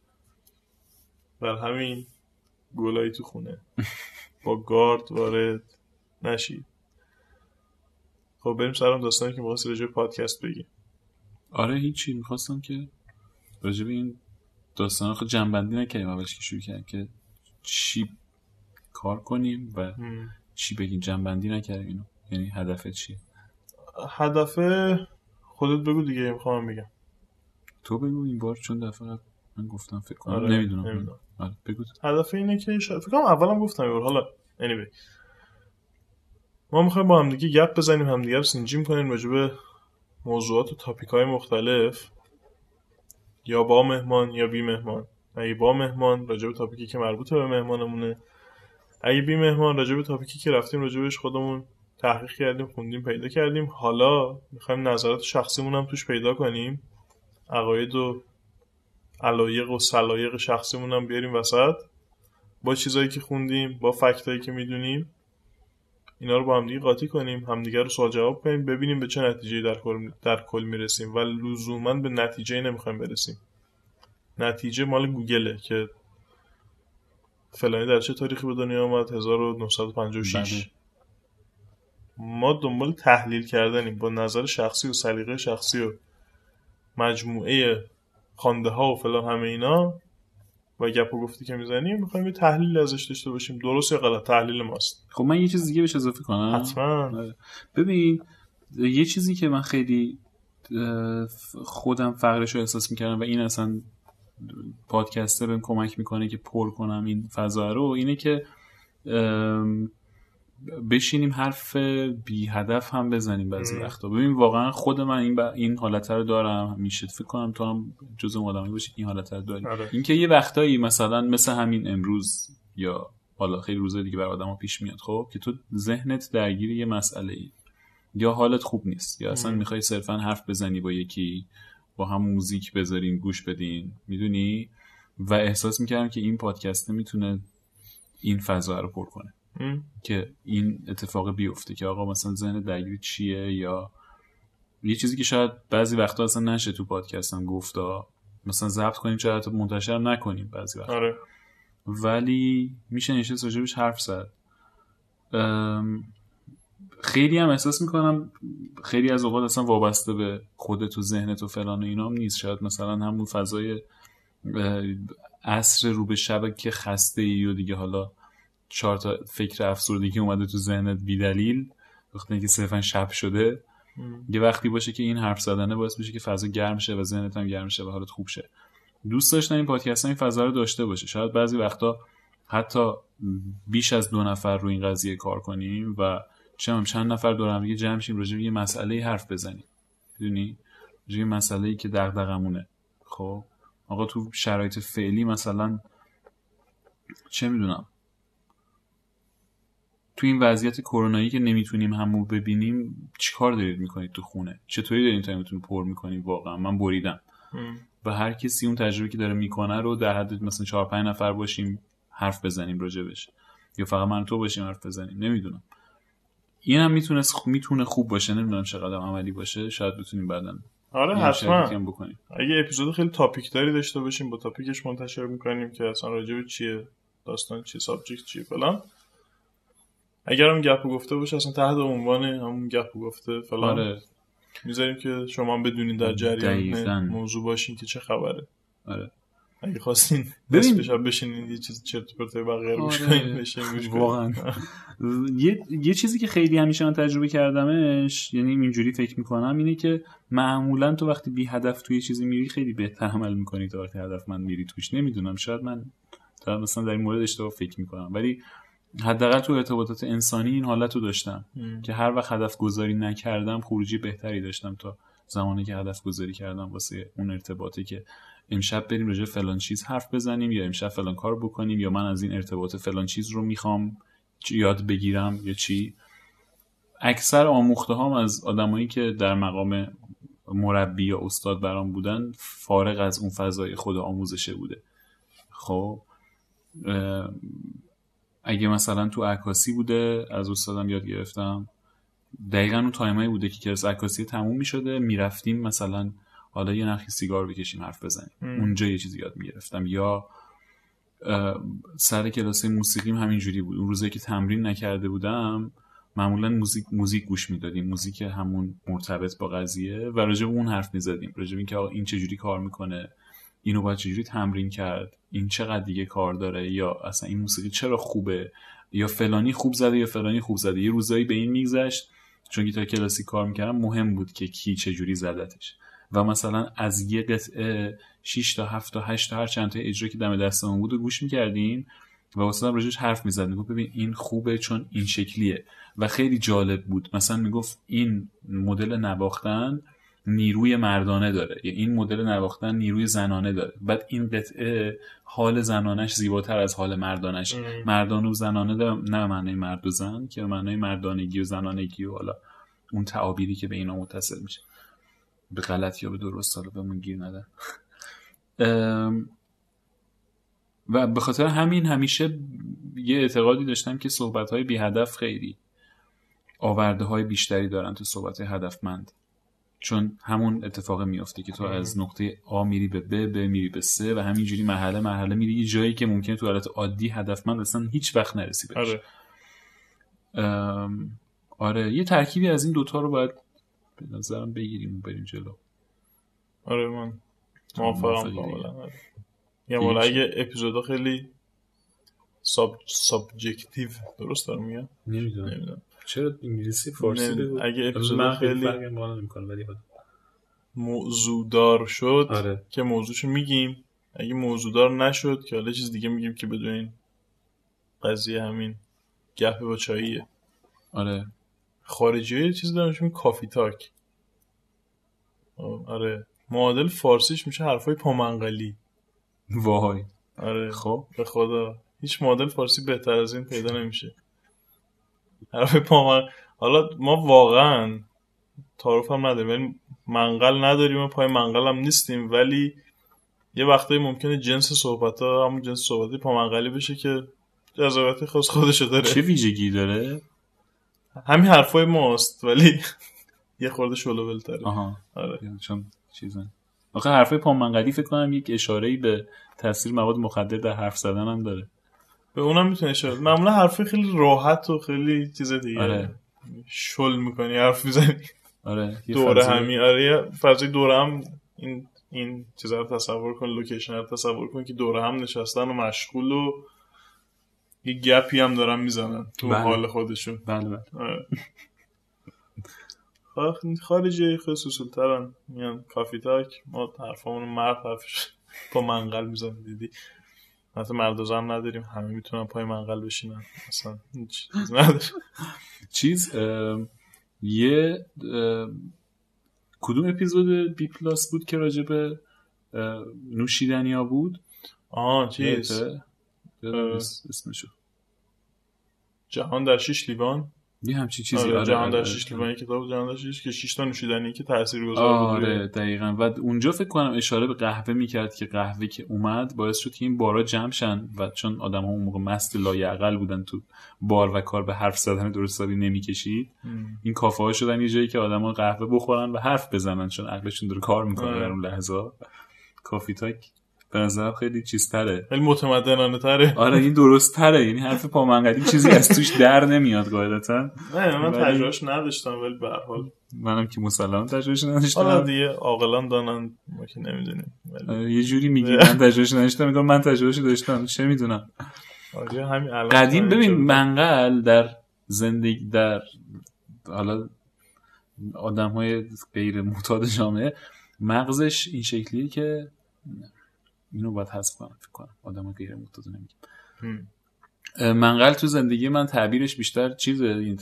بر همین گلایی تو خونه با گارد وارد نشید. خب بریم سرم داستانی که می‌خواستی راجع به پادکست بگیم. آره هیچی، می‌خواستم که راجع به این داستان خود جنبندی نکنیم اولش که شروع کردیم که چی کار کنیم و چی بگیم، جنبندی نکردیم اینو. یعنی هدفت چیه؟ هدف خودت بگو دیگه، میخوام بگم. تو بگو این بار، چون دفعه من گفتم فکر کنم. آره نمیدونم. آره بگو. هدف اینه که فکر کنم اولم گفتم این بار. حالا anyway ما میخوایم با هم دیگه گپ بزنیم، هم دیگه رو سینجیم کنیم راجع به موضوعات و تاپیک‌های مختلف، یا با مهمان یا بی مهمان. اگه با مهمان راجع به تاپیکی که مربوط به مهمانمونه، اگه بی مهمان راجع به تاپیکی که رفتیم راجع بهش خودمون تحقیق کردیم، خوندیم، پیدا کردیم. حالا میخوایم نظرات شخصیمون هم توش پیدا کنیم، عقاید و علایق و سلایق شخصیمون هم بیاریم وسط، با چیزایی که خوندیم، با فکتایی که میدونیم، اینا رو با هم دیگه قاطی کنیم، همدیگه رو سوال جواب کنیم، ببینیم به چه نتیجه‌ای در کل میرسیم. و لزوما به نتیجه نمیخوایم برسیم. نتیجه مال گوگله که فلانی در چه تاریخی به دنیا آمد، 1956. ما دنبال تحلیل کردنیم با نظر شخصی و سلیقه شخصی و مجموعه خوانده ها و فلان همه اینا و گپ و گفتی که میزنیم، میخوایم یه تحلیل ازش داشته باشیم، درست یا غلط تحلیل ماست. خب من یه چیز دیگه بهش اضافه کنم. حتما. ببین یه چیزی که من خیلی خودم فقرش رو احساس میکردم و این اصلا پادکسته بهم کمک میکنه که پر کنم این فضا رو، اینه که بشینیم حرف بی هدف هم بزنیم بعضی وقتا. ببین واقعا خود من این حالت رو دارم همیشه، فکر کنم تو هم جزء آدمی باشی این حالت رو داری. اینکه یه وقتایی مثلا مثل همین امروز یا حالا خیلی روزای دیگه برای آدم‌ها پیش میاد خب که تو ذهنت درگیر یه مسئله‌ای یا حالت خوب نیست یا اصلا میخوای صرفا حرف بزنی با یکی، با هم موزیک بذارین گوش بدین میدونی، و احساس میکردم که این پادکست میتونه این فضا رو پر کنه که این اتفاق بیفته که آقا مثلا ذهن درگیر چیه یا یه چیزی که شاید بعضی وقتا اصلا نشه تو پادکست هم گفتا، مثلا ضبط کنیم شاید منتشر نکنیم بعضی وقتا. آره. ولی میشه نشست راجبش حرف زد. خیلی هم احساس میکنم خیلی از اوقات اصلا وابسته به خودت و ذهنت و فلان و اینا هم نیست، شاید مثلا همون فضای عصر رو به شب که خسته ای و دیگه حالا 4 تا فکر افسردگی اومده تو ذهنت بی دلیل وقتی که صرفا شب شده یه وقتی باشه که این حرف زدنه باعث بشه که فضا گرم شه و ذهنت هم گرم شه و حالت خوب شه. دوست داشتم این پادکست این فضا رو داشته باشه. شاید بعضی وقتا حتی بیش از 2 نفر رو این قضیه کار کنیم و چند نفر دور هم دیگه جمع شیم راجع به یه مسئله حرف بزنیم، میدونی، راجع به مسئله‌ای که دغدغمونه. خب آقا تو شرایط فعلی مثلا چه میدونم تو این وضعیت کرونایی که نمیتونیم همو ببینیم چیکار دارید میکنید تو خونه؟ چطوری دارین تایمتون پر میکنید؟ واقعا من بریدم. و هر کسی اون تجربه که داره میکنه رو در حد مثلا 4-5 نفر باشیم حرف بزنیم راجبش، یا فقط من تو باشیم حرف بزنیم، نمیدونم. این هم میتونه خوب باشه، نمیدونم چقدر عملی باشه، شاید بتونیم بعداً آره حتما اگه اپیزود خیلی تاپیک داری داشته باشیم با تاپیکش منتشر میکنیم که اصلا راجب چیه، داستان چیه، سابجکت چیه فلان. اگر هم گپو گفته باشه اصلا تحت عنوان همون گپو گفته فلان آره. میذاریم که شما هم بدونین در جریان موضوع باشین که چه خبره. آره. اگه خواستین ببین بشینین یه چیز چرت و پرت بقیه رو گوش کنین بشین گوش کنین. واقعا یه چیزی که خیلی همیشه من تجربه کردمش، یعنی اینجوری فکر میکنم، اینه که معمولا تو وقتی بی هدف توی چیزی میری خیلی بهتر عمل میکنی تا وقتی هدفمند میری توش. نمیدونم شاید من مثلا در این مورد اشتباه فکر میکنم، ولی حداقل تو ارتباطات انسانی این حالت رو داشتم که هر وقت هدف گذاری نکردم خروجی بهتری داشتم تا زمانی که هدف گذاری کردم واسه اون ارتباطی که امشب بریم راجع فلان چیز حرف بزنیم یا امشب فلان کار بکنیم یا من از این ارتباط فلان چیز رو میخوام یاد بگیرم یا چی. اکثر آموخته هام از آدمایی که در مقام مربی یا استاد برام بودن فارغ از اون فضای خود آموزشه بوده. خب اگه مثلا تو عکاسی بوده از استادم یاد گرفتم، دقیقاً اون تایمایی بوده که کلاس عکاسی تموم می‌شده میرفتیم مثلا حالا یه نخی سیگار بکشیم حرف بزنیم، اونجا یه چیزی یاد میگرفتم. یا سر کلاس موسیقیم همینجوری بود، اون روزایی که تمرین نکرده بودم معمولا موزیک گوش میدادیم، موزیک همون مرتبط با قضیه و راجع به اون حرف میزدیم، راجع به اینکه این چجوری کار میکنه، اینو باید چجوری تمرین کرد، این چقدر دیگه کار داره، یا اصلا این موسیقی چرا خوبه، یا فلانی خوب زده یا فلانی خوب زده. یه روزایی به این میگذشت چون گیتار کلاسیک کار میکردم مهم بود که کی چجوری زدتش و مثلا از یه قطعه 6 تا 7 تا 8 تا هر چند تا اجرا که دم دستمون بود گوش میکردیم و استادم راجعش حرف میزد، میگفت ببین این خوبه چون این شکلیه و خیلی جالب بود. مثلا میگفت این مدل نواختن نیروی مردانه داره یا این مدل نواختن نیروی زنانه داره، بعد این قطعه حال زنانش زیباتر از حال مردانش. مردانه و زنانه نه معنی مرد و زن که معنی مردانگی و زنانگی و حالا اون تعابیری که به اینا متصل میشه، به غلط یا به درست حالا بهمون گیر ندن. و به خاطر همین همیشه یه اعتقادی داشتم که صحبت‌های بی هدف خیلی آورده‌های بیشتری دارن تو صحبت‌های هدفمند، چون همون اتفاق میفته که تو از نقطه آ میری به ب میری به س و همینجوری مرحله میری یه جایی که ممکنه تو حالت عادی هدفمند اصلا هیچ وقت نرسی بهش. آره یه ترکیبی از این دوتا رو باید به نظرم بگیریم و بریم جلو. آره من موافقم کاملا. یا والا اگه اپیزودا خیلی سابجکتیو درست دارم میگم؟ نمیدونم چرا انگلیسی فارسی بگو. اگه اپیزودا خیلی موضوع دار شد آره. که موضوعشو میگیم، اگه موضوع دار نشد که حالا چیز دیگه میگیم که بدونین قضیه همین گپ با چاییه. آره خارجی یه چیز دارن اسمش کافی تاک. آره معادل فارسیش میشه حرفای پامنقلی. وای آره خب به خدا هیچ معادل فارسی بهتر از این پیدا نمیشه. حرفای پامنقل. حالا ما واقعا تعارف هم نداریم، ولی منقل نداریم و پای منقل هم نیستیم، ولی یه وقتایی ممکنه جنس صحبت ها همون جنس صحبتی پامنقلی بشه که جذابیت خاص خودشو داره. چه ویژگی داره؟ همین حرفای ماست ولی یه خورده شلوول‌تره. آها آره چون چیزا آخه حرفای پامنقلی فکر کنم یک اشاره‌ای به تاثیر مواد مخدر در حرف زدن هم داره. به اونم میتونه اشاره. معمولا حرفای خیلی راحت و خیلی چیز دیگه. آره شل میکنی حرف میزنی. آره دوره همی. آره فضای دوره هم این چیزا رو تصور کن، لوکیشن رو تصور کن که دوره هم نشستن و مشغول و یه گپی هم دارن میزنن تو حال خودشون. بله خارجی خصوصی ترن میان کافی تاک، ما حرفمون مرد حرفش با منقل میزنن. دیدی حتی مرد و زن نداریم، همه میتونن پای منقل بشینن، اصلا هیچ چیز نداره. یه کدوم اپیزود بی پلاس بود که راجع به نوشیدنیا بود؟ چیز اسمشو جهان در 6 لیوان یه همچین چیزی. آره جهان در 6 لیوان، کتاب جهان در 6 که 6 تا نوشیدنی که تاثیرگذار بود. آره دقیقاً. و اونجا فکر کنم اشاره به قهوه میکرد که قهوه که اومد باعث شد که این بارا جمع شن و چون آدم‌ها اون موقع مست لایعقل بودن تو بار و کار به حرف زدن درست حسابی نمیکشید، این کافه ها شدن یه جایی که آدم‌ها قهوه بخورن و حرف بزنن چون عقلشون داره کار میکنه در اون لحظه. کافی تاک به نظرم خیلی چیزتره، خیلی متمدنانه تره. آره این درست تره، یعنی حرف پامنقلی چیزی از توش در نمیاد قاعدتا. نه من تجربهش نداشتم ولی به هر حال منم که مسلما تجربهش نداشتم. حالا دیگه عاقلان دانن، ما که نمیدونیم. یه جوری میگی من تجربهش نداشتم، میگم من تجربهش داشتم، چه میدونم. همین الان قدیم ببین منقل در زندگی در حالا آدم‌های غیر معتاد جامعه مغزش این شکلیه که اینو باید حذف کنم فکر کنم، آدم‌ها غیر معتاد نمیگم. منقل تو زندگی من تعبیرش بیشتر چیزه این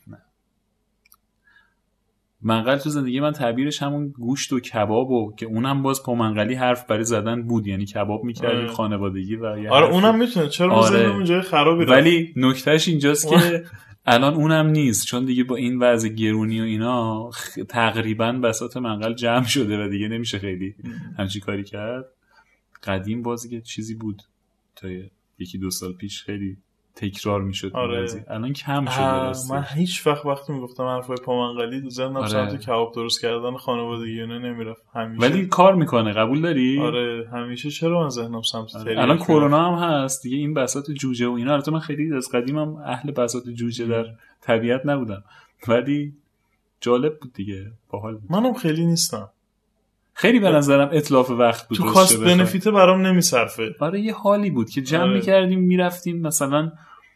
منقل تو زندگی من تعبیرش همون گوشت و کبابو که اونم باز پامنقلی حرف برای زدن بود، یعنی کباب می‌کردیم خانوادگی و آره اونم میتونه، چرا ذهنمون جای خرابی رفت. ولی نکتهش اینجاست که الان اونم نیست، چون دیگه با این وضع گرونی و اینا تقریبا بساط منقل جمع شده و دیگه نمیشه خیلی همچین کاری کرد. قدیم بازی که چیزی بود تا یکی دو سال پیش خیلی تکرار میشد. آره. الان کم شده. من هیچ وقتی میگفتم حرفای پامنقلی تو ذهنم سمت کباب درست کردن خانوادگی اینا نمیرفت همیشه. ولی کار میکنه، قبول داری؟ آره همیشه. چرا من ذهنم سمت تریاکی؟ الان کرونا هم هست دیگه، این بساط جوجه و اینا. البته من خیلی از قدیمم اهل بساط جوجه در طبیعت نبودم ولی جالب بود دیگه، باحال بود. منم خیلی نیستم. خیلی به نظرم اتلاف وقت بود. تو کاست بنفیت برام نمیصرفه. آره یه حالی بود که جمع می‌کردیم میرفتیم. مثلا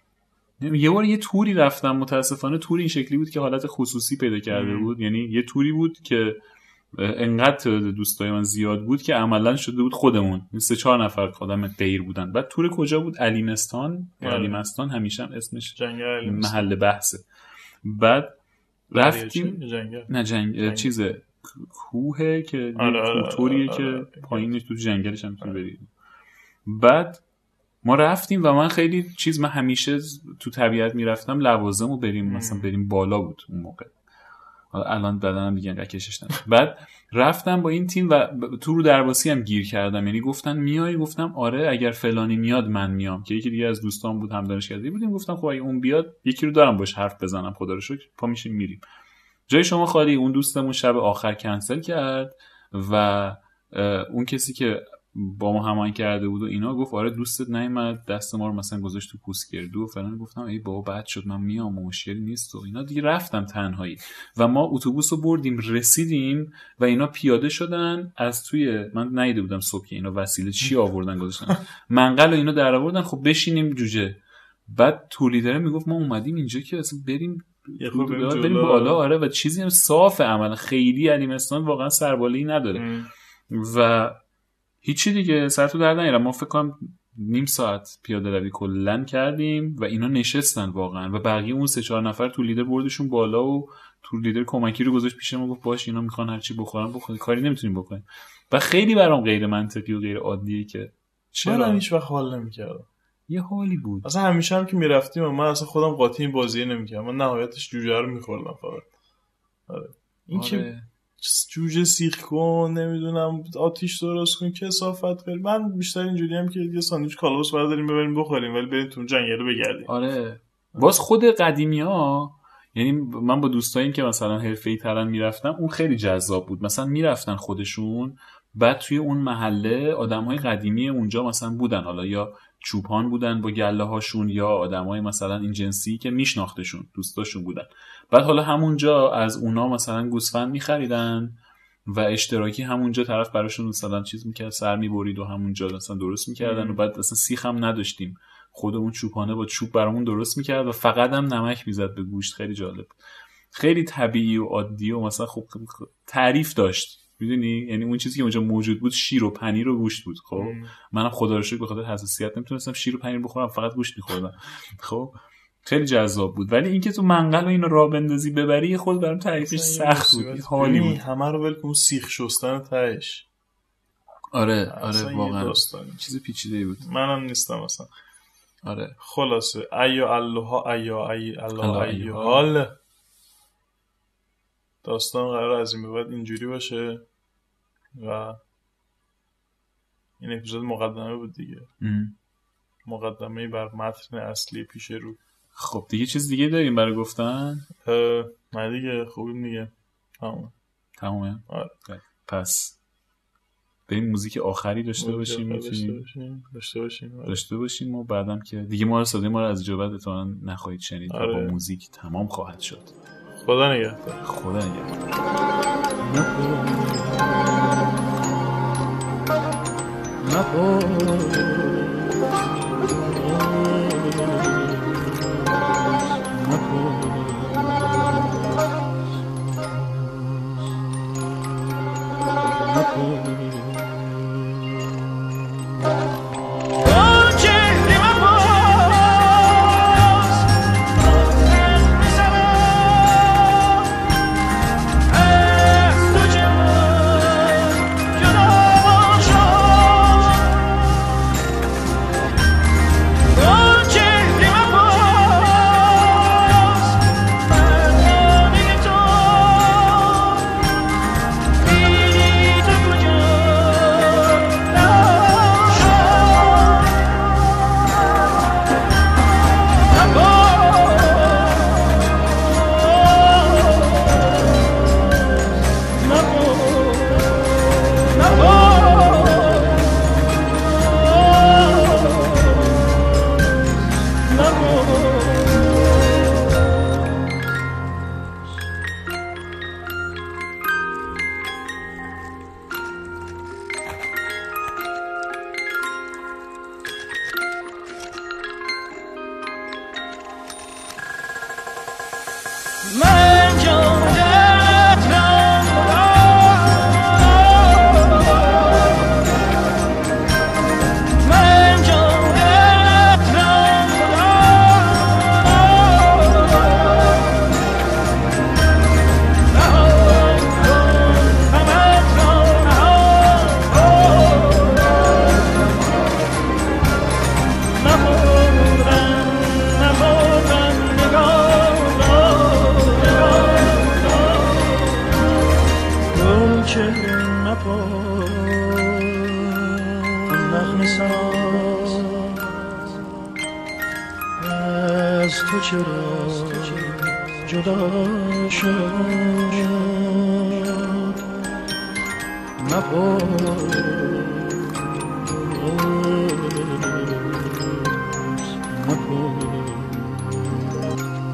یه بار یه توری رفتم، متاسفانه توری این شکلی بود که حالت خصوصی پیدا کرده بود. یعنی یه توری بود که انقدر دوستای من زیاد بود که عملاً شده بود خودمون 3-4 نفر آدم غیر بودن. بعد تور کجا بود؟ علیمستان. علیمستان همیشه هم اسمش محل بحثه. بعد رفتیم نه چیزه کوهه که توریه که پایینش تو جنگلش هم میتونی برید. بعد ما رفتیم و من خیلی من همیشه تو طبیعت میرفتم لوازمو بریم مثلا بریم بالا بود اون موقع. الان بدنم دیگه انقدر کشش نداره. بعد رفتم با این تیم و تو رو درباسی هم گیر کردم، یعنی گفتن میای؟ گفتم آره اگر فلانی میاد من میام، که یکی دیگه از دوستان بود هم دانشگاهی بودیم. گفتم خب اگه اون بیاد یکی رو دارم باش حرف بزنم، خدا رو شکر پا میشیم میریم. جای شما خالی. اون دوستمون شب آخر کنسل کرد و اون کسی که با ما هماهنگ کرده بود و اینا گفت آره دوستت نیومد، دست ما رو مثلا گذاشت تو پوستگردو و فلان. گفتم ای بابا بد شد، من میام مشکلی نیست و اینا دیگه. رفتم تنهایی و ما اتوبوس رو بردیم رسیدیم و اینا پیاده شدن از توی، من ندیده بودم صبح که اینا وسیله چی آوردن گذاشتن منقل و اینا در آوردن. خب بشینیم جوجه. بعد تولیدره میگفت ما اومدیم اینجا که اصلا بریم بالا. آره و چیزی هم صافه عملا، خیلی علیمستان واقعا سربالایی نداره و هیچی دیگه. سر تو در نمیره. ما فکر کنم نیم ساعت پیاده روی کلن کردیم و اینا نشستن واقعا و بقیه اون 3-4 نفر تو لیدر بردشون بالا و تو لیدر کمکی رو گذاشت پیش ما، گفت باش اینا میخوان هر چی بخورن بخورن، کاری نمیتونیم بکنیم. و خیلی برام غیر منطقی و غیر عادیه که چرا هیچ وقت حال نمیکردم. یه حالی بود اصلا همیشه هم که میرفتیم من اصلا خودم قاطی این بازی نمیکردم، من نهایتش جوجه رو میخوردم فقط. آره این که جوجه سیخ کن نمیدونم آتیش درست کن کثافت کن، من بیشتر اینجوری هم که یه ساندویچ کالباس برداریم ببریم بخوریم ولی بریم تو جنگل بگردیم. آره باز خود قدیمی‌ها، یعنی من با دوستایی که مثلا حرفه‌ای ترن میرفتم اون خیلی جذاب بود، مثلا میرفتن خودشون بعد توی اون محله آدم‌های قدیمی اونجا مثلا بودن، حالا یا چوپان بودن با گله هاشون یا آدمای مثلا این جنسی که میشناختشون دوستاشون بودن، بعد حالا همونجا از اونا مثلا گوسفند میخریدن و اشتراکی همونجا طرف براشون مثلا چیز میکرد سر میبرید و همونجا مثلا درست میکردن و بعد مثلا سیخ هم نداشتیم، خودمون چوپانه با چوب برامون درست میکرد و فقط هم نمک میزد به گوشت. خیلی جالب، خیلی طبیعی و عادی و مثلا خب تعریف داشت میدونی، یعنی اون چیزی که اونجا موجود بود شیر و پنیر و گوشت بود. خب منم خدا رو شکر به خاطر حساسیت نمیتونستم شیر و پنیر بخورم، فقط گوشت میخوردم. خب خیلی جذاب بود، ولی اینکه تو منقل و اینو راه بندازی ببری خود برام تعریفش سخت بود. حالی بود همه رو ول کن سیخ شستن تهش. آره واقعا چیز پیچیده‌ای بود. منم نیستم اصلا. آره خلاصه ایا الله حال داستان قرار از این به بعد اینجوری باشه و این اپیزود مقدمه بود دیگه. مقدمه بر متن اصلی پیش رو. خب دیگه چیز دیگه داریم برای گفتن؟ نه دیگه خوبیم دیگه. تمامه؟ آره. پس بریم موزیک آخری داشته باشیم داشته باشیم و بعدم که دیگه ما رو صدای ما رو از جوابت اتفاقا نخواهید شنید. آره. و با موزیک تمام خواهد شد. خدا نگهدار. خدا نگهدار.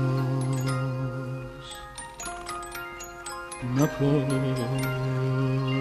نپرس